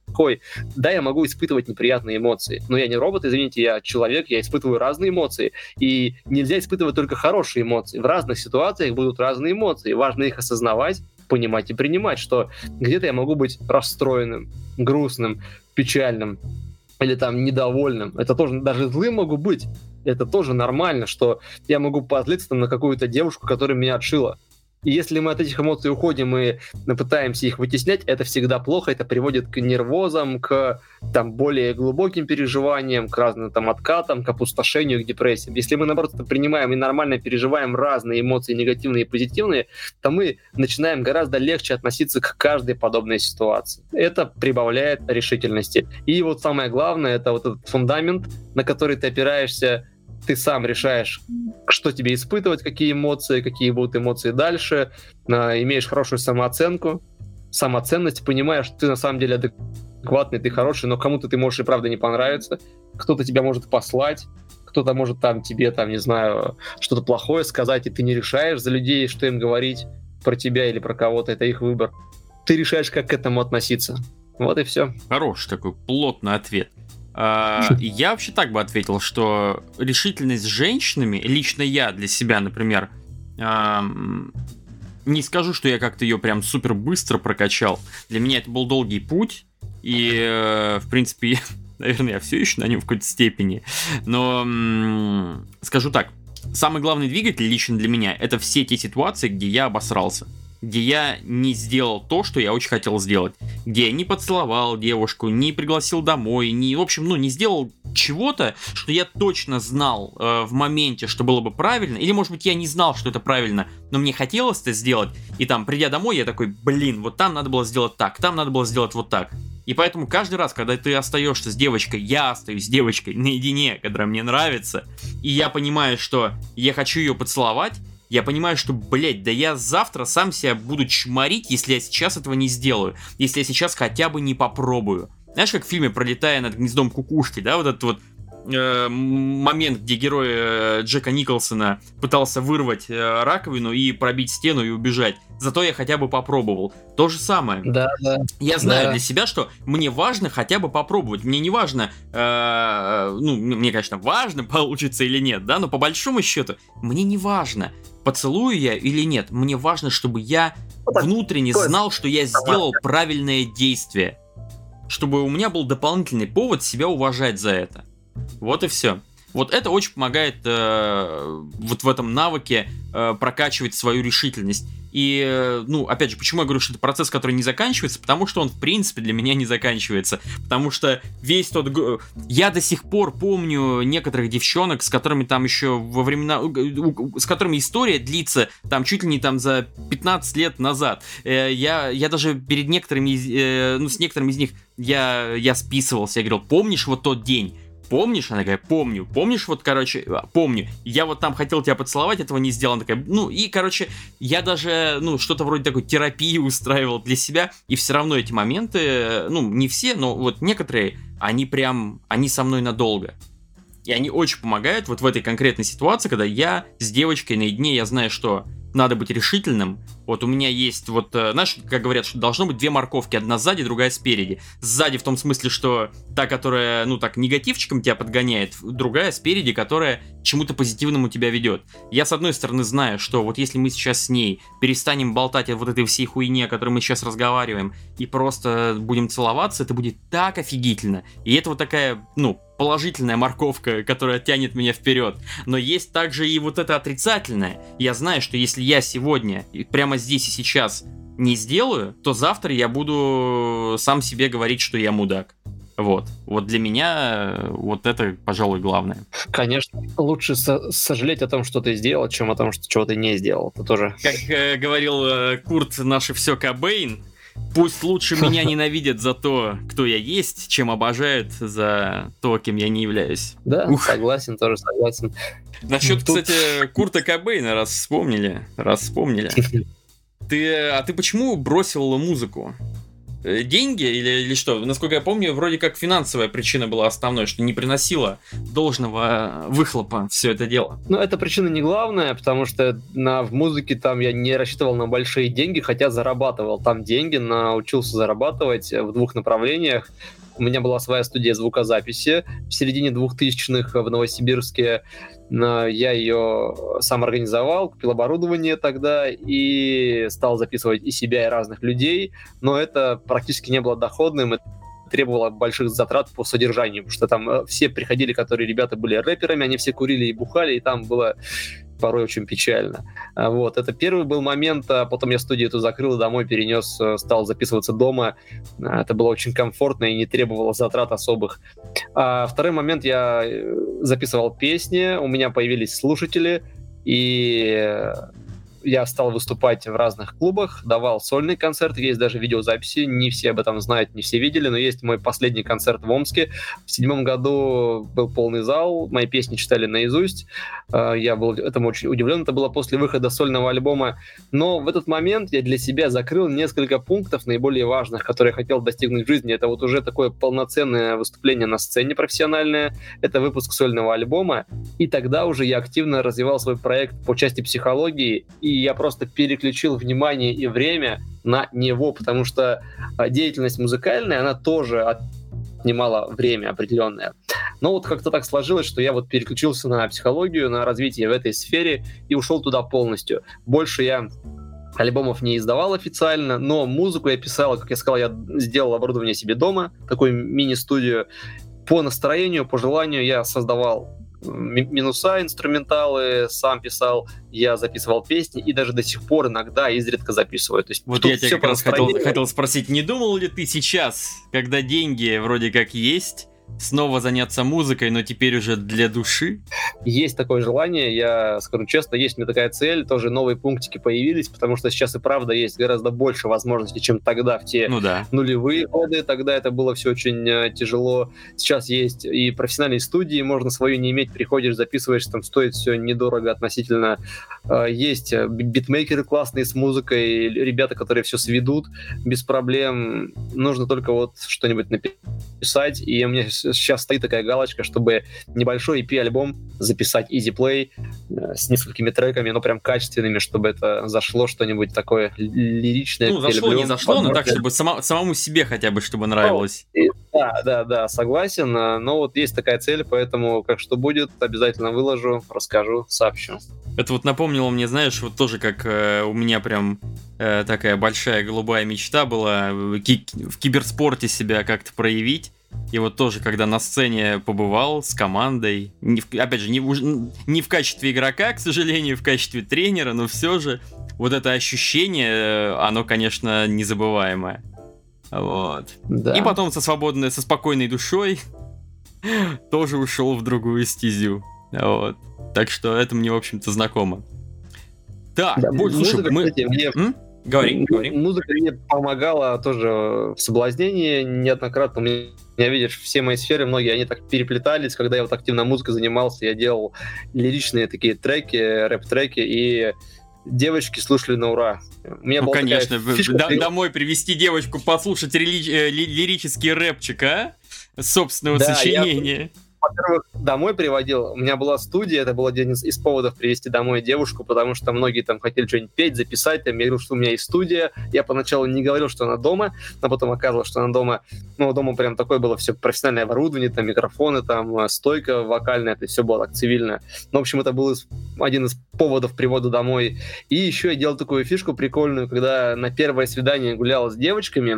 Да, я могу испытывать неприятные эмоции, но я не робот, извините, я человек, я испытываю разные эмоции, и нельзя испытывать только хорошие эмоции. В разных ситуациях будут разные эмоции, важно их осознавать, понимать и принимать, что где-то я могу быть расстроенным, грустным, печальным или там недовольным. Это тоже, даже злым могу быть, это тоже нормально, что я могу позлиться там на какую-то девушку, которая меня отшила. И если мы от этих эмоций уходим и пытаемся их вытеснять, это всегда плохо, это приводит к нервозам, к там, более глубоким переживаниям, к разным там, откатам, к опустошению, к депрессиям. Если мы, наоборот, это принимаем и нормально переживаем разные эмоции, негативные и позитивные, то мы начинаем гораздо легче относиться к каждой подобной ситуации. Это прибавляет решительности. И вот самое главное, это вот этот фундамент, на который ты опираешься. Ты сам решаешь, что тебе испытывать, какие эмоции, какие будут эмоции дальше, имеешь хорошую самооценку, самоценность, понимаешь, что ты на самом деле адекватный, ты хороший, но кому-то ты можешь и правда не понравиться. кто-то тебя может послать, кто-то может там тебе, там, не знаю, что-то плохое сказать, и ты не решаешь за людей, что им говорить про тебя или про кого-то, это их выбор. Ты решаешь, как к этому относиться. Вот и все. Хороший такой плотный ответ. Я вообще так бы ответил, что решительность с женщинами, лично я для себя, например, не скажу, что я как-то ее прям супер быстро прокачал. Для меня это был долгий путь, и, в принципе, наверное, я все еще на нем в какой-то степени. Но скажу так, самый главный двигатель лично для меня — это все те ситуации, где я обосрался, где я не сделал то, что я очень хотел сделать, где я не поцеловал девушку, не пригласил домой, не, в общем, не сделал чего-то, что я точно знал в моменте, что было бы правильно, или, может быть, я не знал, что это правильно, но мне хотелось это сделать, и там, придя домой, я такой, вот там надо было сделать так, там надо было сделать вот так. И поэтому каждый раз, когда ты остаешься с девочкой, я остаюсь с девочкой наедине, которая мне нравится, и я понимаю, что я хочу ее поцеловать, я понимаю, что, да я завтра сам себя буду чморить, если я сейчас этого не сделаю, если я сейчас хотя бы не попробую. Знаешь, как в фильме «Пролетая над гнездом кукушки», да, вот этот вот момент, где герой Джека Николсона пытался вырвать раковину и пробить стену и убежать. Зато я хотя бы попробовал. То же самое. Да. Я знаю для себя, что мне важно хотя бы попробовать. Мне не важно, мне, конечно, важно, получится или нет, да, но по большому счету мне не важно, поцелую я или нет. Мне важно, чтобы я внутренне знал, что я сделал правильное действие. Чтобы у меня был дополнительный повод себя уважать за это. Вот и все. Вот это очень помогает вот в этом навыке прокачивать свою решительность. И, опять же, почему я говорю, что это процесс, который не заканчивается? Потому что он, в принципе, для меня не заканчивается. Потому что весь тот... Я до сих пор помню некоторых девчонок, с которыми там еще во времена... С которыми история длится там чуть ли не там за 15 лет назад. Я даже перед некоторыми... с некоторыми из них я списывался. Я говорил, помнишь вот тот день? Помнишь? Она такая, помню. Помнишь, помню. Я вот там хотел тебя поцеловать, этого не сделал. Она такая, я даже, что-то вроде такой терапии устраивал для себя, и все равно эти моменты, не все, но вот некоторые, они со мной надолго. И они очень помогают вот в этой конкретной ситуации, когда я с девочкой наедине, я знаю, что надо быть решительным. Вот у меня есть знаешь, как говорят, что должно быть две морковки, одна сзади, другая спереди. Сзади в том смысле, что та, которая, негативчиком тебя подгоняет, другая спереди, которая чему-то позитивному тебя ведет. Я, с одной стороны, знаю, что вот если мы сейчас с ней перестанем болтать о вот этой всей хуйне, о которой мы сейчас разговариваем, и просто будем целоваться, это будет так офигительно. И это вот такая, положительная морковка, которая тянет меня вперед. Но есть также и вот это отрицательное. Я знаю, что если я сегодня, прямо здесь и сейчас, не сделаю, то завтра я буду сам себе говорить, что я мудак. Вот для меня вот это, пожалуй, главное. Конечно, лучше сожалеть о том, что ты сделал, чем о том, чего ты не сделал. Это тоже... Как говорил Курт, наше все Кобейн, пусть лучше меня ненавидят за то, кто я есть, чем обожают за то, кем я не являюсь. Да, согласен, тоже согласен. Насчет, кстати, Курта Кобейна, раз вспомнили. Ты почему бросил музыку? Деньги или что? Насколько я помню, вроде как финансовая причина была основной, что не приносила должного выхлопа все это дело. Эта причина не главная, потому что в музыке там я не рассчитывал на большие деньги, хотя зарабатывал там деньги, научился зарабатывать в двух направлениях. У меня была своя студия звукозаписи в середине 2000-х в Новосибирске. Я ее сам организовал, купил оборудование тогда и стал записывать и себя, и разных людей. Но это практически не было доходным, это требовало больших затрат по содержанию, потому что там все приходили, которые ребята были рэперами, они все курили и бухали, и там было порой очень печально. Это первый был момент, а потом я студию эту закрыл, домой перенес, стал записываться дома. Это было очень комфортно и не требовало затрат особых. А второй момент, я записывал песни, у меня появились слушатели, и я стал выступать в разных клубах, давал сольный концерт, есть даже видеозаписи, не все об этом знают, не все видели, но есть мой последний концерт в Омске. В 2007 году был полный зал, мои песни читали наизусть, я был этому очень удивлен, это было после выхода сольного альбома, но в этот момент я для себя закрыл несколько пунктов наиболее важных, которые я хотел достигнуть в жизни. Это вот уже такое полноценное выступление на сцене профессиональное, это выпуск сольного альбома, и тогда уже я активно развивал свой проект по части психологии, и я просто переключил внимание и время на него, потому что деятельность музыкальная, она тоже отнимала время определенное. Но вот как-то так сложилось, что я вот переключился на психологию, на развитие в этой сфере и ушел туда полностью. Больше я альбомов не издавал официально, но музыку я писал, как я сказал, я сделал оборудование себе дома, такую мини-студию. По настроению, по желанию я создавал минуса, инструменталы, сам писал, я записывал песни и даже до сих пор иногда изредка записываю. То есть вот я тебя как раз хотел спросить, не думал ли ты сейчас, когда деньги вроде как есть, снова заняться музыкой, но теперь уже для души? Есть такое желание, я скажу честно, есть у меня такая цель, тоже новые пунктики появились, потому что сейчас и правда есть гораздо больше возможностей, чем тогда, в те нулевые годы, тогда это было все очень тяжело. Сейчас есть и профессиональные студии, можно свою не иметь, приходишь, записываешь, там стоит все недорого относительно. Есть битмейкеры классные с музыкой, ребята, которые все сведут без проблем, нужно только вот что-нибудь написать, и у меня сейчас стоит такая галочка, чтобы небольшой EP-альбом записать Easy Play с несколькими треками, но прям качественными, чтобы это зашло что-нибудь такое лиричное. Ну, зашло, не зашло, но так, чтобы самому себе хотя бы, чтобы нравилось. Да, согласен, но вот есть такая цель, поэтому как что будет, обязательно выложу, расскажу, сообщу. Это вот напомнило мне, знаешь, вот тоже как у меня прям такая большая голубая мечта была в киберспорте себя как-то проявить. И вот тоже, когда на сцене побывал с командой, опять же, не в качестве игрока, к сожалению, в качестве тренера, но все же вот это ощущение, оно, конечно, незабываемое. Вот. Да. И потом со спокойной душой тоже ушел в другую стезю. Вот. Так что это мне, в общем-то, знакомо. Так, да, слушай, Говори. Музыка мне помогала тоже в соблазнении неоднократно. У меня, видишь, все мои сферы, многие, они так переплетались. Когда я вот активно музыкой занимался, я делал лиричные такие треки, рэп-треки, и девочки слушали на ура. У меня была конечно, домой привезти девочку послушать лирический рэпчик, а? Собственного сочинения. Во-первых, домой приводил. У меня была студия, это был один из поводов привезти домой девушку, потому что многие там хотели что-нибудь петь, записать. Там, я говорил, что у меня есть студия. Я поначалу не говорил, что она дома, но потом оказалось, что она дома. Ну, дома прям такое было все профессиональное оборудование, там микрофоны, там стойка вокальная, это все было так цивильно. Ну, в общем, это был один из поводов привода домой. И еще я делал такую фишку прикольную, когда на первое свидание гулял с девочками,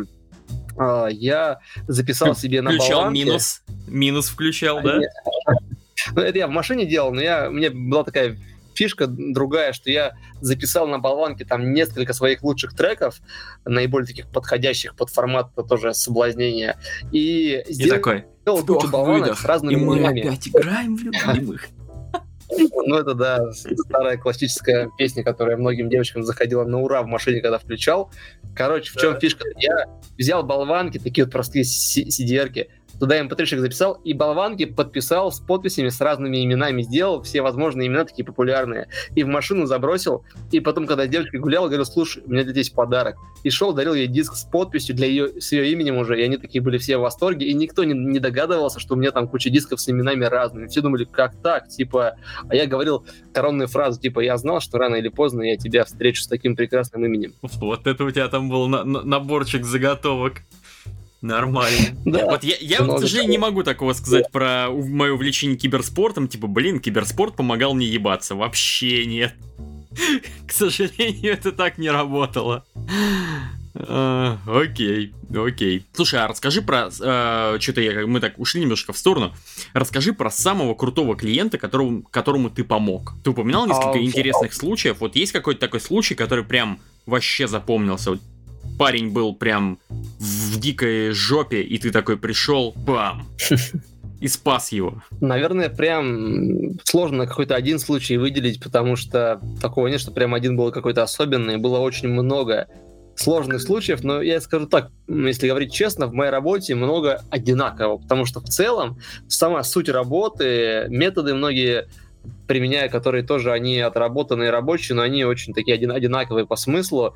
я записал себе на болванке. Минус включал, да? Ну, это я в машине делал, но мне была такая фишка другая, что я записал на болванке там несколько своих лучших треков, наиболее таких подходящих под формат тоже соблазнения. И такой, кучу болванок с разными именами. И мы опять играем в любимых. Ну, это, да, старая классическая песня, которая многим девочкам заходила на ура в машине, когда включал. Короче, в чем фишка? Я взял болванки, такие вот простые CD-рки, туда MP3-шек записал, и болванки подписал с подписями, с разными именами, сделал все возможные имена, такие популярные, и в машину забросил, и потом, когда девочка гуляла, говорю, слушай, у меня для тебя есть подарок. И шел, дарил ей диск с подписью с ее именем уже, и они такие были все в восторге, и никто не догадывался, что у меня там куча дисков с именами разными. Все думали, как так, типа, а я говорил коронную фразу, типа, я знал, что рано или поздно я тебя встречу с таким прекрасным именем. Вот это у тебя там был наборчик заготовок. Нормально. Да, вот я к сожалению, не могу такого сказать про мое увлечение киберспортом. Типа, киберспорт помогал мне ебаться. Вообще нет. К сожалению, это так не работало. Окей. Слушай, а расскажи про... мы так ушли немножко в сторону. Расскажи про самого крутого клиента, которому ты помог. Ты упоминал несколько интересных случаев. Вот есть какой-то такой случай, который прям вообще запомнился? Парень был прям в дикой жопе, и ты такой пришел, бам! и спас его? Наверное, прям сложно какой-то один случай выделить, потому что такого нет, что прям один был какой-то особенный. Было очень много сложных случаев, но я скажу так, если говорить честно, в моей работе много одинакового, потому что в целом сама суть работы, методы многие применяю, которые тоже, они отработанные рабочие, но они очень такие одинаковые по смыслу,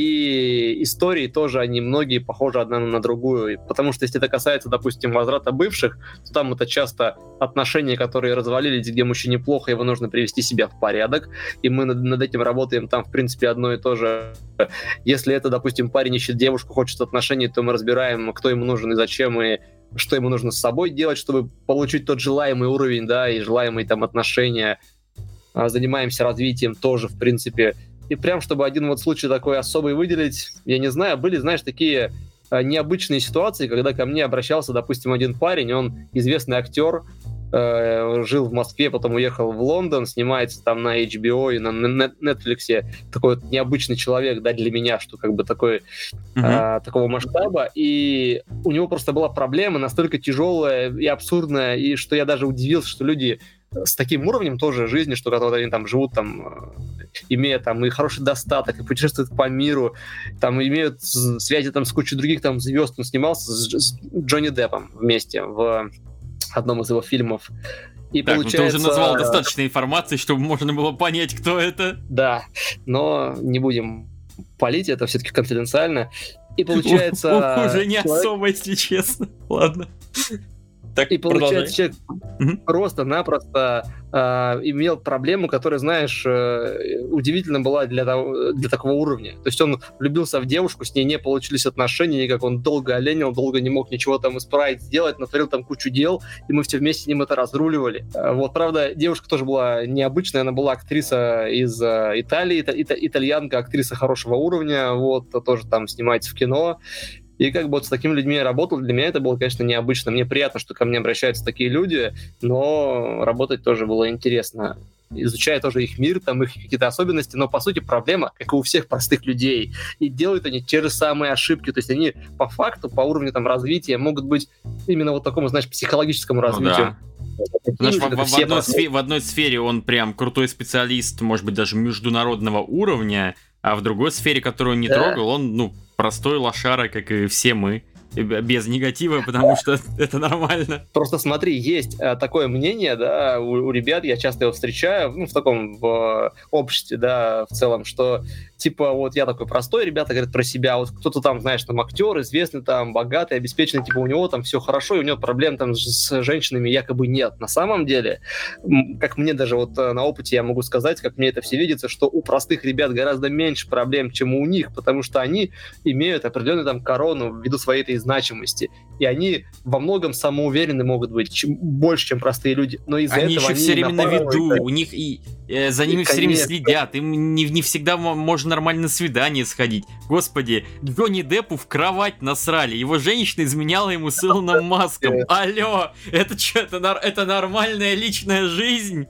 и истории тоже, они многие похожи одна на другую, потому что если это касается, допустим, возврата бывших, то там это часто отношения, которые развалились, где мужчине плохо, его нужно привести себя в порядок, и мы над этим работаем, там, в принципе, одно и то же. Если это, допустим, парень ищет девушку, хочет отношений, то мы разбираем, кто ему нужен и зачем, и что ему нужно с собой делать, чтобы получить тот желаемый уровень, да, и желаемые там отношения. Занимаемся развитием тоже, в принципе. И прям, чтобы один вот случай такой особый выделить, я не знаю, были, знаешь, такие необычные ситуации, когда ко мне обращался, допустим, один парень, он известный актер, жил в Москве, потом уехал в Лондон, снимается там на HBO и на Netflix. Такой вот необычный человек, да, для меня, что как бы такой, такого масштаба. И у него просто была проблема настолько тяжелая и абсурдная, и что я даже удивился, что люди с таким уровнем тоже жизни, что когда они там живут, там, имея там и хороший достаток, и путешествуют по миру, там имеют связи там с кучей других там звезд. Он снимался с Джонни Деппом вместе в одном из его фильмов. И так, получается... ты уже назвал достаточно информации, чтобы можно было понять, кто это. Да, но не будем палить, это все-таки конфиденциально. И получается... Уже не особо, если честно. Ладно. Так, и получается, человек просто-напросто имел проблему, которая, знаешь, удивительно была для такого уровня. То есть он влюбился в девушку, с ней не получились отношения никак, он долго оленил, долго не мог ничего там исправить, сделать, натворил там кучу дел, и мы все вместе с ним это разруливали. Вот, правда, девушка тоже была необычная, она была актриса из Италии, итальянка, актриса хорошего уровня, вот, тоже там снимается в кино. И как бы вот с такими людьми я работал, для меня это было, конечно, необычно. Мне приятно, что ко мне обращаются такие люди, но работать тоже было интересно. Изучая тоже их мир, там их какие-то особенности, но по сути проблема, как и у всех простых людей. И делают они те же самые ошибки, то есть они по факту, по уровню там развития могут быть именно вот такому, знаешь, психологическому развитию. Знаешь, в одной сфере он прям крутой специалист, может быть, даже международного уровня, а в другой сфере, которую он не трогал, он, простой лошара, как и все мы. Без негатива, потому что это нормально. Просто смотри, есть такое мнение, да, у ребят, я часто его встречаю, в таком в обществе, да, в целом, что типа вот я такой простой, ребята говорят про себя, вот кто-то там, знаешь, там актер, известный, там, богатый, обеспеченный, типа у него там все хорошо, и у него проблем там с женщинами якобы нет. На самом деле, как мне даже вот на опыте я могу сказать, как мне это все видится, что у простых ребят гораздо меньше проблем, чем у них, потому что они имеют определенную там корону ввиду своей этой значимости, и они во многом самоуверены могут быть, больше, чем простые люди, но из-за они этого еще они все время на виду, у них и за ними все время следят, им не всегда можно нормально на свидание сходить. Господи, Джонни Деппу в кровать насрали, его женщина изменяла ему с Илоном Маском. Алло, это что, это нормальная личная жизнь?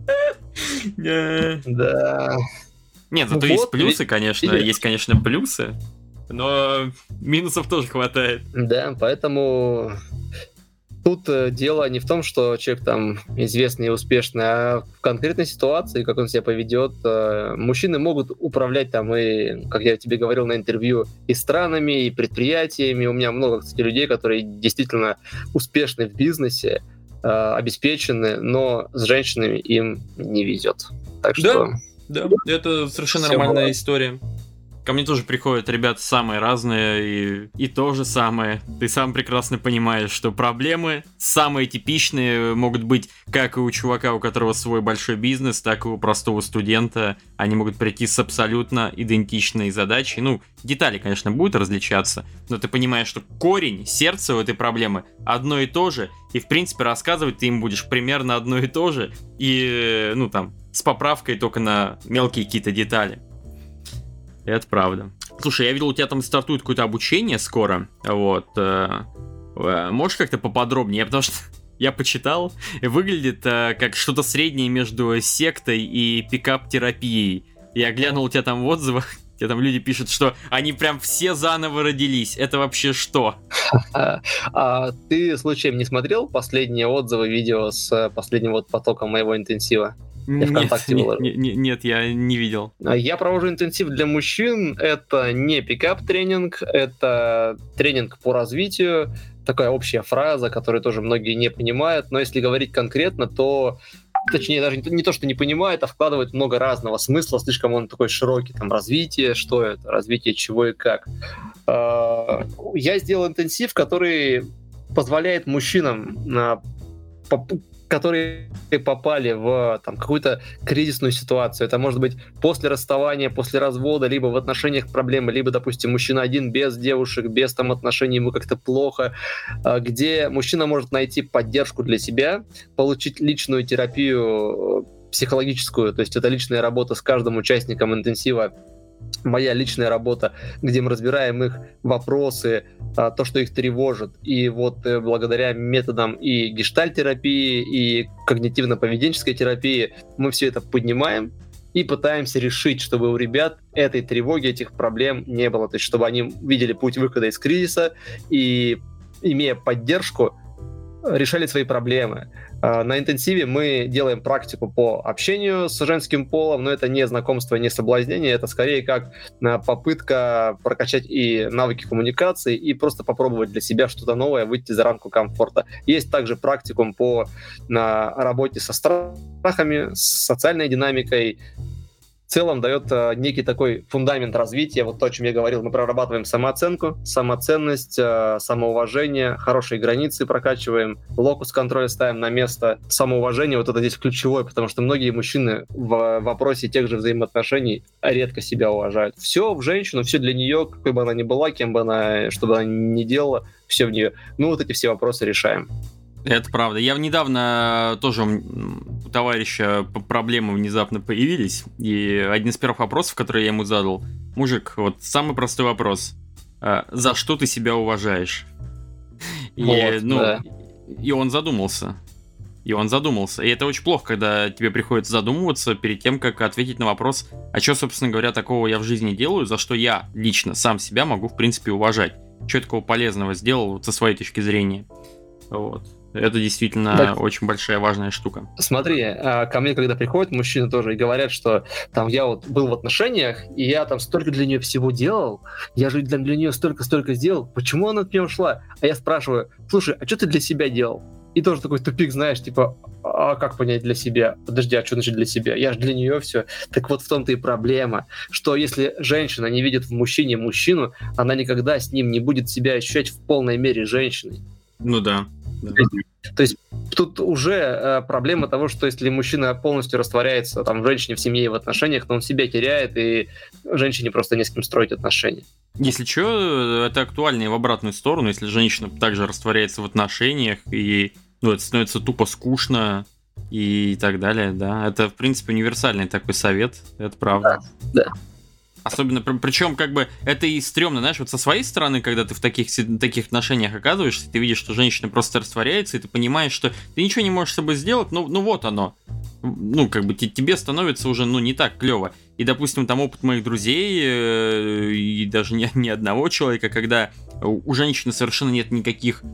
Да. Нет, зато есть плюсы, конечно, есть, конечно, плюсы. Но минусов тоже хватает. Да, поэтому тут дело не в том, что человек там известный и успешный, а в конкретной ситуации, как он себя поведет. Мужчины могут управлять там и, как я тебе говорил на интервью, и странами, и предприятиями. У меня много, кстати, людей, которые действительно успешны в бизнесе, обеспечены, но с женщинами им не везет. Так что... Да, это совершенно нормальная история. Ко мне тоже приходят ребята самые разные, и то же самое. Ты сам прекрасно понимаешь, что проблемы самые типичные могут быть как и у чувака, у которого свой большой бизнес, так и у простого студента. Они могут прийти с абсолютно идентичной задачей. Детали, конечно, будут различаться, но ты понимаешь, что корень, сердце у этой проблемы одно и то же, и, в принципе, рассказывать ты им будешь примерно одно и то же, и, с поправкой только на мелкие какие-то детали. Это правда. Слушай, я видел, у тебя там стартует какое-то обучение скоро. Вот. Можешь как-то поподробнее? Потому что я почитал, выглядит как что-то среднее между сектой и пикап-терапией. Я глянул у тебя там в отзывах. Тебе там люди пишут, что они прям все заново родились. Это вообще что? А ты, случаем, не смотрел последние отзывы, видео с последним вот потоком моего интенсива? Я ВКонтакте выложил. Нет, я не видел. Я провожу интенсив для мужчин. Это не пикап-тренинг, это тренинг по развитию. Такая общая фраза, которую тоже многие не понимают. Но если говорить конкретно, то... Точнее, даже не то, что не понимает, а вкладывает много разного смысла, слишком он такой широкий. Там развитие, что это, развитие чего и как. Я сделал интенсив, который позволяет мужчинам, которые попали в какую-то кризисную ситуацию. Это может быть после расставания, после развода, либо в отношениях проблемы, либо, допустим, мужчина один без девушек, без отношений, ему как-то плохо, где мужчина может найти поддержку для себя, получить личную терапию психологическую, то есть это личная работа с каждым участником интенсива, моя личная работа, где мы разбираем их вопросы, то, что их тревожит. И вот благодаря методам и гештальт-терапии, и когнитивно-поведенческой терапии мы все это поднимаем и пытаемся решить, чтобы у ребят этой тревоги, этих проблем не было. То есть чтобы они видели путь выхода из кризиса и, имея поддержку, решали свои проблемы. На интенсиве мы делаем практику по общению с женским полом, но это не знакомство, не соблазнение, это скорее как попытка прокачать и навыки коммуникации, и просто попробовать для себя что-то новое, выйти за рамку комфорта. Есть также практикум по работе со страхами, с социальной динамикой. В целом дает некий такой фундамент развития. Вот то, о чем я говорил, мы прорабатываем самооценку, самоценность, самоуважение, хорошие границы прокачиваем, локус контроля ставим на место. Самоуважение, вот это здесь ключевое, потому что многие мужчины в вопросе тех же взаимоотношений редко себя уважают. Все в женщину, все для нее, какой бы она ни была, кем бы она, что бы она ни делала, все в нее. Ну, вот эти все вопросы решаем. Это правда. Я недавно тоже у товарища проблемы внезапно появились, и один из первых вопросов, который я ему задал: мужик, вот самый простой вопрос: за что ты себя уважаешь? И он задумался. И это очень плохо, когда тебе приходится задумываться перед тем, как ответить на вопрос: а что, собственно говоря, такого я в жизни делаю, за что я лично сам себя могу, в принципе, уважать? Что я такого полезного сделал вот, со своей точки зрения? Вот. Это действительно очень большая, важная штука. Смотри, ко мне, когда приходят мужчины тоже и говорят, что там я вот был в отношениях, и я там столько для нее всего делал, я же для нее столько сделал, почему она от меня ушла? А я спрашиваю: слушай, а что ты для себя делал? И тоже такой тупик, знаешь, типа, а как понять для себя? Подожди, а что значит для себя? Я же для нее все. Так вот в том-то и проблема, что если женщина не видит в мужчине мужчину, она никогда с ним не будет себя ощущать в полной мере женщиной. Ну да. То есть тут уже проблема того, что если мужчина полностью растворяется там в женщине, в семье и в отношениях, то он себя теряет, и женщине просто не с кем строить отношения. Если что, это актуально и в обратную сторону. Если женщина также растворяется в отношениях, и это становится тупо скучно и так далее, да. Это, в принципе, универсальный такой совет, это правда. Да. Особенно, причем, как бы, это и стрёмно, знаешь, вот со своей стороны, когда ты в таких отношениях оказываешься, ты видишь, что женщина просто растворяется, и ты понимаешь, что ты ничего не можешь с собой сделать, ну вот оно. Ну, как бы, тебе становится уже, не так клево. И, допустим, там опыт моих друзей, и даже ни одного человека, когда у женщины совершенно нет никаких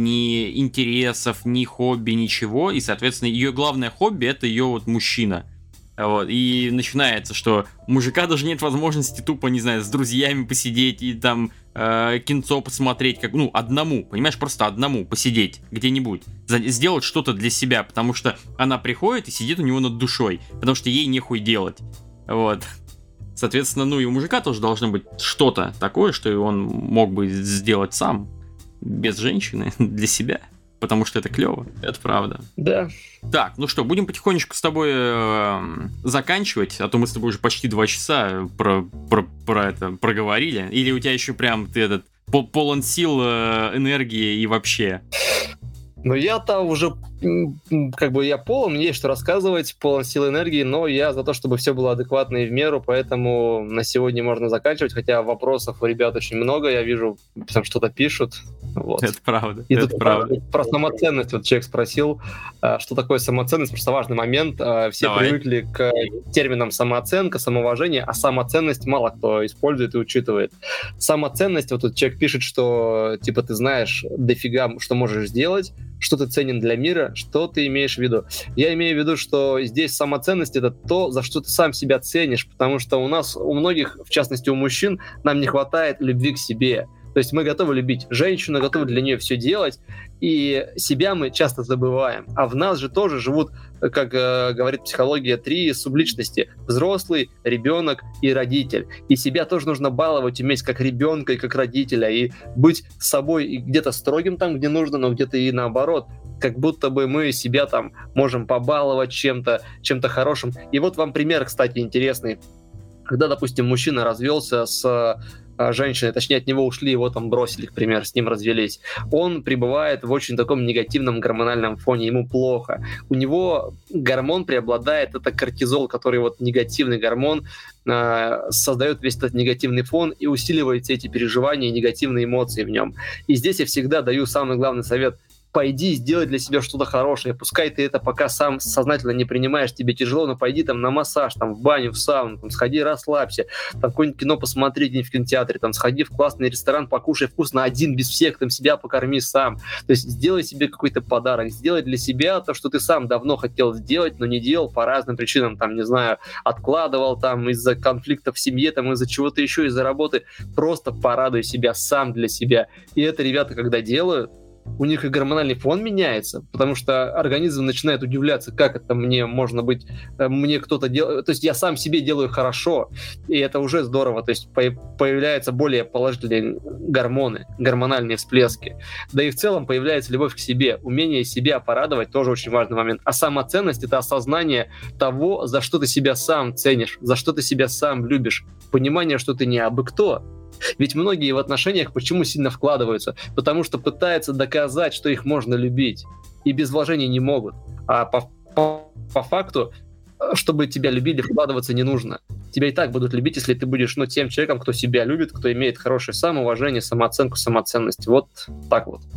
ни интересов, ни хобби, ничего, и, соответственно, ее главное хобби — это ее вот мужчина. Вот, и начинается, что у мужика даже нет возможности тупо, не знаю, с друзьями посидеть и там кинцо посмотреть, как, одному, понимаешь, просто одному посидеть где-нибудь, сделать что-то для себя, потому что она приходит и сидит у него над душой, потому что ей нехуй делать, вот. Соответственно, и у мужика тоже должно быть что-то такое, что он мог бы сделать сам, без женщины, для себя. Потому что это клево, это правда. Да. Так, ну что, будем потихонечку с тобой заканчивать, а то мы с тобой уже почти 2 часа про это проговорили. Или у тебя еще прям ты полон сил, энергии и вообще? Ну, я-то уже, я полон, мне есть что рассказывать, полон сил, энергии, но я за то, чтобы все было адекватно и в меру, поэтому на сегодня можно заканчивать, хотя вопросов у ребят очень много, я вижу, там что-то пишут. Вот. Это правда. И это тут правда. про самоценность вот человек спросил, что такое самоценность, просто важный момент. Все Давай. привыкли к терминам самооценка, самоуважение, а самоценность мало кто использует и учитывает. Самоценность, вот тут человек пишет, что типа ты знаешь дофига, что можешь сделать, что ты ценен для мира, что ты имеешь в виду? Я имею в виду, что здесь самоценность — это то, за что ты сам себя ценишь, потому что у многих, в частности у мужчин, нам не хватает любви к себе. То есть мы готовы любить женщину, готовы для нее все делать, и себя мы часто забываем. А в нас же тоже живут, как говорит психология, 3 субличности: взрослый, ребенок и родитель. И себя тоже нужно баловать, уметь как ребенка и как родителя, и быть с собой и где-то строгим там, где нужно, но где-то и наоборот. Как будто бы мы себя там можем побаловать чем-то хорошим. И вот вам пример, кстати, интересный. Когда, допустим, мужчина развелся с женщиной, точнее, от него ушли, его там бросили, к примеру, с ним развелись, он пребывает в очень таком негативном гормональном фоне, ему плохо. У него гормон преобладает, это кортизол, который вот негативный гормон, создает весь этот негативный фон и усиливает все эти переживания и негативные эмоции в нем. И здесь я всегда даю самый главный совет: пойди, сделай для себя что-то хорошее. Пускай ты это пока сам сознательно не принимаешь, тебе тяжело, но пойди там на массаж, там в баню, в сауну, там, сходи, расслабься, там какое-нибудь кино посмотри, где-нибудь в кинотеатре, там сходи в классный ресторан, покушай вкусно один, без всех, там себя покорми сам. То есть сделай себе какой-то подарок, сделай для себя то, что ты сам давно хотел сделать, но не делал по разным причинам, там, не знаю, откладывал там из-за конфликта в семье, там, из-за чего-то еще, из-за работы. Просто порадуй себя сам для себя. И это ребята, когда делают, у них и гормональный фон меняется, потому что организм начинает удивляться, как это мне можно быть, мне кто-то делает, то есть я сам себе делаю хорошо, и это уже здорово, то есть появляются более положительные гормоны, гормональные всплески, да и в целом появляется любовь к себе, умение себя порадовать тоже очень важный момент, а самоценность — это осознание того, за что ты себя сам ценишь, за что ты себя сам любишь, понимание, что ты не абы кто. Ведь многие в отношениях почему сильно вкладываются? Потому что пытаются доказать, что их можно любить. И без вложений не могут. А по факту, чтобы тебя любили, вкладываться не нужно. Тебя и так будут любить, если ты будешь тем человеком, кто себя любит, кто имеет хорошее самоуважение, самооценку, самоценность. Вот так вот.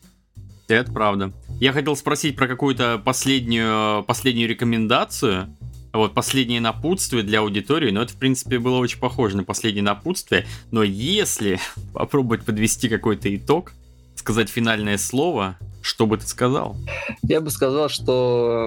Это правда. Я хотел спросить про какую-то последнюю рекомендацию. Вот последнее напутствие для аудитории, но это, в принципе, было очень похоже на последнее напутствие. Но если попробовать подвести какой-то итог, сказать финальное слово, что бы ты сказал? Я бы сказал, что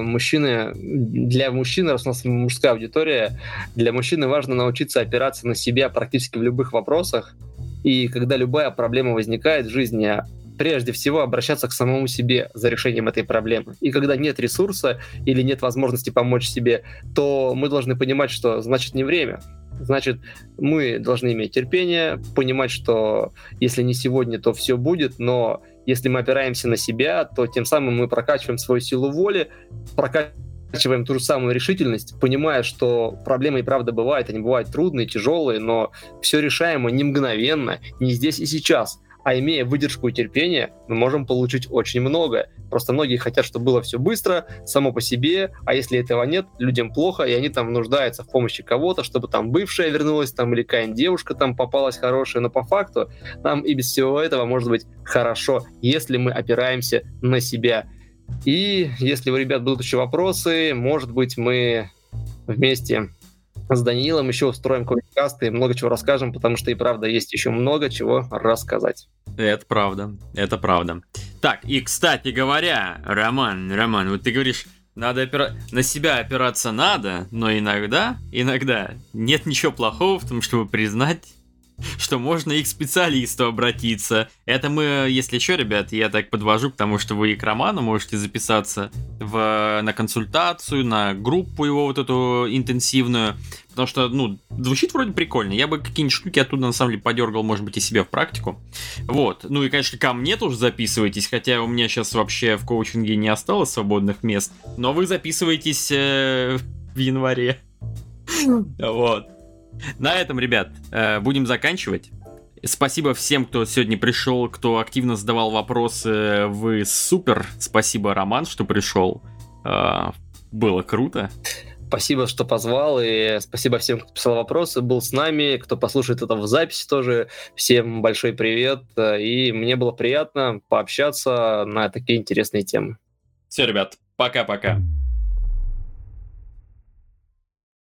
для мужчины, раз у нас мужская аудитория, для мужчины важно научиться опираться на себя практически в любых вопросах. И когда любая проблема возникает в жизни, прежде всего обращаться к самому себе за решением этой проблемы. И когда нет ресурса или нет возможности помочь себе, то мы должны понимать, что значит не время. Значит, мы должны иметь терпение, понимать, что если не сегодня, то все будет, но если мы опираемся на себя, то тем самым мы прокачиваем свою силу воли, прокачиваем ту же самую решительность, понимая, что проблемы и правда бывают, они бывают трудные, тяжелые, но все решаемо не мгновенно, не здесь и сейчас. А имея выдержку и терпение, мы можем получить очень много. Просто многие хотят, чтобы было все быстро, само по себе, а если этого нет, людям плохо, и они там нуждаются в помощи кого-то, чтобы там бывшая вернулась, там или какая-нибудь девушка там попалась хорошая, но по факту нам и без всего этого может быть хорошо, если мы опираемся на себя. И если у ребят будут еще вопросы, может быть, мы вместе с Даниилом еще устроим какой-то каст и много чего расскажем, потому что и правда есть еще много чего рассказать. Это правда, это правда. Так, и кстати говоря, Роман, вот ты говоришь, на себя опираться надо, но иногда нет ничего плохого в том, чтобы признать, что можно и к специалисту обратиться. Это мы, если что, ребят, я так подвожу к тому, что вы и к Роману можете записаться на консультацию, на группу его вот эту интенсивную, потому что, звучит вроде прикольно. Я бы какие-нибудь штуки оттуда, на самом деле, подергал, может быть, и себе в практику. Вот. Ну и, конечно, ко мне тоже записывайтесь, хотя у меня сейчас вообще в коучинге не осталось свободных мест, но вы записываетесь в январе. Вот. На этом, ребят, будем заканчивать. Спасибо всем, кто сегодня пришел, кто активно задавал вопросы. Вы супер. Спасибо, Роман, что пришел. Было круто. Спасибо, что позвал, и спасибо всем, кто писал вопросы, был с нами, кто послушает это в записи тоже. Всем большой привет, и мне было приятно пообщаться на такие интересные темы. Все, ребят, пока-пока.